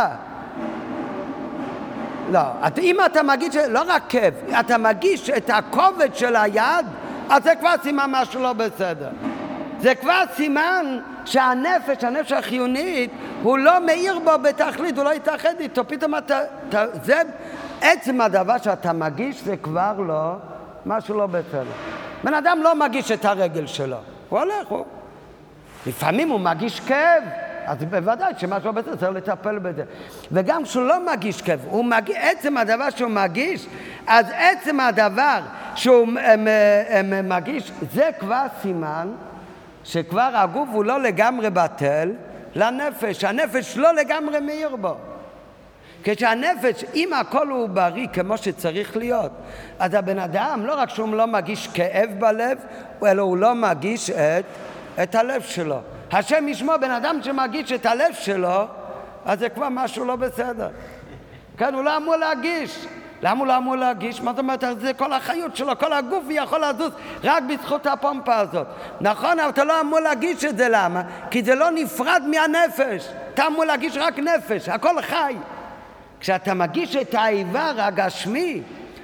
לא, אם אתה מגיש, לא רק כאב, אתה מגיש את הכובד של היד, אז זה כבר סימן משהו לא בסדר. זה כבר סימן שהנפש החיונית, הוא לא מאיר בו בתכלית, הוא לא יתאחד איתו. פתאום זה עצם הדבר שאתה מגיש, זה כבר לא, משהו לא בסדר. בן אדם לא מגיש את הרגל שלו, הוא הולך, לפעמים הוא מגיש כאב, אז בוודאי שמשהו לא בסדר, צריך לטפל בזה. וגם כשהוא לא מגיש כאב, עצם הדבר שהוא מגיש, אז עצם הדבר שהוא מגיש, זה כבר סימן שכבר הגוף הוא לא לגמרי בטל לנפש, הנפש לא לגמרי מאיר בו. כשהנפש, אם הכל הוא בריא כמו שצריך להיות, אז הבן אדם לא רק שהוא לא מגיש כאב בלב, אלא הוא לא מגיש את הלב שלו. השם ישמור, בן אדם שמגיש את הלב שלו, אז זה כבר משהו לא בסדר. כן, הוא לא אמור להגיש. למה הוא לא אמור להגיש? מה זאת אומרת? זה כל החיות שלו, כל הגוף יכול לזוז רק בזכות הפומפה הזאת. נכון, אבל אתה לא אמור להגיש את זה. למה? כי זה לא נפרד מהנפש. אתה אמור להגיש רק נפש, הכל חי. כשאתה מגיש את האיבר הגשמי,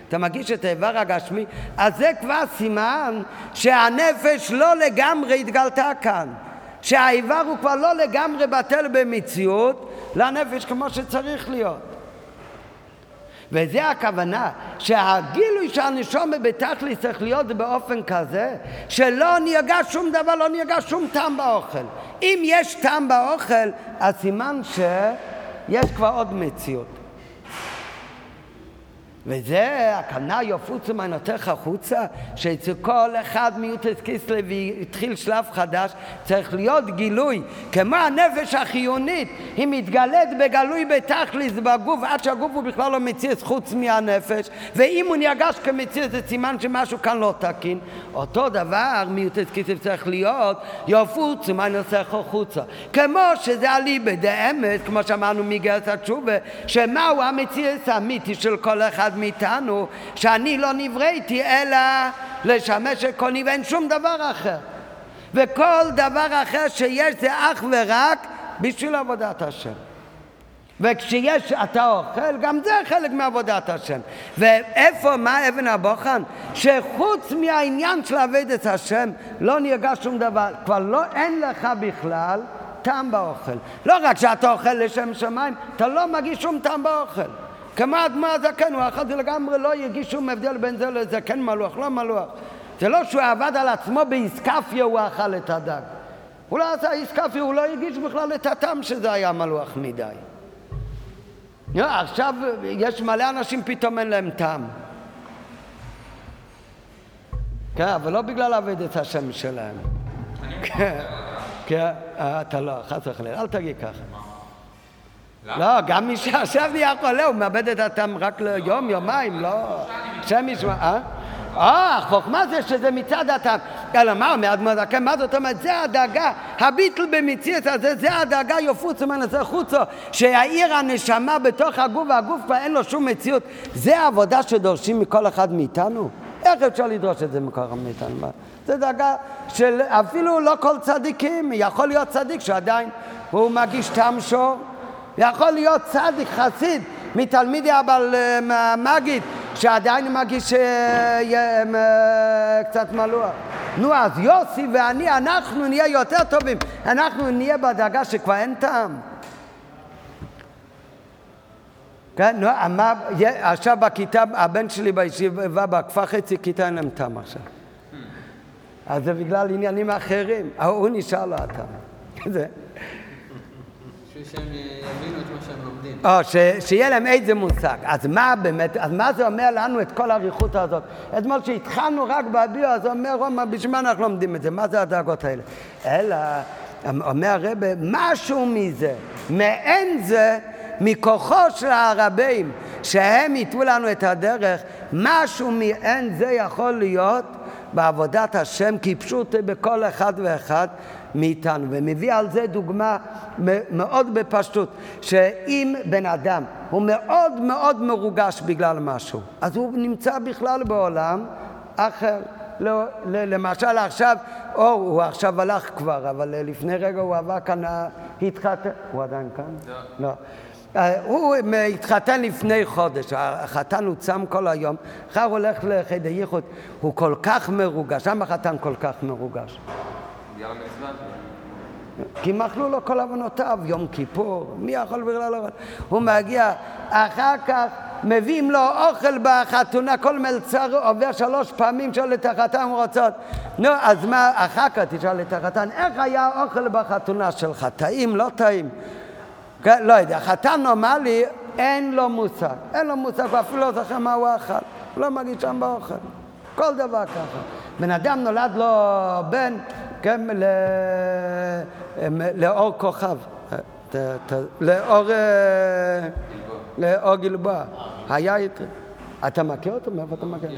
אז זה כבר סימן שהנפש לא לגמרי התגלתה כאן. שהאיבר הוא כבר לא לגמרי בטל במציאות לנפש כמו שצריך להיות. וזה הכוונה, שהגילוי שהנשמה בתכלית צריך להיות באופן כזה, שלא נרגש שום דבר, לא נרגש שום טעם באוכל. אם יש טעם באוכל, אז סימן שיש כבר עוד מציאות. וזה הכוונה יפוצו מעיינותיך החוצה, שאצל כל אחד מיוטס קיסלב והתחיל שלב חדש, צריך להיות גילוי, כמו הנפש החיונית, היא מתגלית בגלוי בתכלית בגוף, עד שהגוף הוא בכלל לא מציץ חוץ מהנפש, ואם הוא נרגש כמציץ זה סימן שמשהו כאן לא תקין. אותו דבר מיוטס קיסלב צריך להיות יפוצו מעיינותיך החוצה, כמו שזה אליבא דאמת, כמו שאמרנו מגרס התשובה, שמהו המציץ האמיתי של כל אחד מאיתנו, שאני לא נבראתי אלא לשמש את קוני ואין שום דבר אחר, וכל דבר אחר שיש זה אך ורק בשביל עבודת השם. וכשיש אתה אוכל, גם זה חלק מעבודת השם. ואיפה, מה אבן הבוחן? שחוץ מהעניין של עבודת השם לא נרגש שום דבר, כבר לא, אין לך בכלל טעם באוכל. לא רק שאתה אוכל לשם שמיים, אתה לא מגיש שום טעם באוכל. כמו אדמה הזקן, הוא אכל זה לגמרי, לא יגיש שום הבדל בין זה לזקן מלוח, לא מלוח. זה לא שהוא עבד על עצמו באיסקפיה, הוא אכל את הדג. הוא לא עשה איסקפיה, הוא לא יגיש בכלל את הטעם שזה היה מלוח מדי. עכשיו יש מלא אנשים פתאום אין להם טעם. כן, אבל לא בגלל עבודת השם שלהם. כן, אתה לא, חס וחלילה, אל תגיד ככה. לא, גם מי שעכשיו נהיה חולה, הוא מאבד את הטעם רק ליום, יומיים, לא. שם ישמע, חוכמה זה שזה מצד הטעם. אלא מה אומר, מה זאת אומרת? זה הדאגה, הביטל במציאות הזה, זה הדאגה יפוצו מנסה חוצו, שהעיר הנשמה בתוך הגוף, והגוף כבר אין לו שום מציאות. זה העבודה שדורשים מכל אחד מאיתנו. איך אפשר לדרוש את זה מכוח מאיתנו? זה דרגה של אפילו לא כל צדיקים, יכול להיות צדיק שעדיין הוא מגיש טעם שור, יכול להיות צדיק חסיד מתלמידי אבל מגיד שעדיין מגיש קצת מלוח. נו, אז יוסי ואני, אנחנו נהיה יותר טובים, אנחנו נהיה בדרגה שכבר אין טעם. כן, נו, עכשיו בכיתה, הבן שלי בישיבה בכפר חצי כיתה אין להם טעם עכשיו. אז זה בגלל עניינים אחרים, הוא נשאר לו הטעם. זה. שהם יבינו את מה שהם לומדים. שיהיה להם איזה מושג. אז מה באמת, אז מה זה אומר לנו את כל האריכות הזאת? אתמול שהתחלנו רק בביו, אז אומר רומא, בשביל מה אנחנו לומדים את זה? מה זה הדאגות האלה? אלא, אומר הרב, משהו מזה, מעין זה, מכוחו של הרבים, שהם ייתנו לנו את הדרך, משהו מעין זה יכול להיות בעבודת השם, כי פשוט בכל אחד ואחד מאיתנו. ומביא על זה דוגמה מאוד בפשטות, שאם בן אדם הוא מאוד מאוד מרוגש בגלל משהו, אז הוא נמצא בכלל בעולם אחר. למשל עכשיו, הוא עכשיו הלך כבר, אבל לפני רגע הוא עבר כאן, התחתן, הוא עדיין כאן? לא. הוא התחתן לפני חודש, החתן הוא צם כל היום, אחר הולך לחדר ייחוד, הוא כל כך מרוגש, למה החתן כל כך מרוגש? בגלל המצווה. כי מחלו לו כל הבנותיו, יום כיפור, מי יכול בכלל לראות? הוא מגיע, אחר כך מביאים לו אוכל בחתונה, כל מלצר עובר 3 פעמים, שואל את החתן רוצות. נו, אז מה, אחר כך תשאל את החתן, איך היה אוכל בחתונה שלך? טעים, לא טעים? לא יודע, חתן נורמלי אין לו מושג, הוא אפילו לא זוכר מה הוא אכל, הוא לא מגיד שם באוכל, כל דבר ככה. בן אדם נולד לו בן, כן, לאור כוכב, לאור גלבוע, היה איתו. אתה מכיר אותו? מאיפה אתה מכיר?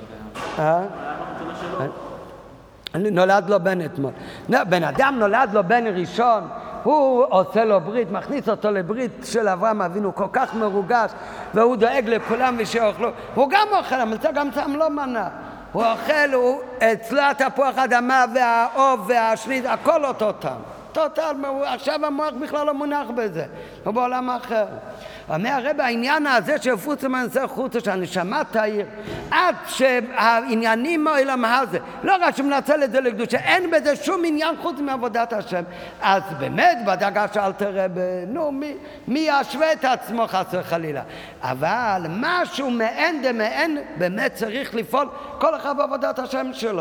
נולד לו בן אתמול. בן אדם נולד לו בן ראשון, הוא עושה לו ברית, מכניס אותו לברית של אברהם אבינו, כל כך מרוגש, והוא דואג לכולם ושאוכלו. הוא גם אוכל, המלצר גם שם לא מנה. הוא אוכל, אצלו התפוח אדמה והעוף והשליט, הכל אותו טעם. עכשיו המוח בכלל לא מונח בזה, הוא בעולם אחר. אומר הרב, העניין הזה שיפוץ למנסה חוצה, שהנשמה תאיר, עד שהעניינים העולם הזה, לא רק שמנצל את זה לקדושה, אין בזה שום עניין חוץ מעבודת השם. אז באמת בדרגה שאלת רב, נו, מי ישווה את עצמו חס וחלילה? אבל משהו מעין דמעין באמת צריך לפעול כל אחד בעבודת השם שלו.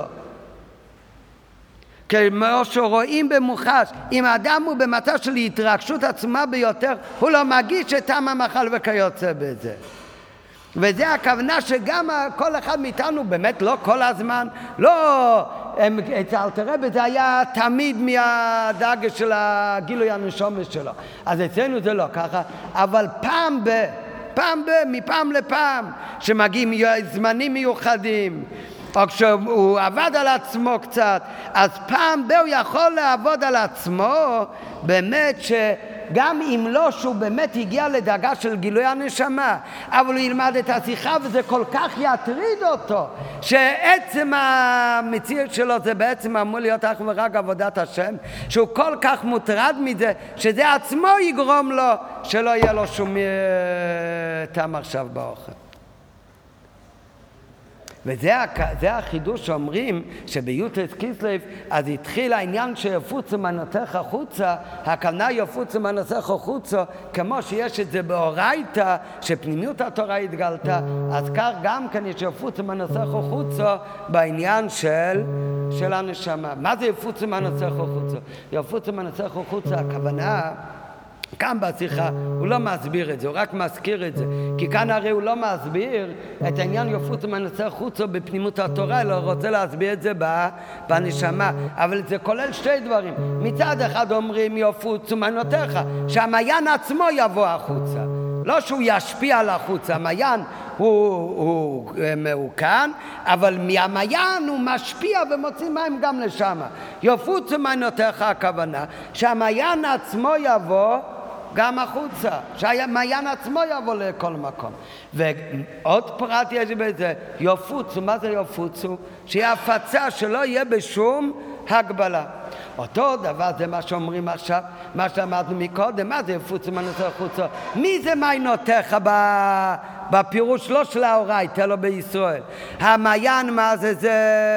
כמו שרואים במוחש, אם האדם הוא במצב של התרגשות עצומה ביותר, הוא לא מגיש את טעם המאכל וכיוצא בזה. וזה הכוונה שגם כל אחד מאיתנו, באמת לא כל הזמן, לא, אצל תראה, זה היה תמיד מהדאגה של הגילוי הנשומש שלו. אז אצלנו זה לא ככה, אבל מפעם לפעם, שמגיעים זמנים מיוחדים, או כשהוא עבד על עצמו קצת, אז פעם הוא יכול לעבוד על עצמו, באמת שגם אם לא שהוא באמת הגיע לדרגה של גילוי הנשמה, אבל הוא ילמד את השיחה וזה כל כך יטריד אותו, שעצם המציאות שלו זה בעצם אמור להיות אך ורק עבודת השם, שהוא כל כך מוטרד מזה, שזה עצמו יגרום לו שלא יהיה לו שום טעם עכשיו באוכל. וזה החידוש שאומרים שביוטס קיסלב אז התחיל העניין שיפוץ מנותיך חוצה, הכוונה יפוץ מנותיך חוצה, כמו שיש את זה באורייתא שפנימיות התורה התגלתה, אז כך גם כן יש יפוץ מנותיך חוצה בעניין של הנשמה. מה זה יפוץ מנותיך חוצה? יפוץ מנותיך חוצה, הכוונה כאן בשיחה הוא לא מסביר את זה, הוא רק מזכיר את זה, כי כאן הרי הוא לא מסביר את העניין יפוץ מנצח חוצה בפנימות התורה, אלא הוא רוצה להסביר את זה בנשמה. אבל זה כולל 2 דברים. מצד אחד אומרים יפוץ מנותיך, שהמעיין עצמו יבוא החוצה, לא שהוא ישפיע על החוצה. המעיין הוא כאן, אבל מהמעיין הוא משפיע ומוציא מים גם לשם. יפוץ מנותיך הכוונה שהמעיין עצמו יבוא גם החוצה, שהמעיין עצמו יבוא לכל מקום. ועוד פרט יש בזה, יופוצו, מה זה יופוצו? שיהיה הפצה שלא יהיה בשום הגבלה. אותו דבר זה מה שאומרים עכשיו, מה שאמרנו מקודם, מה זה יפוצו מנוסה חוצו? מי זה מעיינותיך בפירוש לא של האורייתא, אלא בישראל? המעיין מה זה? זה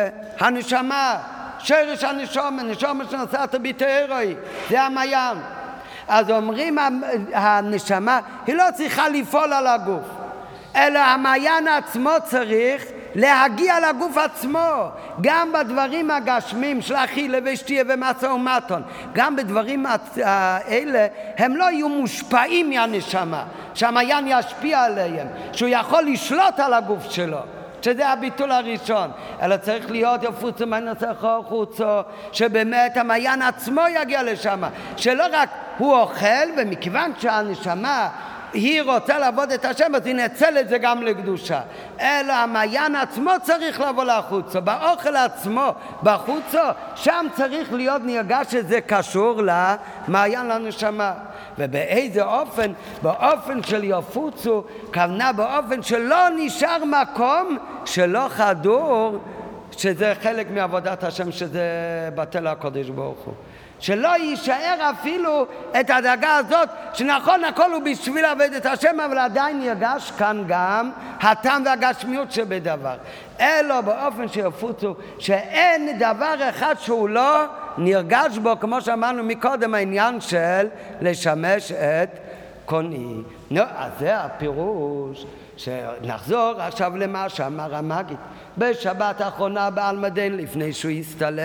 הנשמה, שרש הנשמה, נשמה שנוסעת בתארוי, זה המעיין. אז אומרים הנשמה, היא לא צריכה לפעול על הגוף, אלא המעיין עצמו צריך להגיע לגוף עצמו, גם בדברים הגשמים של אכילה ושתייה ומשא ומתן, גם בדברים האלה הם לא יהיו מושפעים מהנשמה, שהמעיין ישפיע עליהם, שהוא יכול לשלוט על הגוף שלו, שזה הביטול הראשון, אלא צריך להיות יפוצו מנוסה חוצו, שבאמת המעיין עצמו יגיע לשם, שלא רק הוא אוכל, ומכיוון שהנשמה היא רוצה לעבוד את השם, אז היא נצל את זה גם לקדושה. אלא המעיין עצמו צריך לבוא לחוצו, באוכל עצמו, בחוצו, שם צריך להיות נרגש שזה קשור למעיין לנשמה. ובאיזה אופן? באופן של יפוצו, כוונה באופן שלא נשאר מקום שלא חדור, שזה חלק מעבודת השם, שזה בטל הקודש ברוך הוא. שלא יישאר אפילו את הדאגה הזאת, שנכון הכל הוא בשביל לעבוד את השם, אבל עדיין ירגש כאן גם הטעם והגשמיות שבדבר. אלא באופן שיפוצו, שאין דבר אחד שהוא לא נרגש בו, כמו שאמרנו מקודם, העניין של לשמש את קוני. אז זה הפירוש. שנחזור עכשיו למה שאמר המגיד בשבת האחרונה בעלמדין לפני שהוא הסתלק,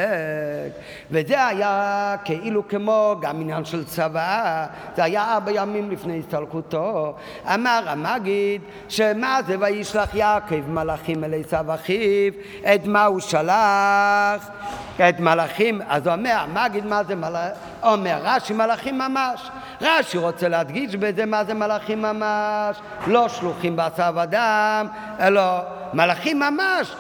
וזה היה כאילו כמו גם עניין של צבא, זה היה 4 ימים לפני הסתלקותו. אמר המגיד שמה זה וישלח יעקב מלאכים אל עשיו אחיו, את מה הוא שלח? את מלאכים. אז הוא אומר המגיד מה זה מלאכים? אומר רש"י מלאכים ממש. רש"י רוצה להדגיש בזה מה זה מלאכים ממש, לא שלוחים בעשב אדם, אלא מלאכים ממש,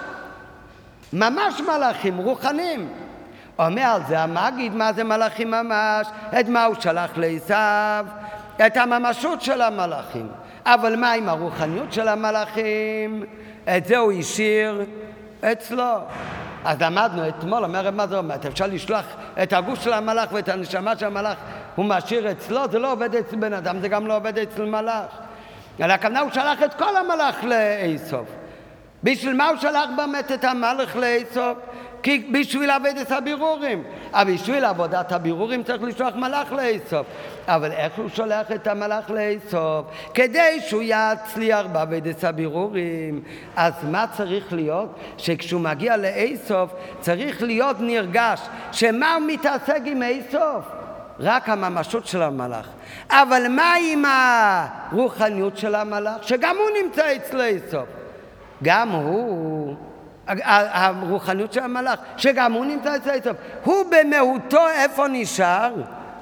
ממש מלאכים רוחנים. אומר על זה המגיד מה זה מלאכים ממש, את מה הוא שלח לעשיו, את הממשות של המלאכים. אבל מה עם הרוחניות של המלאכים? את זה הוא השאיר אצלו. אז למדנו אתמול, אומר מה זה אומר, אפשר לשלוח את הגוף של המלאך ואת הנשמה של המלאך, הוא משאיר אצלו, זה לא עובד אצל בן אדם, זה גם לא עובד אצל מלאך. אלא הכוונה הוא שלח את כל המלאך לעשיו. בשביל מה הוא שלח באמת את המלאך לעשיו? כי בשביל לעבוד את הבירורים. אבל בשביל עבודת הבירורים צריך לשלוח מלאך לעשיו. אבל איך הוא שולח את המלאך לעשיו? כדי שהוא יצליח בעבודת הבירורים. אז מה צריך להיות? שכשהוא מגיע לעשיו צריך להיות נרגש. שמה הוא מתעסק עם עשיו? רק הממשות של המלאך. אבל מה עם הרוחניות של המלאך? שגם הוא נמצא אצל עשיו. גם הוא, הרוחניות של המלאך, שגם הוא נמצא אצל עשיו. הוא במהותו איפה נשאר?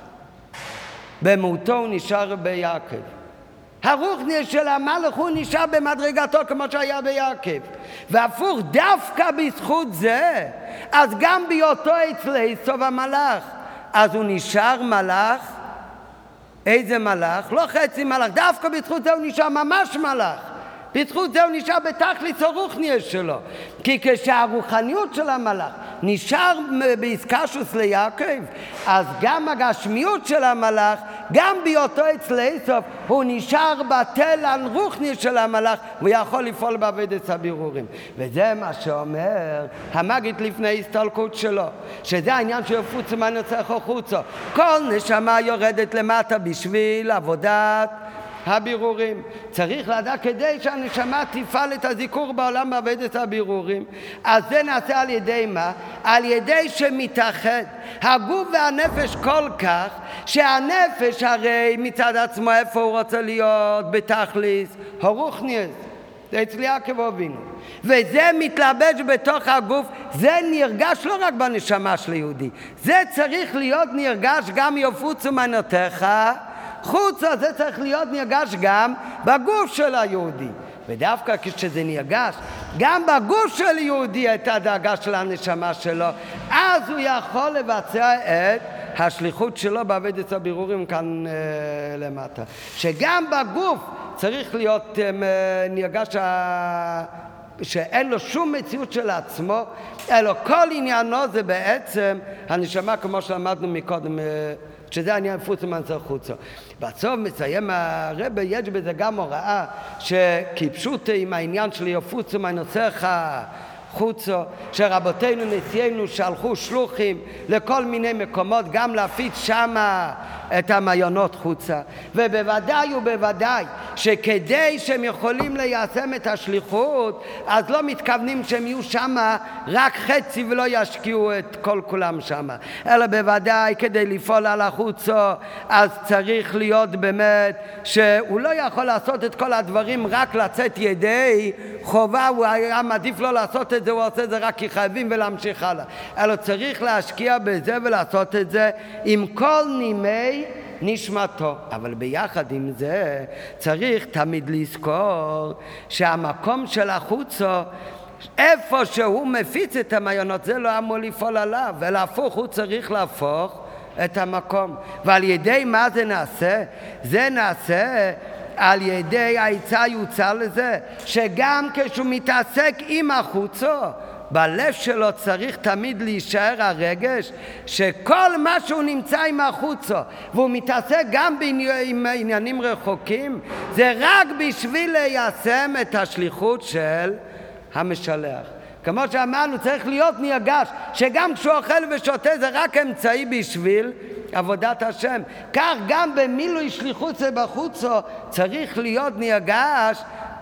במהותו הוא נשאר ביעקב. הרוחניות של המלאך הוא נשאר במדרגתו כמו שהיה ביעקב. והפוך, דווקא בזכות זה, אז גם בהיותו אצל עשיו המלאך, אז הוא נשאר מלאך. איזה מלאך? לא חצי מלאך, דווקא בזכות זה הוא נשאר ממש מלאך. בזכות זה הוא נשאר בתכלית הרוחניות שלו. כי כשהרוחניות של המלאך נשאר בהתקשרות ליעקב, אז גם הגשמיות של המלאך, גם בהיותו אצל עשיו, הוא נשאר בטל על רוחניות של המלאך, והוא יכול לפעול בעבודת הבירורים. וזה מה שאומר המגיד לפני הסתלקות שלו, שזה העניין שיפוצו מנוסה חוצו. כל נשמה יורדת למטה בשביל עבודת הבירורים. צריך לדעת כדי שהנשמה תפעל את הזיכור בעולם בעבודת הבירורים. אז זה נעשה על ידי מה? על ידי שמתאחד הגוף והנפש כל כך, שהנפש הרי מצד עצמו איפה הוא רוצה להיות? בתכלית הרוחניות. זה אצל יעקב אבינו. וזה מתלבש בתוך הגוף, זה נרגש לא רק בנשמה של יהודי. זה צריך להיות נרגש גם יפוצו מנותיך חוץ, זה צריך להיות נרגש גם בגוף של היהודי. ודווקא כשזה נרגש גם בגוף של יהודי את הדאגה של הנשמה שלו, אז הוא יכול לבצע את השליחות שלו בעבודת הבירורים כאן למטה. שגם בגוף צריך להיות נרגש שאין לו שום מציאות של עצמו, אלא כל עניינו זה בעצם הנשמה כמו שלמדנו מקודם, שזה העניין פוצו מנסר חוצו. בסוף מסיים הרב, יש בזה גם הוראה שכיפשוט עם העניין של יפוצו מנסר חוצו, שרבותינו נשיאנו שלחו שלוחים לכל מיני מקומות גם להפיץ שמה את המעיינות חוצה, ובוודאי ובוודאי שכדי שהם יכולים ליישם את השליחות אז לא מתכוונים שהם יהיו שמה רק חצי ולא ישקיעו את כל כולם שמה, אלא בוודאי כדי לפעול על החוצו אז צריך להיות באמת שהוא לא יכול לעשות את כל הדברים רק לצאת ידי חובה, הוא היה מעדיף לא לעשות את זה, הוא עושה את זה רק כי חייבים ולהמשיך הלאה, אלא צריך להשקיע בזה ולעשות את זה עם כל נימי נשמתו. אבל ביחד עם זה צריך תמיד לזכור שהמקום של החוצו איפה שהוא מפיץ את המעיינות זה לא אמור לפעול עליו, ולהפוך הוא צריך להפוך את המקום. ועל ידי מה זה נעשה? זה נעשה על ידי העצה יוצא לזה שגם כשהוא מתעסק עם החוצו בלב שלו צריך תמיד להישאר הרגש שכל מה שהוא נמצא עם החוצו והוא מתעסק גם עם עניינים רחוקים זה רק בשביל ליישם את השליחות של המשלח. כמו שאמרנו צריך להיות נרגש שגם כשהוא אוכל ושותה זה רק אמצעי בשביל עבודת השם. כך גם במילוי שליחות זה בחוצו צריך להיות נרגש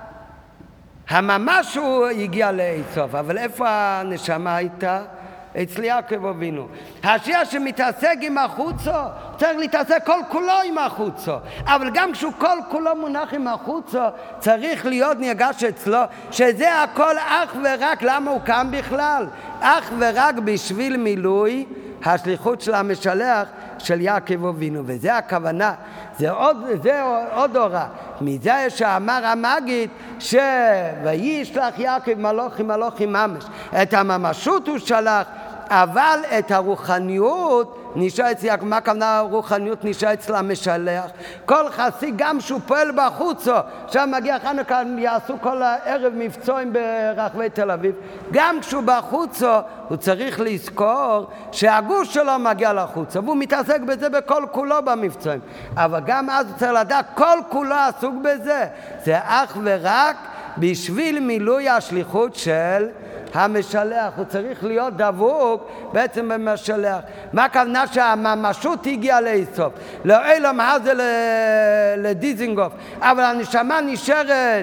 הממש הוא הגיע לאיסוף, אבל איפה הנשמה הייתה? אצל יעקב אבינו. השיה שמתעסק עם החוצו צריך להתעסק כל כולו עם החוצו, אבל גם כשהוא כל כולו מונח עם החוצו צריך להיות נרגש אצלו שזה הכל אך ורק למה הוא קם בכלל? אך ורק בשביל מילוי השליחות של המשלח של יעקב אבינו, וזה הכוונה. זה עוד הוראה מזה שאמר המגיד שוישלח יעקב מלאכים ממש, את הממשות הוא שלח אבל את הרוחניות נשאר אצל יעקב. מה הכוונה הרוחניות נשאר אצל המשלח? כל חסיד גם שהוא פועל בחוצו, שם מגיע חנוכה יעשו כל הערב מבצועים ברחבי תל אביב, גם כשהוא בחוצו הוא צריך לזכור שהגוש שלו מגיע לחוצו והוא מתעסק בזה בכל כולו במבצועים, אבל גם אז הוא צריך לדעת כל כולו עסוק בזה, זה אך ורק בשביל מילוי השליחות של המשלח. הוא צריך להיות דבוק בעצם במשלח. מה הכוונה שהממשות הגיעה לאיסוף? לא מה זה לדיזינגוף, אבל הנשמה נשארת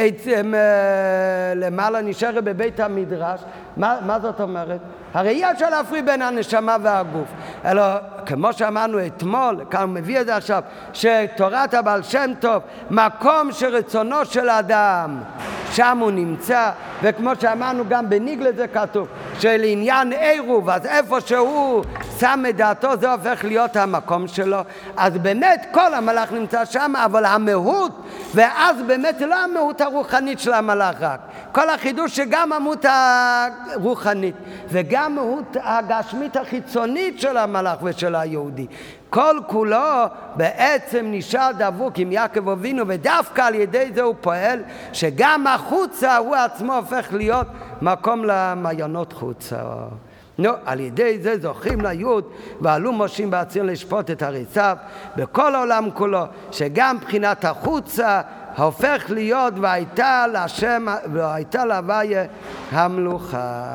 למעלה, נשארת בבית המדרש. מה זאת אומרת? הרי אי אפשר להפריד בין הנשמה והגוף, אלא כמו שאמרנו אתמול, כאן מביא את זה עכשיו, שתורת הבעל שם טוב, מקום שרצונו של האדם שם הוא נמצא, וכמו שאמרנו גם בניגלה זה כתוב שלעניין עירוב, אז איפה שהוא שם את דעתו זה הופך להיות המקום שלו, אז באמת כל המלאך נמצא שם, אבל המהות, ואז באמת זה לא המהות הרוחנית של המלאך רק, כל החידוש שגם המהות הרוחנית וגם מהות הגשמית החיצונית של המלאך ושל היהודי, כל כולו בעצם נשאר דבוק עם יעקב אבינו, ודווקא על ידי זה הוא פועל שגם החוצה הוא עצמו הופך להיות מקום למעיינות חוצה. על ידי זה זוכים ליוד ועלו מושים בעציון לשפוט את הריסיו בכל העולם כולו, שגם בחינת החוצה הופך להיות והייתה להשם והייתה להוויה המלוכה.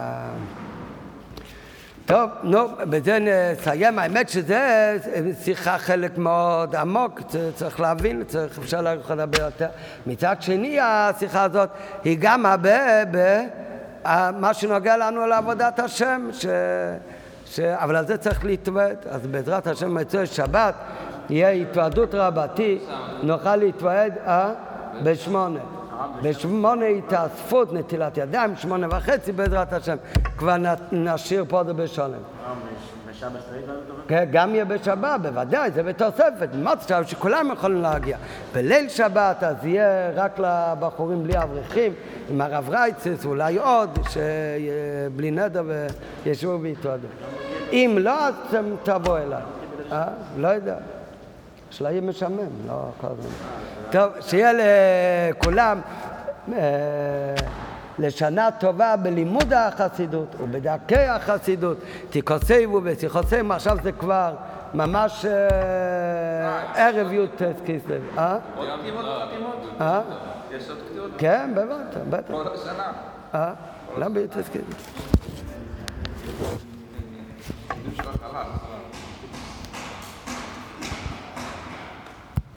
טוב, בזה נסיים. האמת שזה שיחה חלק מאוד עמוק, צריך להבין, אפשר לדבר יותר. מצד שני, השיחה הזאת היא גם הרבה במה שנוגע לנו לעבודת השם, אבל על זה צריך להתוועד. אז בעזרת השם מצוי שבת יהיה התוועדות רבתי, נוכל להתוועד בשמונה. בשמונה התאספות, נטילת ידיים, 8:30 בעזרת השם. כבר נשאיר פה זה בשולם. גם יהיה בשבת, בוודאי, זה בתוספת. מה עכשיו שכולם יכולים להגיע. בליל שבת אז יהיה רק לבחורים בלי אברכים, עם הרב רייצס, אולי עוד, שבלי נדר וישבו ויתועדו. אם לא, אז תבוא אליי. לא יודע. שלא יהיה משמם, לא כל הזמן. טוב, שיהיה לכולם לשנה טובה בלימוד החסידות ובדרכי החסידות. תיקוסייבו ושיחוסייבו, עכשיו זה כבר ממש ערב י"ט כסלו. עוד כתיבות וחתימות? יש עוד כתיבות? כן, בטח. כל השנה? למה בי"ט כסלו?